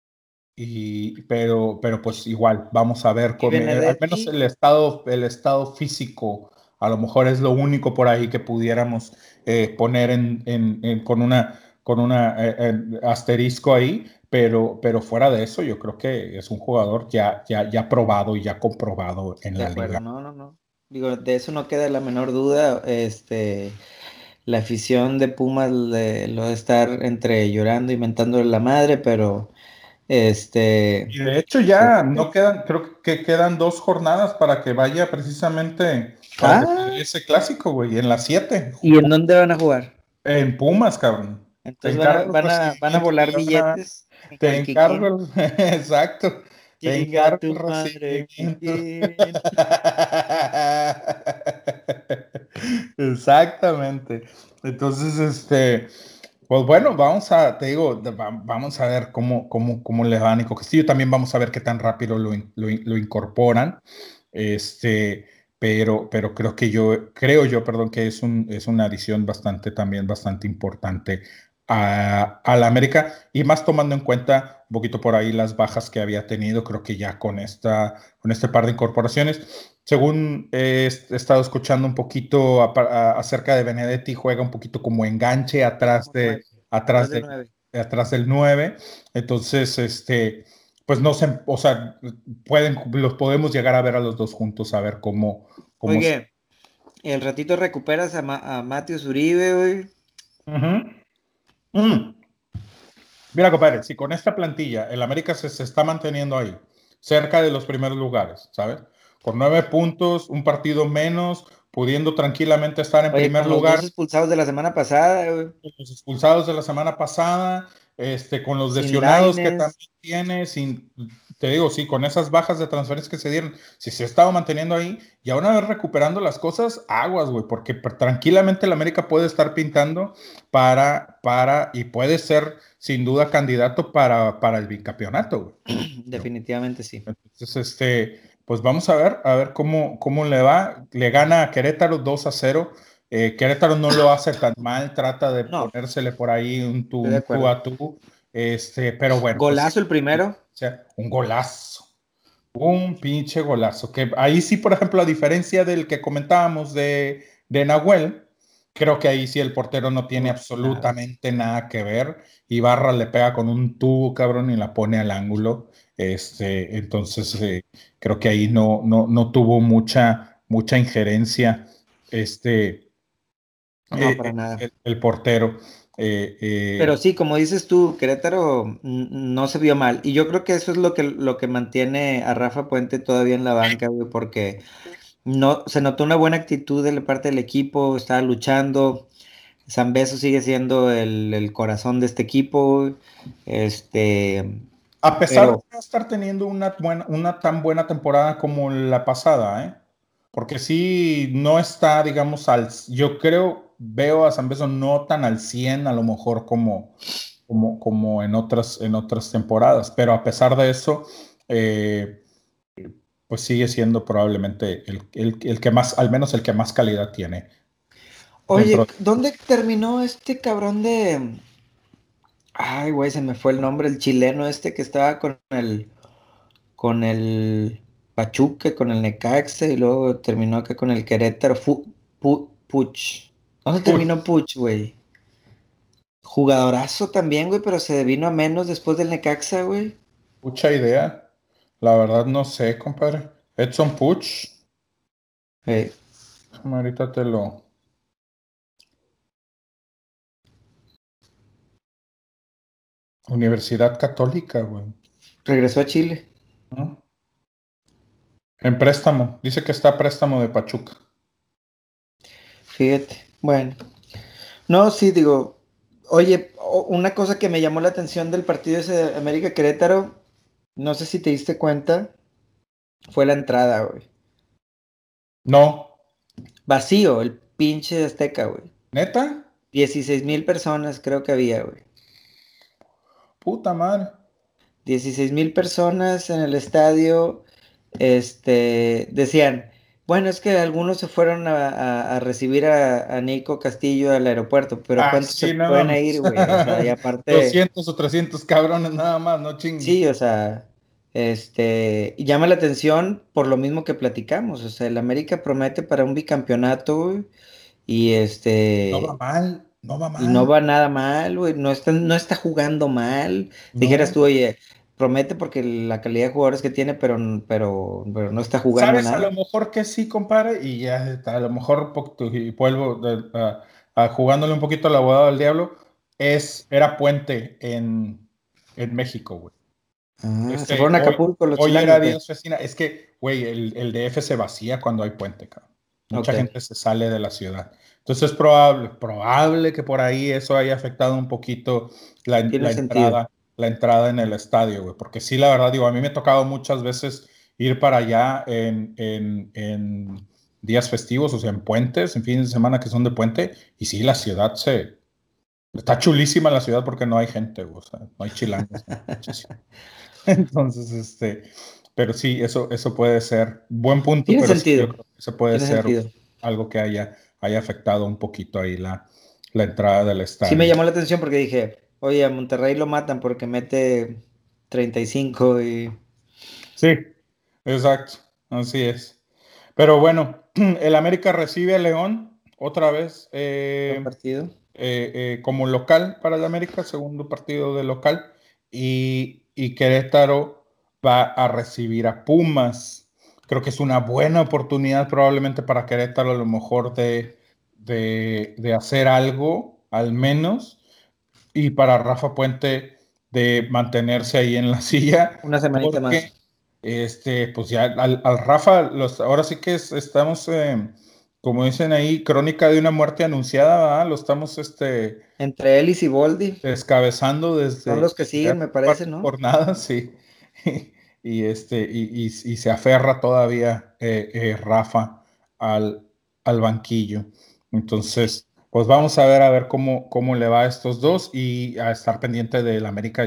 pero pues igual, vamos a ver, Y al menos Benedetti, el estado físico, a lo mejor es lo único por ahí que pudiéramos poner con una asterisco ahí, pero fuera de eso, yo creo que es un jugador ya probado y ya comprobado en de la acuerdo, liga. no, no, no. Digo, de eso no queda la menor duda. La afición de Pumas lo de estar entre llorando y mentándole la madre, pero este, Y de hecho pues, ya no quedan, creo que quedan 2 jornadas para que vaya precisamente, para que ah, pelee ese clásico, güey, en las 7, ¿y en dónde van a jugar? en Pumas, cabrón. Te Entonces encargo el van a recibimiento que volar le van a dar. billetes en Te encargo Calquiquín. exacto, te Chinga encargo tu el madre, recibimiento. Kikín. Exactamente. Entonces, pues bueno, te digo, vamos a ver cómo le va a Nico Castillo. También vamos a ver qué tan rápido lo incorporan. Este, pero creo yo, perdón, que es una adición también bastante importante a la América. Y más tomando en cuenta un poquito por ahí las bajas que había tenido, creo que ya con este par de incorporaciones. Según he estado escuchando un poquito acerca de Benedetti, juega un poquito como enganche Sí, como nueve, atrás atrás del 9. atrás del 9. Entonces, pues no sé, o sea, los podemos llegar a ver a los dos juntos, a ver cómo se. Oye, el ratito recuperas a Matius Uribe, güey. Ujú. Mm. Mira, compadre, si con esta plantilla el América se está manteniendo ahí, cerca de los primeros lugares, ¿sabes? Con 9 puntos, un partido menos, pudiendo tranquilamente estar en Oye, primer con los dos lugar, expulsados de la semana pasada, güey. con los expulsados de la semana pasada, con los Sin lesionados que Lainez. también tiene, te digo, sí, con esas bajas de transferencias que se dieron, si se ha estado manteniendo ahí, y a una vez recuperando las cosas, aguas, güey, porque tranquilamente el América puede estar pintando y puede ser sin duda candidato para el bicampeonato, güey. Definitivamente sí. Entonces, pues vamos a ver cómo le va. Le gana a Querétaro 2-0. Querétaro no lo hace tan mal, trata de No, ponérsele por ahí un estoy de tú acuerdo. a tú. Pero bueno, pues sí, Golazo el primero. o sea, un golazo. Un pinche golazo. Que ahí sí, por ejemplo, a diferencia del que comentábamos de Nahuel, creo que ahí sí el portero no tiene Nada. absolutamente nada que ver. Ibarra le pega con un tubo, cabrón, y la pone al ángulo. Entonces, creo que ahí no tuvo mucha injerencia No, para nada. el portero. Eh, Pero eh, sí, como dices tú, Querétaro no se vio mal. Y yo creo que eso es lo que mantiene a Rafa Puente todavía en la banca, güey, porque no, se notó una buena actitud de la parte del equipo, estaba luchando. Beso sigue siendo el corazón de este equipo, güey. A pesar de Pero, no estar teniendo una tan buena temporada como la pasada, ¿eh? Porque sí, no está, digamos, yo creo, veo a San Beso no tan al 100 a lo mejor como en otras temporadas, pero a pesar de eso, eh, pues sigue siendo probablemente el que más, al menos el que más calidad tiene oye, dentro. ¿dónde terminó este cabrón de... Ay, güey, se me fue el nombre, el chileno este que estaba con el Pachuca, con el Necaxa y luego terminó acá con el Querétaro. Puch. ¿Dónde Uy, terminó Puch, güey? Jugadorazo también, güey, pero se vino a menos después del Necaxa, güey. mucha idea. La verdad no sé, compadre. Edson Puch, Eh, ahorita te lo... Universidad Católica, güey. regresó a Chile, ¿No? En préstamo. Dice que está a préstamo de Pachuca. fíjate. Bueno, no, sí, digo, oye, una cosa que me llamó la atención del partido ese de América Querétaro, no sé si te diste cuenta, fue la entrada, güey. No. Vacío, el pinche Azteca, güey. ¿Neta? 16,000 personas creo que había, güey. Puta madre. 16,000 personas en el estadio, decían, bueno, es que algunos se fueron a recibir a Nico Castillo al aeropuerto, pero Ah, ¿cuántos se sí, no pueden a ir, mames. güey? O sea, y aparte, 200 o 300 cabrones nada más, no chingues. sí, o sea, y llama la atención por lo mismo que platicamos, o sea, el América promete para un bicampeonato, güey, y No va mal, no va y mal. no va nada mal, güey, no está jugando mal. Dijeras No. tú, oye, promete porque la calidad de jugadores que tiene, pero no está jugando ¿Sabes? A lo nada. mejor que sí, compadre, y ya está, a lo mejor un poquito, y vuelvo jugándole un poquito al abogado del diablo, era puente en Sí. México, güey. Ah, se fueron a Hoy, Acapulco los hoy chilangos, era ¿o qué? Díaz Vecina. Es que, güey, el DF se vacía cuando hay puente, cabrón. Mucha Ok, gente se sale de la ciudad. Entonces es probable que por ahí eso haya afectado un poquito la, tiene la sentido. entrada, la entrada en el estadio, güey. Porque sí, la verdad, digo, a mí me ha tocado muchas veces ir para allá en días festivos, o sea, en puentes, en fines de semana que son de puente, y sí, la ciudad está chulísima la ciudad porque no hay gente, güey, o sea, no hay chilangos. Entonces, pero sí, eso puede ser buen punto, Tiene pero sí, yo sentido, creo que eso puede tiene ser sentido. algo que haya afectado un poquito ahí la entrada del Sí me estadio. llamó la atención porque dije, oye, a Monterrey lo matan porque mete 35 y Sí, exacto, así es. Pero bueno, el América recibe a León otra vez buen partido. como local para el América, segundo partido de local, y Querétaro va a recibir a Pumas. Creo que es una buena oportunidad probablemente para Querétaro a lo mejor de hacer algo, al menos, y para Rafa Puente de mantenerse ahí en la silla, Una semanita porque más. pues ya al Rafa, ahora sí que estamos, como dicen ahí, crónica de una muerte anunciada, ¿verdad? Lo estamos Entre él y Siboldi descabezando son desde los que hace siguen, me un par parece, de ¿no? jornadas, sí. y se aferra todavía Rafa al banquillo. Entonces, pues vamos a ver cómo le va a estos dos y a estar pendiente del América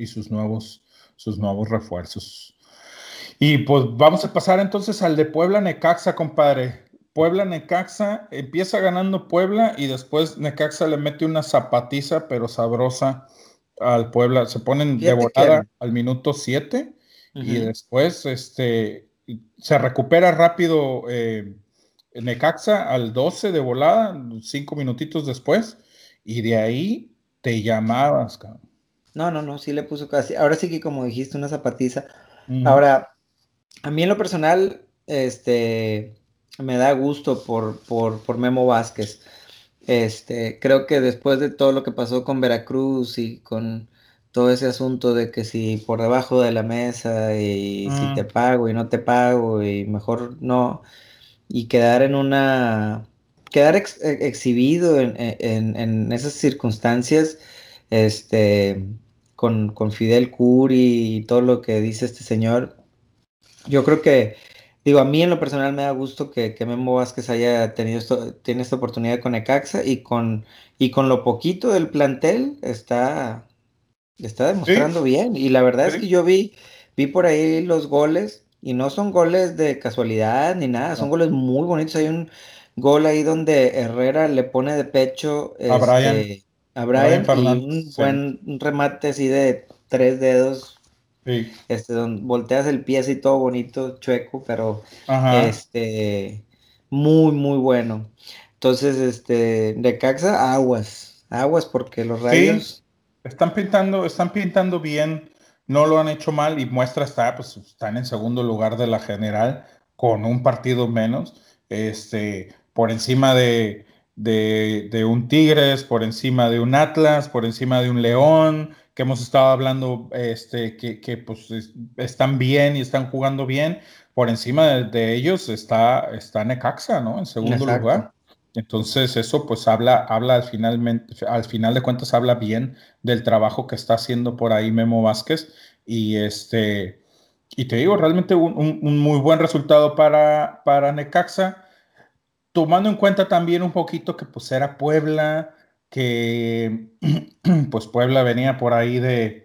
sus nuevos refuerzos. Y pues vamos a pasar entonces al de Puebla Necaxa, compadre. Puebla Necaxa, empieza ganando Puebla y después Necaxa le mete una zapatiza pero sabrosa al Puebla. Se ponen de Fíjate que, volada al minuto 7 y ujú. después se recupera rápido Necaxa al 12 de volada, 5 minutitos después, y de ahí te llamabas, cabrón. No, no, no, sí le puso casi. Ahora sí que como dijiste, una zapatiza. Ujú. Ahora, a mí en lo personal, me da gusto por Memo Vázquez. Creo que después de todo lo que pasó con Veracruz y con todo ese asunto de que si por debajo de la mesa y si te Mm, pago y no te pago y mejor no, y quedar en quedar exhibido en esas circunstancias, este, con Fidel Curi y todo lo que dice este señor, yo creo que, digo, a mí en lo personal me da gusto que Memo Vázquez haya tenido tiene esta oportunidad con Necaxa y con lo poquito del plantel está sí, demostrando bien. Y la verdad es que sí. yo vi por ahí los goles y no son goles de casualidad ni nada, son No. goles muy bonitos. Hay un gol ahí donde Herrera le pone de pecho A Brian, a Brian Brian y Fernández, un sí, buen remate así de 3 dedos, sí. donde volteas el pie así todo bonito, chueco, pero Ajá. muy, muy bueno. Entonces, Necaxa, aguas, aguas, porque los Sí, Rayos, están pintando bien, no lo han hecho mal y muestra está, pues están en segundo lugar de la general con un partido menos, por encima de un Tigres, por encima de un Atlas, por encima de un León, que hemos estado hablando, que pues están bien y están jugando bien, por encima de ellos está Necaxa, ¿no? En segundo exacto. lugar. Entonces, eso pues habla al final de cuentas, habla bien del trabajo que está haciendo por ahí Memo Vázquez. Y y te digo, realmente un muy buen resultado para Necaxa, tomando en cuenta también un poquito que pues era Puebla, que pues Puebla venía por ahí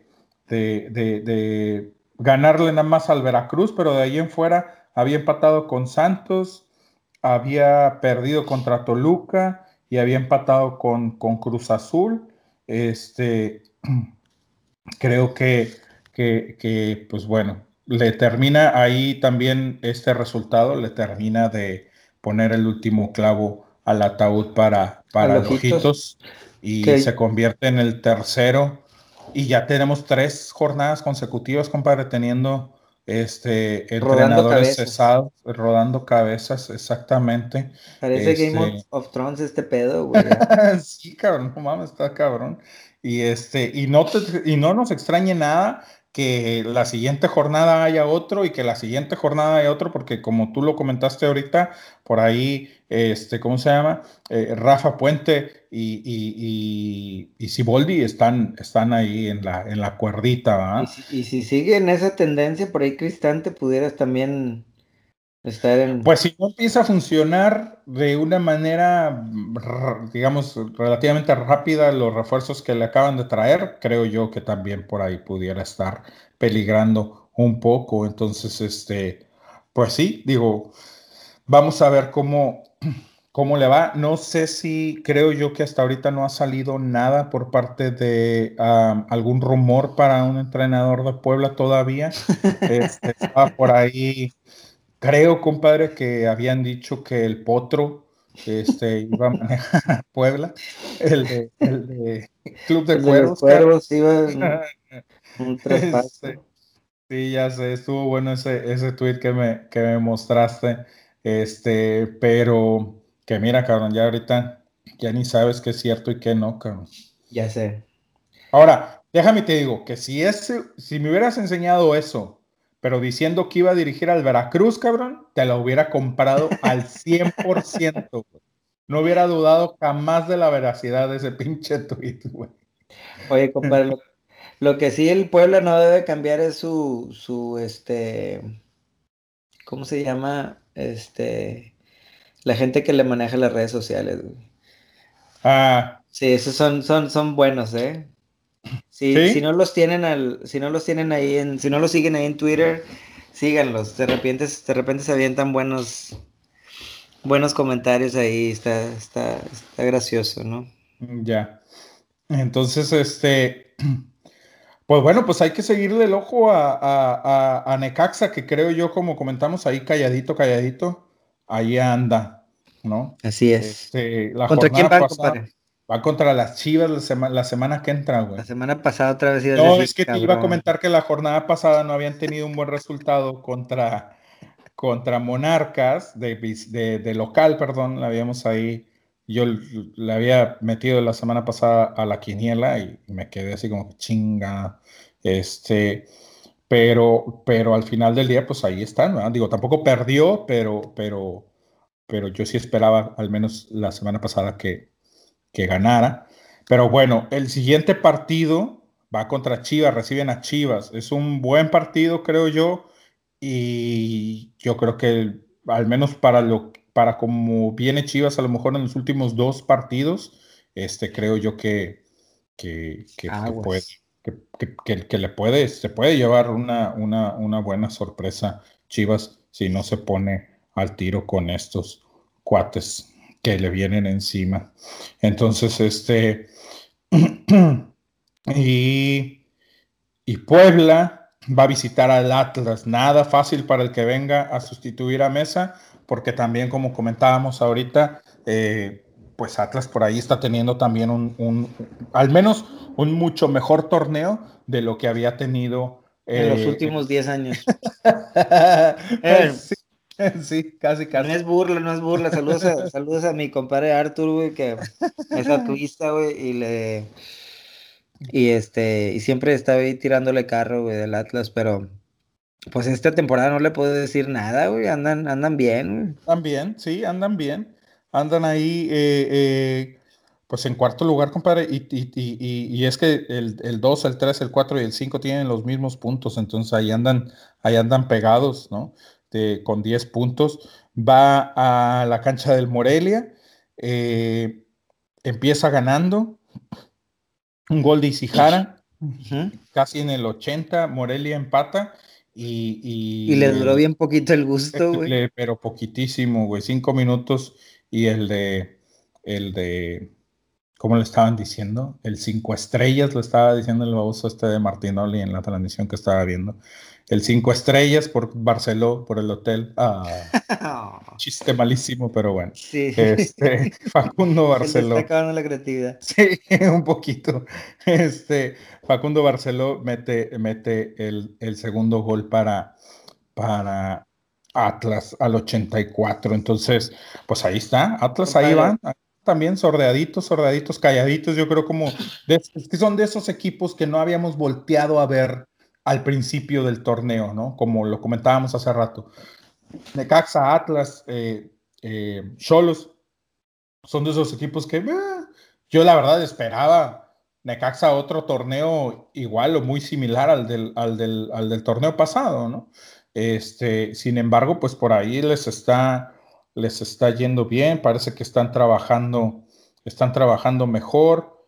de ganarle nada más al Veracruz, pero de ahí en fuera había empatado con Santos, había perdido contra Toluca y había empatado con Cruz Azul. Este, creo pues bueno, le termina ahí también este resultado, le termina de poner el último clavo al ataúd Al para el ojitos, Ojitos y se que convierte en el tercero. Y ya tenemos 3 jornadas consecutivas, compadre, teniendo rodando entrenadores cabezas. cesados, rodando cabezas, exactamente. Parece Game Este, of Thrones este pedo, güey. Ya. Sí, cabrón, no mames, está cabrón. Y no nos extrañe nada que la siguiente jornada haya otro y que la siguiente jornada haya otro, porque como tú lo comentaste ahorita, por ahí, ¿cómo se llama? Rafa Puente y Siboldi están ahí en la cuerdita, ¿va? Y si sigue en esa tendencia, por ahí Cristante pudieras también estar en... Pues si no empieza a funcionar de una manera, digamos, relativamente rápida los refuerzos que le acaban de traer, creo yo que también por ahí pudiera estar peligrando un poco. Entonces, pues sí, digo, vamos a ver cómo le va. No sé si creo yo que hasta ahorita no ha salido nada por parte de algún rumor para un entrenador de Puebla todavía. Estaba por ahí. Creo, compadre, que habían dicho que el Potro iba a manejar Puebla, el de Club de El de los Cuervos, cabrón. cuervos iba en un Este, traspaso. sí, ya sé, estuvo bueno ese tweet que me mostraste. Pero que mira, cabrón, ya ahorita ya ni sabes qué es cierto y qué no, cabrón. Ya sé. Ahora, déjame te digo que si me hubieras enseñado eso, pero diciendo que iba a dirigir al Veracruz, cabrón, te lo hubiera comprado al 100%, güey. No hubiera dudado jamás de la veracidad de ese pinche tweet, güey. Oye, compadre, Lo que sí el Puebla no debe cambiar es ¿cómo se llama? La gente que le maneja las redes sociales, güey. Ah, Sí, esos son buenos, ¿eh? Si sí, no los tienen si no los tienen ahí si no los siguen ahí en Twitter, síganlos. De repente se avientan buenos comentarios ahí, está gracioso, ¿no? ya. Entonces, pues bueno, pues hay que seguirle el ojo a Necaxa, que creo yo, como comentamos ahí, calladito, calladito, ahí anda, ¿no? Así es. La ¿Contra quién jornada van, pasada compadre? va contra las Chivas la semana que entra, La güey. semana pasada otra vez ibas a No, decir, es que te iba a cabrón. comentar que la jornada pasada no habían tenido un buen resultado contra Monarcas de local, perdón, la habíamos ahí, yo le había metido la semana pasada a la quiniela y me quedé así como que chinga, este, pero al final del día, pues ahí están, ¿verdad? Digo, tampoco perdió, pero yo sí esperaba al menos la semana pasada que ganara. Pero bueno, el siguiente partido va contra Chivas, reciben a Chivas. Es un buen partido, creo yo, y yo creo que al menos para como viene Chivas, a lo mejor en los últimos dos partidos, creo yo que puede, Aguas. que se puede llevar una buena sorpresa Chivas si no se pone al tiro con estos cuates que le vienen encima. Entonces, y, y Puebla va a visitar al Atlas. Nada fácil para el que venga a sustituir a Mesa, porque también, como comentábamos ahorita, pues Atlas por ahí está teniendo también al menos un mucho mejor torneo de lo que había tenido. En los últimos 10 años. Eh, Sí, sí, casi, no casi. es burla, no es burla. Saludos a mi compadre Arthur, güey, que es atlista, güey, y siempre está ahí tirándole carro, güey, del Atlas, pero pues esta temporada no le puedo decir nada, güey. Andan bien, güey. También, sí, andan bien. Andan ahí, pues en cuarto lugar, compadre. Y es que el 2, el 3, el 4 y el 5 tienen los mismos puntos. Entonces ahí andan pegados, ¿no? Con 10 puntos. Va a la cancha del Morelia. eh, Empieza ganando. Un gol de Isijara. Ujú. Casi en el 80. Morelia empata. Y, Y y le duró el bien poquito el gusto, güey. pero poquitísimo, güey, 5 minutos y el de, ¿cómo le estaban diciendo? El 5 estrellas, lo estaba diciendo el baboso de Martinoli en la transmisión que estaba viendo. El 5 estrellas por Barceló, por el hotel. Chiste malísimo, pero bueno. Sí, Facundo se le está Barceló. acabando la creatividad. Sí, un poquito. Facundo Barceló mete el segundo gol para Atlas al 84. Entonces, pues ahí está, Atlas ahí van, Compadre, también sordeaditos, sordeaditos, calladitos. Yo creo es que son de esos equipos que no habíamos volteado a ver al principio del torneo, ¿no? Como lo comentábamos hace rato. Necaxa, Atlas, Xolos, son de esos equipos que yo la verdad esperaba Necaxa otro torneo igual o muy similar al del torneo pasado, ¿no? Sin embargo, pues por ahí les está yendo bien, parece que están trabajando mejor.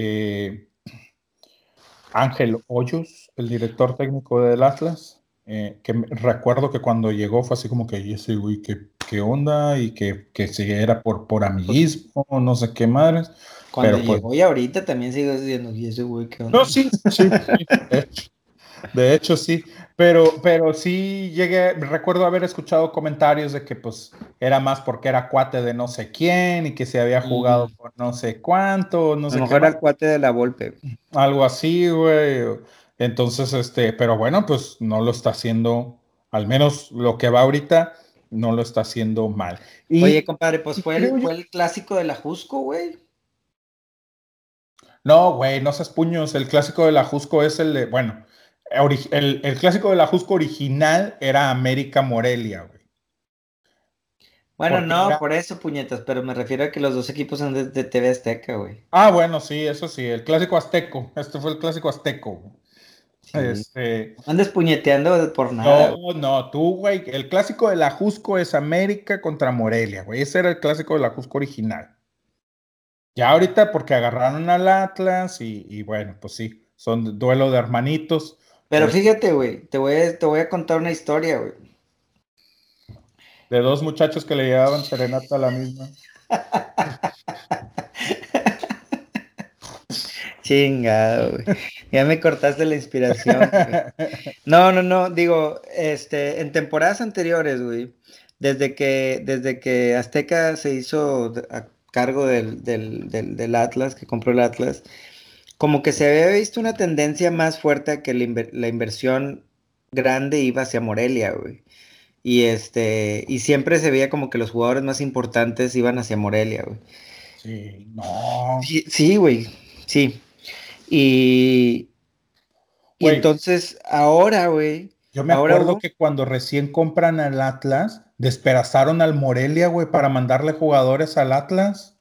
Ángel Hoyos, el director técnico del Atlas, recuerdo que cuando llegó fue así como que, "Y ese güey, ¿qué onda?" Y que si era por pues amiguismo, no sé qué madres, cuando pero pues, llegó y ahorita también sigo diciendo, ¿y ese güey qué no, onda? sí, sí, sí, de hecho sí, pero sí recuerdo haber escuchado comentarios de que pues era más porque era cuate de no sé quién y que se había jugado Mm, por no sé cuánto, no a lo sé qué mejor más. era el cuate de la Volpe. Algo así, güey. Entonces, pero bueno, pues no lo está haciendo, al menos lo que va ahorita, no lo está haciendo mal. Oye, Y, compadre, pues y fue creo el, yo, fue el clásico de la Jusco, güey. no, güey, no seas puños. El clásico de la Jusco es bueno, el clásico de la Jusco original era América Morelia, güey. Bueno, Porque no, era, por eso, puñetas, pero me refiero a que los dos equipos son de TV Azteca, güey. bueno, sí, eso sí, el clásico azteco. Este fue el clásico azteco, güey. Sí. Este, No andes puñeteando por nada, güey. no, no, tú, güey, el clásico de la Jusco es América contra Morelia, güey. Ese era el clásico de la Jusco original. Ya ahorita porque agarraron al Atlas y bueno, pues sí, son duelo de hermanitos. Pero fíjate, güey, te voy a contar una historia, güey. De dos muchachos que le llevaban serenata a la misma. Chingado, güey. Ya me cortaste la inspiración, güey. No, no, no, digo, en temporadas anteriores, güey, desde que Azteca se hizo a cargo del Atlas, que compró el Atlas, como que se había visto una tendencia más fuerte a que la inversión grande iba hacia Morelia, güey. Y siempre se veía como que los jugadores más importantes iban hacia Morelia, güey. Sí, no. Sí, sí, güey, sí. Y, y Güey, entonces ahora, güey, yo me ahora acuerdo hubo. que cuando recién compran al Atlas, despedazaron al Morelia, güey, para mandarle jugadores al Atlas.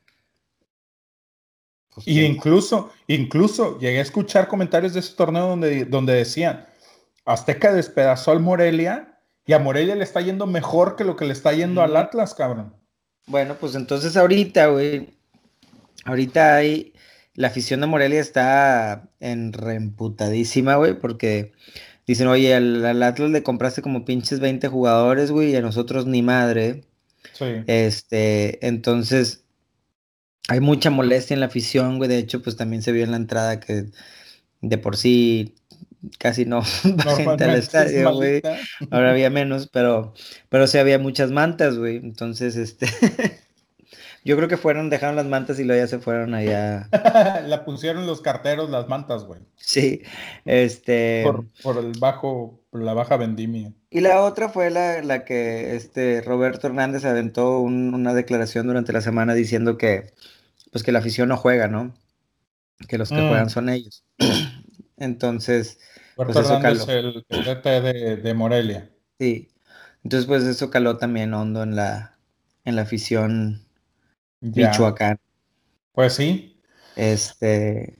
Pues Y quién. incluso llegué a escuchar comentarios de ese torneo donde decían, Azteca despedazó al Morelia y a Morelia le está yendo mejor que lo que le está yendo al Ujú. Atlas, cabrón. Bueno, pues entonces ahorita, güey, ahorita hay, la afición de Morelia está en reemputadísima, güey, porque dicen, oye, al Atlas le compraste como pinches 20 jugadores, güey, y a nosotros ni madre. Sí. Entonces hay mucha molestia en la afición, güey, de hecho, pues también se vio en la entrada que de por sí casi no va gente al Normalmente es estadio, güey. malita. Ahora había menos, pero sí había muchas mantas, güey. Entonces, yo creo que dejaron las mantas y luego ya se fueron allá. La pusieron los carteros las mantas, güey. Sí, este. Por por la baja vendimia. Y la otra fue la que Roberto Hernández aventó una declaración durante la semana diciendo que, pues que la afición no juega, ¿no? Que los que juegan Mm. son ellos. Entonces, pues Roberto eso Hernández, caló. el DT de Morelia. Sí. Entonces, pues eso caló también hondo en la afición Ya, Michoacán. pues sí. Este,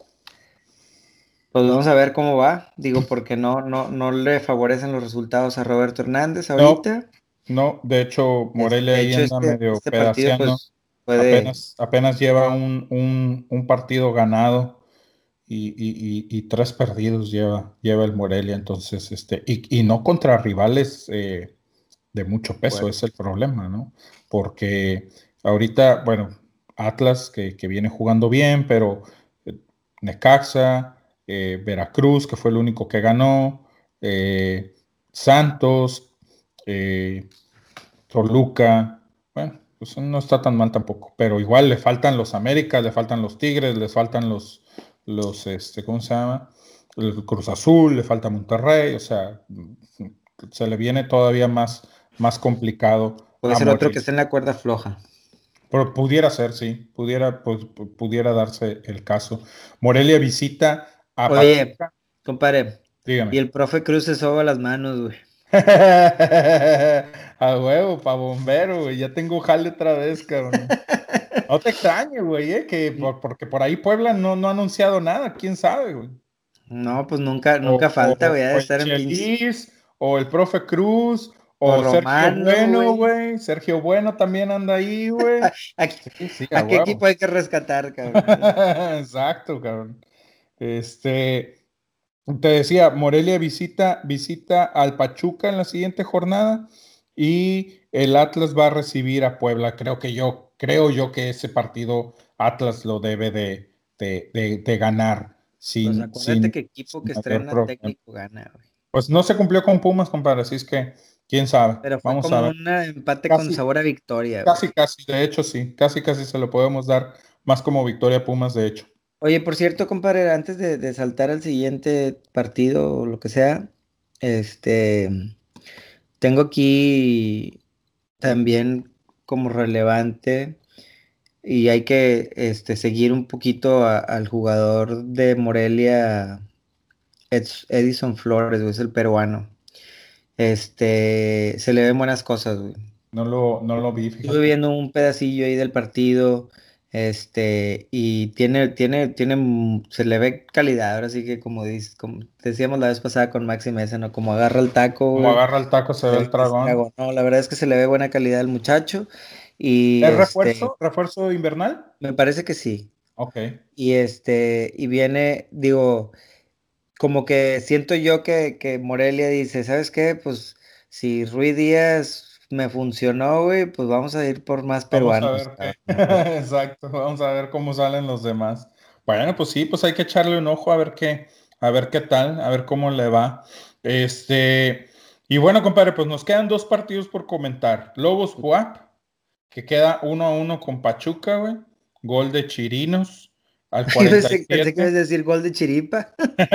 pues vamos a ver cómo va. Digo, porque no le favorecen los resultados a Roberto Hernández No, ahorita. no, de hecho, Morelia De ahí hecho, anda medio este partido, pedaceando. pues, puede. Apenas lleva un partido ganado y tres perdidos lleva el Morelia. Entonces, y no contra rivales de mucho peso, es el problema, ¿no? Porque ahorita, bueno, Atlas que viene jugando bien, pero eh, Necaxa, Veracruz, que fue el único que ganó, Santos, eh, Toluca, bueno, pues no está tan mal tampoco, pero igual le faltan los Américas, le faltan los Tigres, les faltan ¿cómo se llama? El Cruz Azul, le falta Monterrey, o sea, se le viene todavía más complicado Puede a ser otro que Morelia. esté en la cuerda floja. Pero pudiera ser, sí, pudiera darse el caso. Morelia visita a Oye, Pachuca, compadre, y dígame. el profe Cruz se soba las manos, güey. A huevo, pa' bombero, güey. Ya tengo jale otra vez, cabrón. No te extrañes, güey, porque por ahí Puebla no ha anunciado nada, quién sabe, güey. No, pues nunca falta, güey, ha de O el estar en pinches. Chelis, o el profe Cruz, O o Sergio Romano, Bueno, güey. güey. Sergio Bueno también anda ahí, güey. ¿A, Sí, sí, a a qué huevo. equipo hay que rescatar, cabrón? Exacto, cabrón. Este, Te decía, Morelia visita al Pachuca en la siguiente jornada y el Atlas va a recibir a Puebla. Creo yo que ese partido Atlas lo debe de ganar Pues acuérdate que equipo sin que mayor estrena problema. técnico gana, güey. Pues no se cumplió con Pumas, compadre, así es que quién sabe. Pero fue Vamos a como ver. un empate con Casi, sabor a victoria, güey. casi, de hecho sí, casi se lo podemos dar más como victoria a Pumas, de hecho. Oye, por cierto, compadre, antes de saltar al siguiente partido o lo que sea, este, tengo aquí también como relevante y hay que seguir un poquito al jugador de Morelia, Edison Flores, güey, es el peruano. Se le ven buenas cosas, güey. No lo vi, Estuve fíjate. viendo un pedacillo ahí del partido. Y se le ve calidad, ahora sí que como decíamos la vez pasada con Maxi Mesa, ¿no? Como agarra el taco, Como güey, agarra el taco se ve el es dragón. trago. No, la verdad es que se le ve buena calidad al muchacho y ¿Es refuerzo? ¿Refuerzo invernal? me parece que sí. Ok. Y viene, digo, como que siento yo que Morelia dice, ¿sabes qué? Pues si Rui Díaz me funcionó, güey, pues vamos a ir por más Vamos a peruanos, ver qué. cabrón, mejor. Exacto, vamos a ver cómo salen los demás. Bueno, pues sí, pues hay que echarle un ojo a ver qué tal, a ver cómo le va. Este, y bueno, compadre, pues nos quedan dos partidos por comentar. Lobos Buap, que queda 1-1 con Pachuca, güey. Gol de Chirinos al Pensé que ibas 47. a decir gol de Chiripa.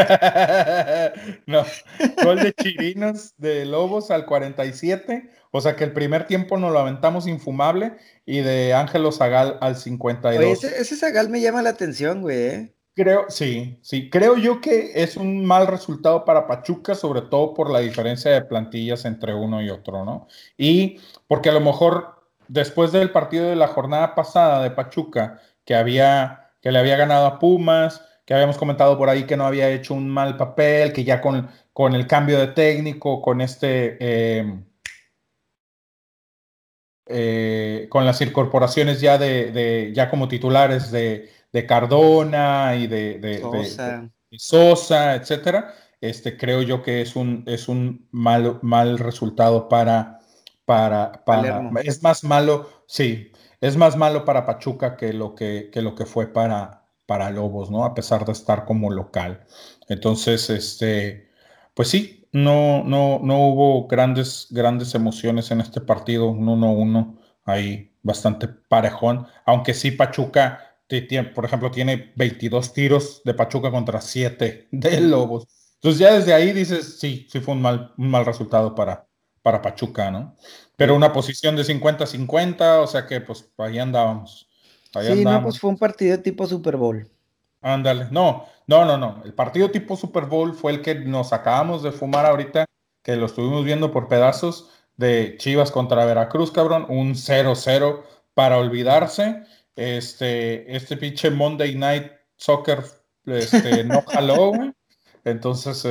No, gol de Chirinos de Lobos al 47. O sea que el primer tiempo nos lo aventamos infumable y de Ángelo Zagal al Oye, 52. ese Zagal me llama la atención, güey, ¿eh? Creo, sí, sí, creo yo que es un mal resultado para Pachuca, sobre todo por la diferencia de plantillas entre uno y otro, ¿no? Y porque a lo mejor después del partido de la jornada pasada de Pachuca, que le había ganado a Pumas, que habíamos comentado por ahí que no había hecho un mal papel, que ya con el cambio de técnico, con las incorporaciones ya ya como titulares de Cardona y Sosa, de Sosa, etcétera, creo yo que es un mal resultado Palermo. es más malo, sí, es más malo para Pachuca que lo que fue para Lobos, ¿no? A pesar de estar como local. Entonces, pues sí, no hubo grandes emociones en este partido, un 1-1 ahí bastante parejón, aunque sí Pachuca, por ejemplo, tiene 22 tiros de Pachuca contra 7 de Ujú. Lobos. Entonces ya desde ahí dices, sí, sí fue un mal resultado para Pachuca, ¿no? Pero Sí. una posición de 50-50, o sea que pues ahí andábamos, ahí Sí, no, andábamos. pues fue un partido tipo Super Bowl. Ándale, no. El partido tipo Super Bowl fue el que nos acabamos de fumar ahorita, que lo estuvimos viendo por pedazos de Chivas contra Veracruz, cabrón, un 0-0 para olvidarse. Este pinche Monday Night Soccer, no jaló, güey. Entonces,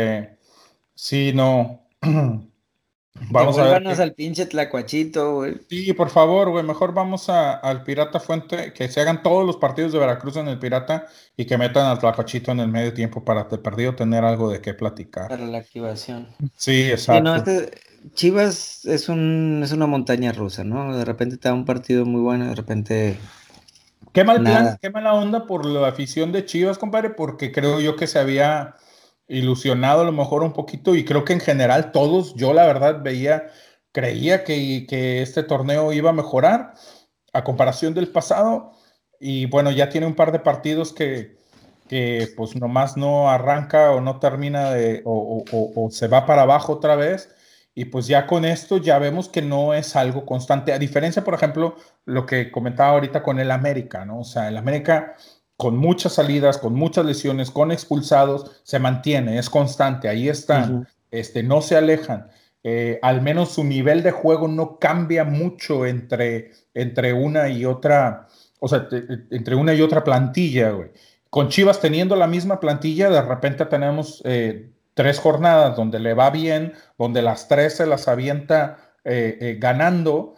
sí, no. Vamos a ver Devuélvanos al pinche Tlacuachito, güey. Sí, por favor, güey, mejor vamos al Pirata Fuente, que se hagan todos los partidos de Veracruz en el Pirata y que metan al Tlacuachito en el medio tiempo para de perdido tener algo de qué platicar. Para la activación. Sí, Sí, no, exacto. Chivas es una montaña rusa, ¿no? De repente te da un partido muy bueno, de repente Qué mal plan, nada. qué mala onda por la afición de Chivas, compadre, porque creo yo que se había ilusionado a lo mejor un poquito y creo que en general todos, yo la verdad creía que este torneo iba a mejorar a comparación del pasado y bueno, ya tiene un par de partidos que pues nomás no arranca o no termina o se va para abajo otra vez y pues ya con esto ya vemos que no es algo constante, a diferencia, por ejemplo, lo que comentaba ahorita con el América, ¿no? O sea, el América con muchas salidas, con muchas lesiones, con expulsados, se mantiene, es constante, ahí están, Ujú. no se alejan. Al menos su nivel de juego no cambia mucho entre una y otra, o sea, entre una y otra plantilla, güey. Con Chivas teniendo la misma plantilla, de repente tenemos 3 jornadas donde le va bien, donde las 3 se las avienta ganando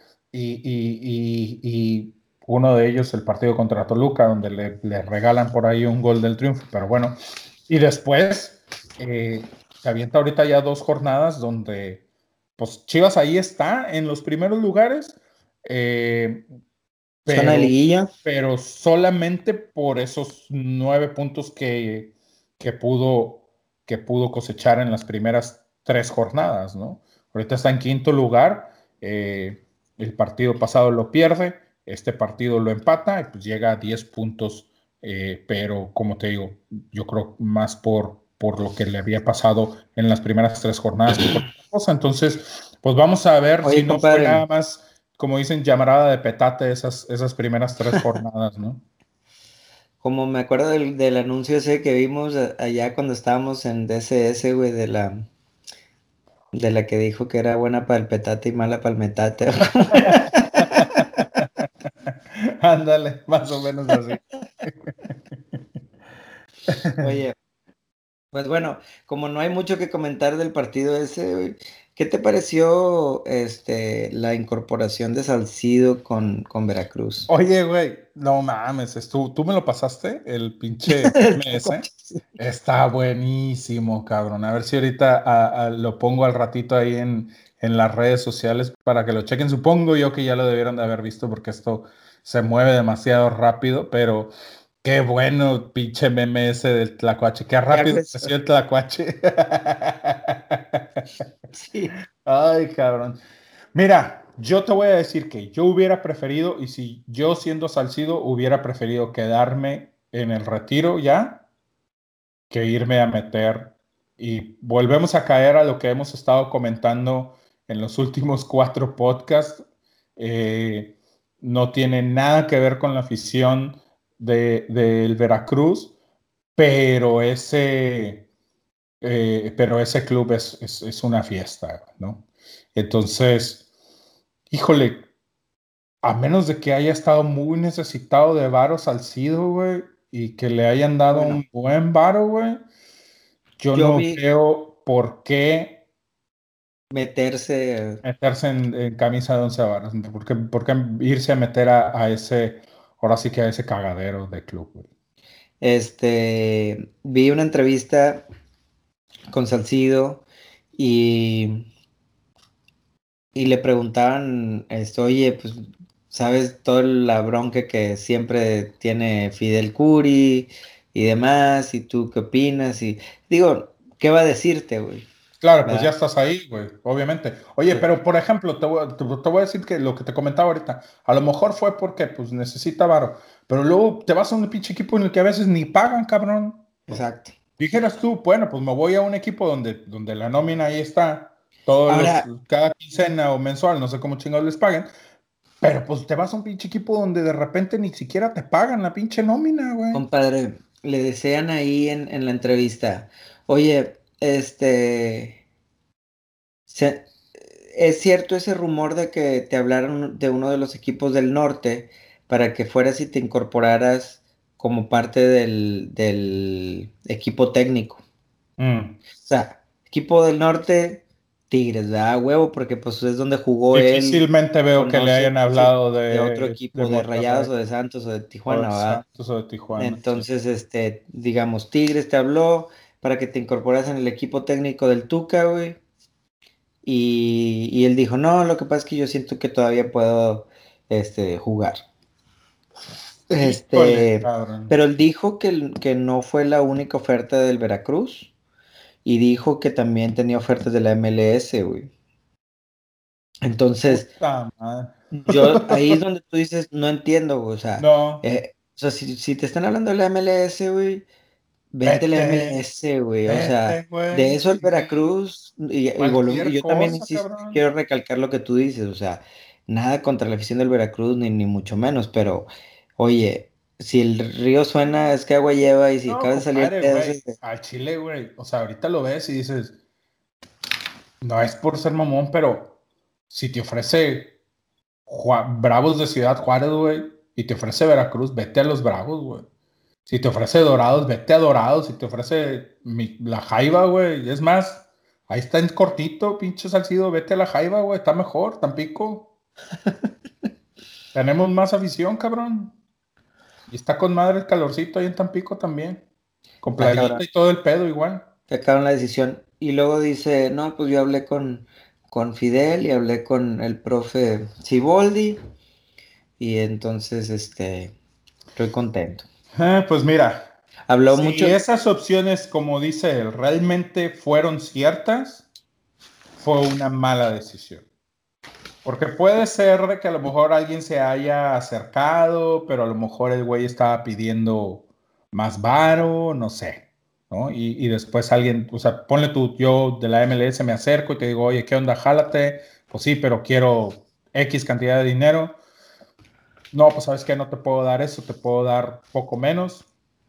y uno de ellos el partido contra Toluca, donde le regalan por ahí un gol del triunfo, pero bueno, y después se avienta ahorita ya 2 jornadas donde pues Chivas ahí está en los primeros lugares, eh, Zona de pero, liguilla. pero solamente por esos 9 puntos que pudo cosechar en las primeras 3 jornadas, ¿no? Ahorita está en quinto lugar, el partido pasado lo pierde, este partido lo empata y pues llega a 10 puntos, pero como te digo, yo creo más por lo que le había pasado en las primeras 3 jornadas que por otra cosa. Entonces, pues vamos a ver si Oye, no fue compadre, nada más como dicen, llamarada de petate esas primeras 3 jornadas, ¿no? como me acuerdo del anuncio ese que vimos allá cuando estábamos en DCS, güey, de la que dijo que era buena para el petate y mala para el metate. Ándale, más o menos así. Oye, pues bueno, como no hay mucho que comentar del partido ese, güey, ¿qué te pareció la incorporación de Salcido con Veracruz? Oye, güey, no mames, ¿tú me lo pasaste? El pinche MS. Está buenísimo, cabrón. A ver si ahorita lo pongo al ratito ahí en las redes sociales para que lo chequen. Supongo yo que ya lo debieron de haber visto porque esto se mueve demasiado rápido, pero qué bueno, pinche meme ese del Tlacuache. Qué Ya rápido ves, creció el Tlacuache. sí. Ay, cabrón. Mira, yo te voy a decir que yo hubiera preferido, y si yo siendo Salcido hubiera preferido quedarme en el retiro ya, que irme a meter. Y volvemos a caer a lo que hemos estado comentando en los últimos 4 podcasts. Eh, no tiene nada que ver con la afición del Veracruz, pero ese club es una fiesta, ¿no? Entonces, híjole, a menos de que haya estado muy necesitado de varo Salcido, güey, y que le hayan dado Bueno, un buen varo, güey, yo yo no vi veo por qué meterse, meterse en camisa de 11 varas. ¿Por qué irse a meter a ese, ahora sí que a ese cagadero de club, güey? vi una entrevista con Salcido y, y le preguntaban, oye, pues, ¿sabes todo la bronca que siempre tiene Fidel Curi y demás? ¿Y tú qué opinas? Y digo, ¿qué va a decirte, güey? Claro, pues ya ¿Verdad? estás ahí, güey, obviamente. Oye, Sí, pero por ejemplo, te voy a decir que lo que te comentaba ahorita, a lo mejor fue porque pues necesita varo, pero luego te vas a un pinche equipo en el que a veces ni pagan, cabrón. exacto. Dijeras tú, bueno, pues me voy a un equipo donde la nómina ahí está, Ahora, cada quincena o mensual, no sé cómo chingados les paguen, pero pues te vas a un pinche equipo donde de repente ni siquiera te pagan la pinche nómina, güey. compadre, le desean ahí en la entrevista, oye, se- ¿es cierto ese rumor de que te hablaron de uno de los equipos del norte para que fueras y te incorporaras como parte del equipo técnico? Mm. O sea, equipo del norte, Tigres, ¿verdad? Huevo, porque pues es donde jugó él, Difícilmente veo que le conoce, hayan sí, hablado de otro de equipo, de Rayados Monterrey o de Santos o de o de Tijuana, ¿verdad? Santos o de Tijuana, sí. Entonces, digamos, Tigres te habló para que te incorporas en el equipo técnico del Tuca, güey. Y él dijo, no, lo que pasa es que yo siento que todavía puedo, jugar. Híjole, Este, cabrón. pero él dijo que no fue la única oferta del Veracruz y dijo que también tenía ofertas de la MLS, güey. Entonces, Puta madre. ahí es donde tú dices, no entiendo, güey, No, o sea, si te están hablando de la MLS, güey, vete a la vete, MLS, güey. O sea, vete, de güey, eso el sí. Veracruz, y Cualquier yo también cosa, insisto, cabrón. quiero recalcar lo que tú dices, o sea, nada contra la afición del Veracruz, ni mucho menos, pero, oye, si el río suena, es que agua lleva, y si No, acaba de salir el compadre, pedo güey. ese, Al Chile, güey. O sea, ahorita lo ves y dices, no es por ser mamón, pero si te ofrece Bravos de Ciudad Juárez, güey, y te ofrece Veracruz, vete a los Bravos, güey. Si te ofrece Dorados, vete a Dorados. Si te ofrece la Jaiba, güey. Es más, ahí está en cortito, pinche Salcido, vete a la Jaiba, güey. Está mejor, Tampico. Tenemos más afición, cabrón. Y está con madre el calorcito ahí en Tampico también. Con está cabrón, playita y todo el pedo igual. sacaron la decisión. Y luego dice, no, pues yo hablé con Fidel y hablé con el profe Siboldi, y entonces, estoy contento. Pues mira, Habló si mucho, esas opciones, como dice él, realmente fueron ciertas, fue una mala decisión. Porque puede ser de que a lo mejor alguien se haya acercado, pero a lo mejor el güey estaba pidiendo más varo, no sé, ¿no? Y después alguien, o sea, ponle tú, yo de la MLS me acerco y te digo, oye, ¿qué onda? Jálate. Pues sí, pero quiero X cantidad de dinero. No, pues sabes que no te puedo dar eso, te puedo dar poco menos.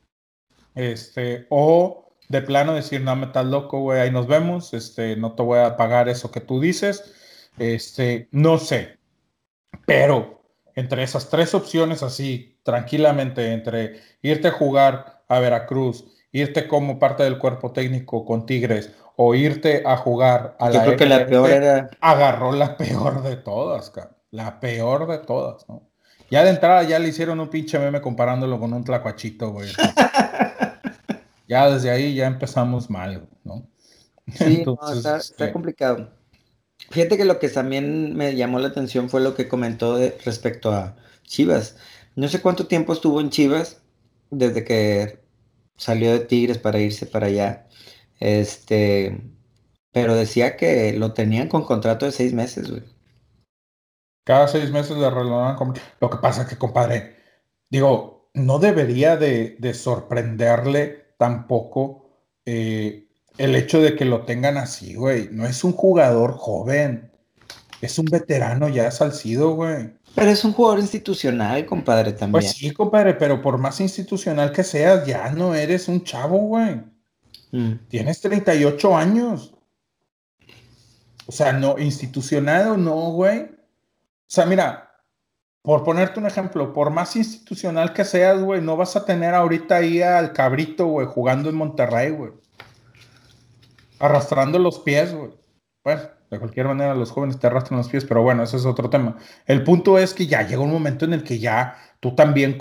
O de plano decir, no, me estás loco, güey, ahí nos vemos, no te voy a pagar eso que tú dices. No sé. Pero entre esas tres opciones así, tranquilamente, entre irte a jugar a Veracruz, irte como parte del cuerpo técnico con Tigres o irte a jugar a Yo la creo que la peor MLS, era... agarró la peor de todas, cabrón. La peor de todas, ¿no? Ya de entrada ya le hicieron un pinche meme comparándolo con un tlacuachito, güey. Entonces, ya desde ahí ya empezamos mal, ¿no? Sí, no, Entonces, está complicado. Fíjate que lo que también me llamó la atención fue lo que comentó respecto a Chivas. No sé cuánto tiempo estuvo en Chivas desde que salió de Tigres para irse para allá. Este, pero decía que lo tenían con contrato de 6 meses, güey. cada 6 meses le renovan. Lo que pasa es que, compadre, digo, no debería de sorprenderle tampoco el hecho de que lo tengan así, güey. No es un jugador joven, es un veterano ya Salcido, güey. Pero es un jugador institucional, compadre, Pues también. sí, compadre, pero por más institucional que seas, ya no eres un chavo, güey. Mm. Tienes 38 años. O sea, no, institucional o no, güey. O sea, mira, por ponerte un ejemplo, por más institucional que seas, güey, no vas a tener ahorita ahí al cabrito, güey, jugando en Monterrey, güey, arrastrando los pies, güey. Bueno, de cualquier manera los jóvenes te arrastran los pies, pero bueno, ese es otro tema. El punto es que ya llega un momento en el que ya tú también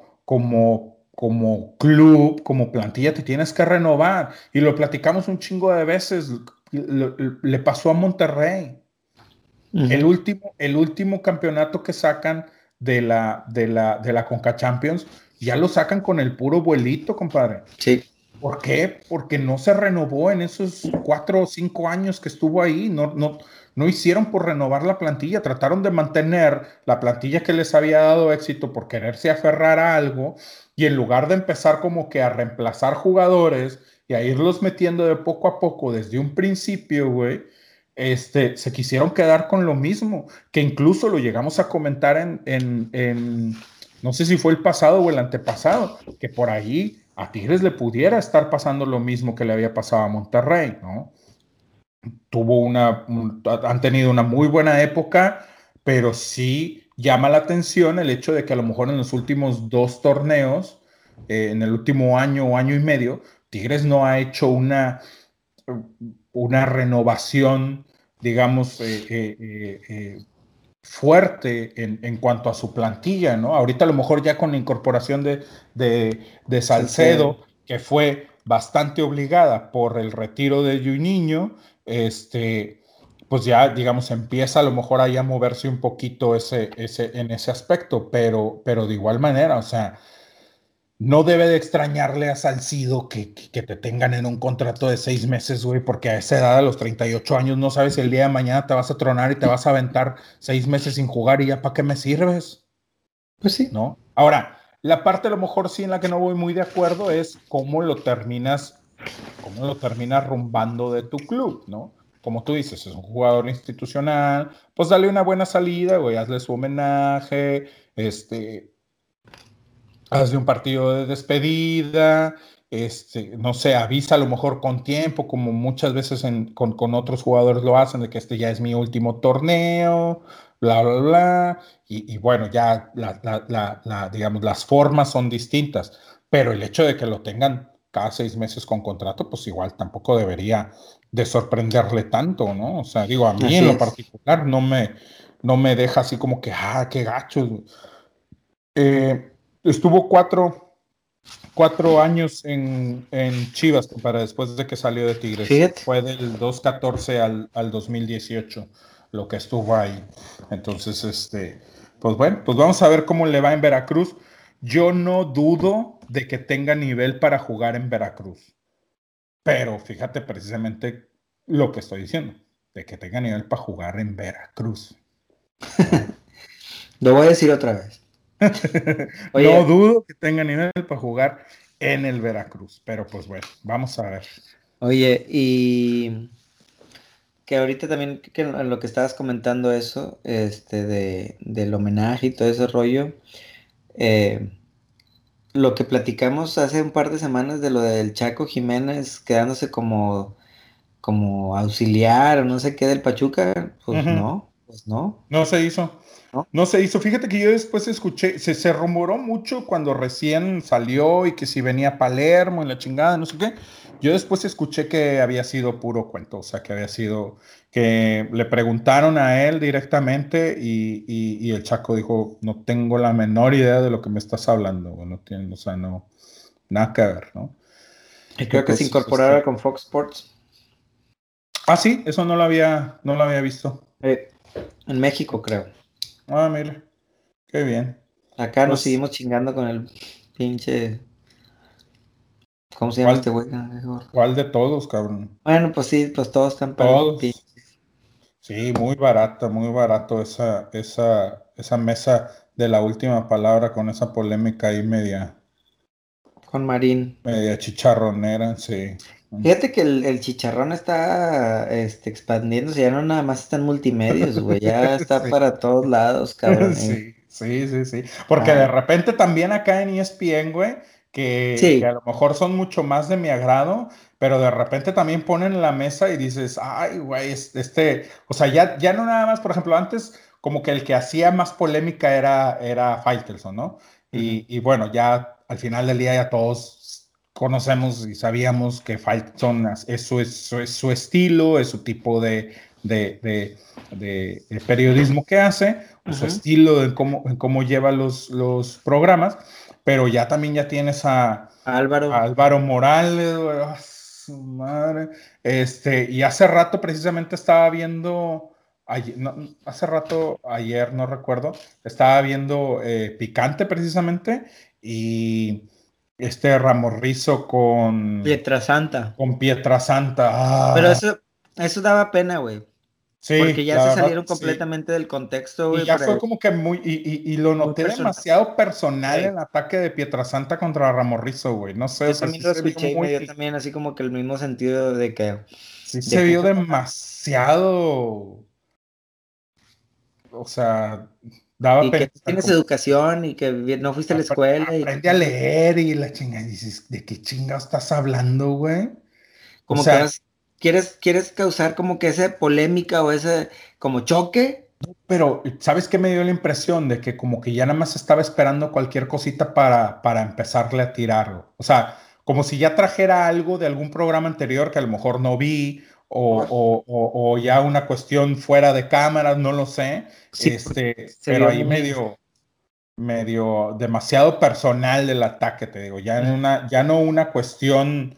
como club, como plantilla, te tienes que renovar. Y lo platicamos un chingo de veces. Le pasó a Monterrey. Ujú. El último campeonato que sacan de la Conca Champions, ya lo sacan con el puro vuelito, compadre. Sí. ¿Por qué? Porque no se renovó en esos 4 o 5 años que estuvo ahí. No hicieron por renovar la plantilla. Trataron de mantener la plantilla que les había dado éxito por quererse aferrar a algo. Y en lugar de empezar como que a reemplazar jugadores y a irlos metiendo de poco a poco desde un principio, güey, se quisieron quedar con lo mismo, que incluso lo llegamos a comentar no sé si fue el pasado o el antepasado, que por ahí a Tigres le pudiera estar pasando lo mismo que le había pasado a Monterrey, ¿no? Han tenido una muy buena época, pero sí llama la atención el hecho de que a lo mejor en los últimos dos torneos, en el último año o año y medio, Tigres no ha hecho una renovación, digamos, fuerte en cuanto a su plantilla, ¿no? Ahorita a lo mejor ya con la incorporación de Salcedo. Salcedo, que fue bastante obligada por el retiro de Juninho, pues ya, digamos, empieza a lo mejor ahí a moverse un poquito en ese aspecto, pero de igual manera, o sea, no debe de extrañarle a Salcido que te tengan en un contrato de 6 meses, güey, porque a esa edad, a los 38 años, no sabes si el día de mañana te vas a tronar y te vas a aventar 6 meses sin jugar y ya para qué me sirves, Pues sí. ¿no? Ahora, la parte a lo mejor sí en la que no voy muy de acuerdo es cómo lo terminas rumbando de tu club, ¿no? Como tú dices, es un jugador institucional, pues dale una buena salida, güey, hazle su homenaje, hazle un partido de despedida, no sé, avisa a lo mejor con tiempo, como muchas veces con otros jugadores lo hacen, de que este ya es mi último torneo, bla, bla, bla, y bueno, ya digamos, las formas son distintas, pero el hecho de que lo tengan cada 6 meses con contrato, pues igual tampoco debería de sorprenderle tanto, ¿no? O sea, digo, a mí en Así lo es. particular no me deja así como que, qué gacho. Estuvo 4 años en Chivas para después de que salió de Tigres. Fíjate. Fue del 2014 al 2018 lo que estuvo ahí. Entonces, pues bueno, pues vamos a ver cómo le va en Veracruz. Yo no dudo de que tenga nivel para jugar en Veracruz, pero fíjate precisamente lo que estoy diciendo, de que tenga nivel para jugar en Veracruz, ¿no? Lo voy a decir otra vez. No Oye, dudo que tenga nivel para jugar en el Veracruz, pero pues bueno, vamos a ver. oye, y que ahorita también que en lo que estabas comentando eso, del homenaje y todo ese rollo, eh, lo que platicamos hace un par de semanas de lo del Chaco Jiménez quedándose como auxiliar o no sé qué del Pachuca, pues Ujú. no. Pues no, No se hizo. ¿no? No se hizo. Fíjate que yo después escuché, se rumoró mucho cuando recién salió y que si venía a Palermo y la chingada, no sé qué. Yo después escuché que había sido puro cuento, o sea, que había sido, que le preguntaron a él directamente y el Chaco dijo, no tengo la menor idea de lo que me estás hablando, güey, no tiene, o sea, no, nada que ver, ¿no? Y creo que se Entonces, incorporara con Fox Sports. sí, eso no lo había visto. En México, creo. Ah, mira, qué bien. Acá nos Pues, seguimos chingando con el pinche. ¿Cómo se llama ¿cuál, este güey? Ah, mejor. cuál de todos, cabrón? Bueno, pues sí, pues todos están para el Todos. Sí, muy barato esa mesa de la última palabra con esa polémica ahí con Marín. media chicharronera, sí. Fíjate que el chicharrón está expandiéndose, ya no nada más está en multimedios, güey, ya está Sí, para todos lados, cabrón. sí, sí, sí, sí. Porque de Ah, repente también acá en ESPN, güey, que a sí, lo mejor son mucho más de mi agrado, pero de repente también ponen en la mesa y dices, ay, güey, o sea, ya no nada más, por ejemplo, antes como que el que hacía más polémica era Faitelson, ¿no? ujú, Y bueno, ya al final del día ya todos conocemos y sabíamos que Faitelson es su estilo, es su tipo de, de de periodismo que hace, o su ujú. estilo en cómo lleva los programas, pero ya también ya tienes a Álvaro, Álvaro Morales, güey, su madre. Y hace rato precisamente estaba viendo, hace rato, ayer no recuerdo, estaba viendo Picante precisamente y Ramorrizo Pietrasanta. con Pietrasanta. Pero Ah, eso daba pena, güey, porque sí, ya la se verdad, salieron sí. completamente del contexto, Y güey, ya fue pero como que y lo muy noté personal. demasiado personal Ey, el ataque de Pietrasanta contra Ramorrizo, güey. No sé, o yo sea, también sí lo se vio escuché y me muy, dio también así como que el mismo sentido sí se de que vio fue una. demasiado, o sea, daba Y que pena. no tienes educación y que no fuiste a la escuela y que Aprende a leer y la chingada. Y dices, ¿de qué chingados estás hablando, güey? O como que sea, vas, quieres causar como que esa polémica o ese como choque. pero, ¿sabes qué me dio la impresión? De que como que ya nada más estaba esperando cualquier cosita para empezarle a tirarlo. O sea, como si ya trajera algo de algún programa anterior que a lo mejor no vi, o ya una cuestión fuera de cámaras, no lo sé. Sí, porque se Pero vio ahí muy. medio demasiado personal el ataque, te digo, ya no una cuestión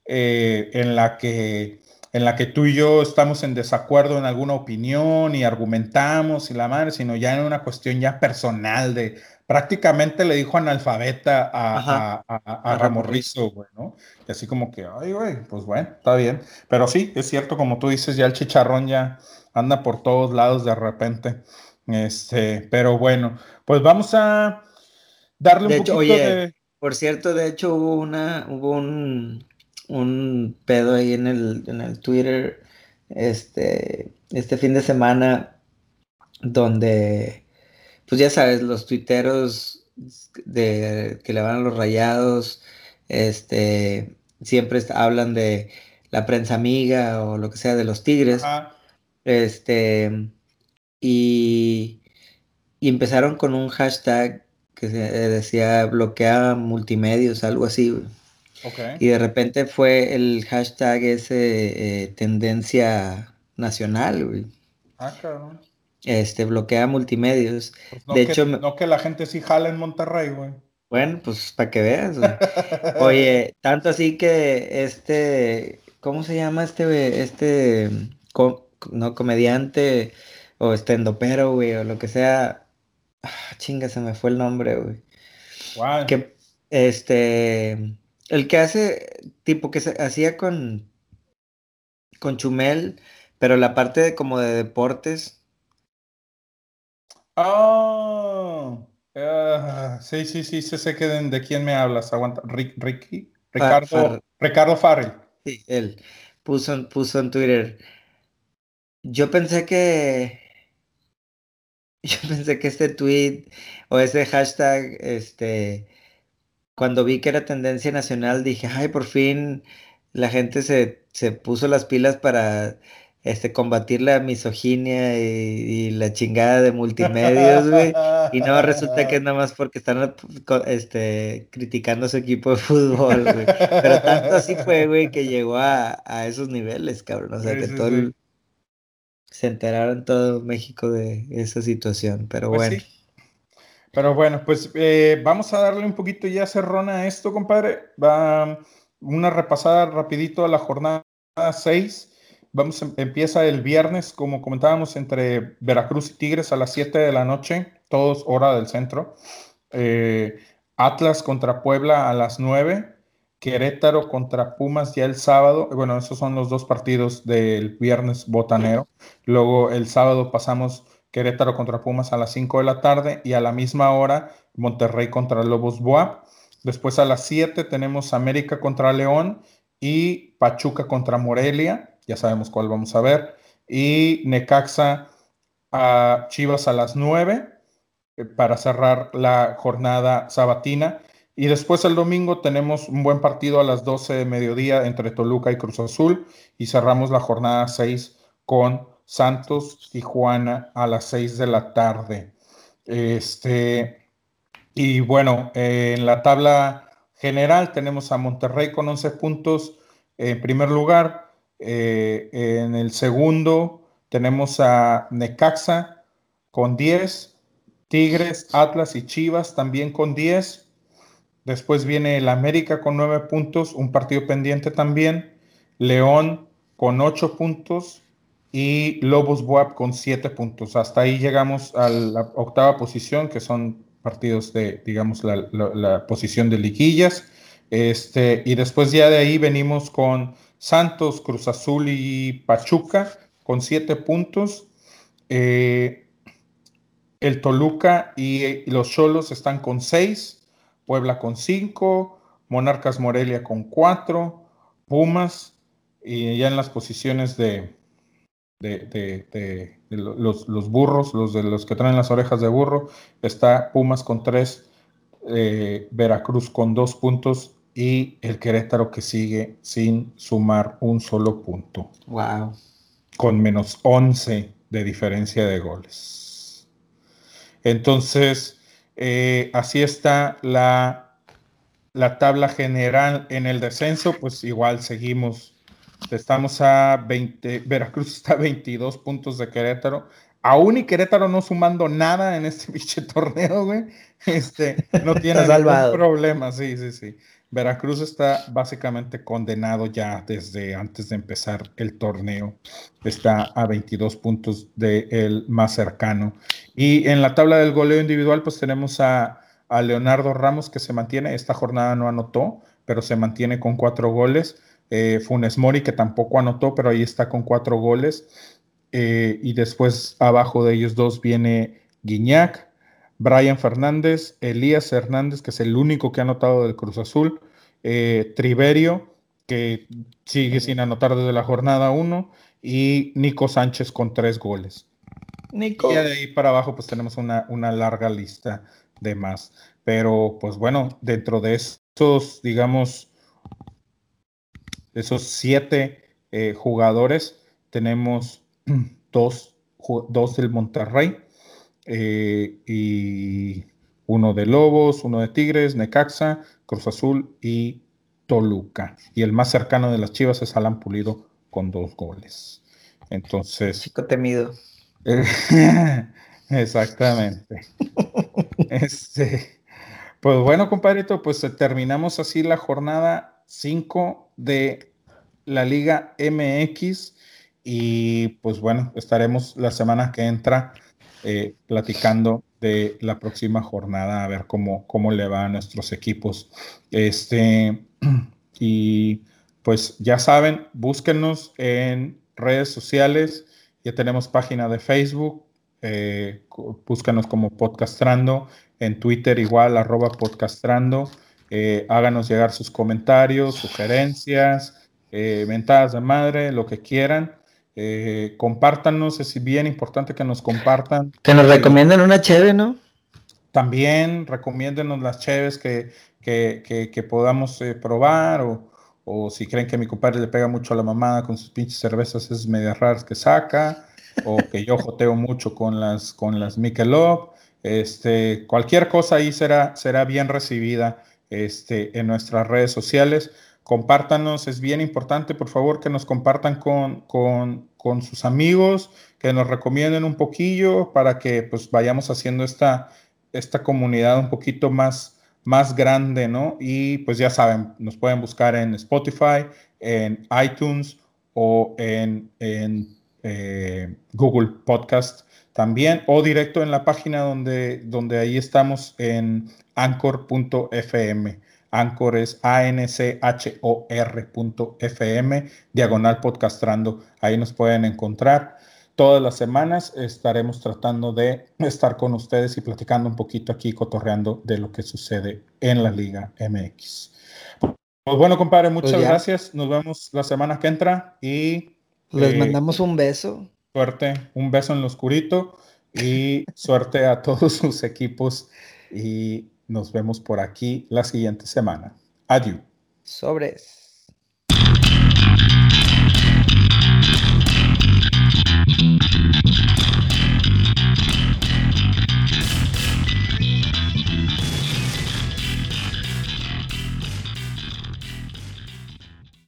en la que tú y yo estamos en desacuerdo en alguna opinión y argumentamos y la madre, sino ya en una cuestión ya personal de prácticamente le dijo analfabeta Ajá, a agarramos risa. Ramorrizo, güey, ¿no? Y así como que, ay, güey, pues bueno, está bien. Pero sí, es cierto, como tú dices, ya el chicharrón ya anda por todos lados de repente. Pero bueno. Pues vamos a darle un De hecho, poquito oye, de... por cierto, de hecho hubo un pedo ahí en el Twitter este fin de semana donde, pues ya sabes, los tuiteros que le van a los Rayados, siempre hablan de la prensa amiga o lo que sea de los Tigres, Ajá, este, y, y empezaron con un hashtag que decía bloquea multimedios, algo así, güey. ok. Y de repente fue el hashtag ese tendencia nacional, güey. Cabrón. Bloquea multimedios. Pues De hecho, no que la gente sí jala en Monterrey, güey. bueno, pues para que veas, güey. Oye, tanto así que ¿cómo se llama no, comediante o estendopero, güey, o lo que sea? Chinga, se me fue el nombre, güey. ¿Cuál? Que, el que hace, tipo que se hacía con Chumel, pero la parte como de deportes. Oh, sí, sí, sí, sé que de quién me hablas. Aguanta. Ricardo Farrell. Sí, él puso en Twitter. Yo pensé que, yo pensé que este tweet o ese hashtag, cuando vi que era tendencia nacional, dije, ay, por fin la gente se puso las pilas para combatir la misoginia y la chingada de multimedios, güey. Y no, resulta que es nada más porque están criticando a su equipo de fútbol, güey. Pero tanto así fue, güey, que llegó a esos niveles, cabrón. O sea, Sí, que sí, sí. se enteraron todo México de esa situación. Pero Pues bueno. sí. Pero bueno, pues vamos a darle un poquito ya cerrona a esto, compadre. Va una repasada rapidito a la jornada 6. Empieza el viernes, como comentábamos, entre Veracruz y Tigres a las 7 de la noche, todos hora del centro. Eh, Atlas contra Puebla a las 9. Querétaro contra Pumas ya el sábado. Bueno, esos son los dos partidos del viernes botanero. Luego el sábado pasamos Querétaro contra Pumas a las 5 de la tarde y a la misma hora Monterrey contra Lobos BUAP. Después a las 7 tenemos América contra León y Pachuca contra Morelia. Ya sabemos cuál vamos a ver. Y Necaxa a Chivas a las 9 para cerrar la jornada sabatina. Y después el domingo tenemos un buen partido a las 12 de mediodía entre Toluca y Cruz Azul y cerramos la jornada 6 con Santos Tijuana a las 6 de la tarde. Y bueno, en la tabla general tenemos a Monterrey con 11 puntos en primer lugar. En el segundo tenemos a Necaxa con 10. Tigres, Atlas y Chivas también con 10. Después viene el América con 9 puntos, un partido pendiente también. León con 8 puntos y Lobos BUAP con 7 puntos. Hasta ahí llegamos a la octava posición, que son partidos de, digamos, la posición de liguillas. Y después ya de ahí venimos con Santos, Cruz Azul y Pachuca con 7 puntos. Eh, el Toluca y los Xolos están con 6, Puebla con 5, Monarcas Morelia con 4, Pumas, y ya en las posiciones de los burros, los de los que traen las orejas de burro, está Pumas con 3, Veracruz con 2 puntos y el Querétaro que sigue sin sumar un solo punto, Wow. con menos 11 de diferencia de goles. Entonces, así está la tabla general en el descenso, pues igual seguimos. Estamos a 20, Veracruz está a 22 puntos de Querétaro. Aún y Querétaro no sumando nada en este biche torneo, güey. No Está tiene ningún salvado. problema, sí, sí, sí. Veracruz está básicamente condenado ya desde antes de empezar el torneo. Está a 22 puntos del más cercano. Y en la tabla del goleo individual, pues tenemos a Leonardo Ramos que se mantiene, esta jornada no anotó, pero se mantiene con 4 goles. Funes Mori que tampoco anotó, pero ahí está con 4 goles. Y después abajo de ellos dos viene Guiñac, Brian Fernández, Elías Hernández, que es el único que ha anotado del Cruz Azul, Triverio, que sigue sin anotar desde la jornada 1, y Nico Sánchez con 3 goles. Y ya Nico. de ahí para abajo pues tenemos una larga lista de más. Pero pues bueno, dentro de esos, digamos, esos 7 jugadores, tenemos dos del Monterrey y uno de Lobos, uno de Tigres, Necaxa, Cruz Azul y Toluca. Y el más cercano de las Chivas es Alan Pulido con 2 goles. Entonces, Chico temido. exactamente. Este, pues bueno, compadrito, pues terminamos así la jornada 5 de la Liga MX y pues bueno, estaremos la semana que entra platicando de la próxima jornada, a ver cómo le va a nuestros equipos. Este, y pues ya saben, búsquenos en redes sociales, ya tenemos página de Facebook, búscanos como Podcastrando, en Twitter igual, @podcastrando. Háganos llegar sus comentarios, sugerencias, mentadas de madre, lo que quieran. Compártanos, es bien importante que nos compartan. Que nos recomienden una cheve, ¿no? También recomiéndenos las cheves que podamos probar o si creen que mi compadre le pega mucho a la mamada con sus pinches cervezas esas medias raras que saca, o que yo joteo mucho con las Michelob, cualquier cosa ahí será bien recibida, en nuestras redes sociales. Compártanos, es bien importante, por favor, que nos compartan con sus amigos, que nos recomienden un poquillo para que pues vayamos haciendo esta comunidad un poquito más grande, ¿no? Y pues ya saben, nos pueden buscar en Spotify, en iTunes o en Google Podcast también, o directo en la página donde ahí estamos en anchor.fm. Anchor es anchor.fm, diagonal podcastrando. Ahí nos pueden encontrar. Todas las semanas estaremos tratando de estar con ustedes y platicando un poquito aquí, cotorreando de lo que sucede en la Liga MX. Pues bueno, compadre, Pues muchas ya, gracias. Nos vemos la semana que entra y les mandamos un beso. suerte, un beso en lo oscurito y suerte a todos sus equipos y nos vemos por aquí la siguiente semana. Adiós. Sobres.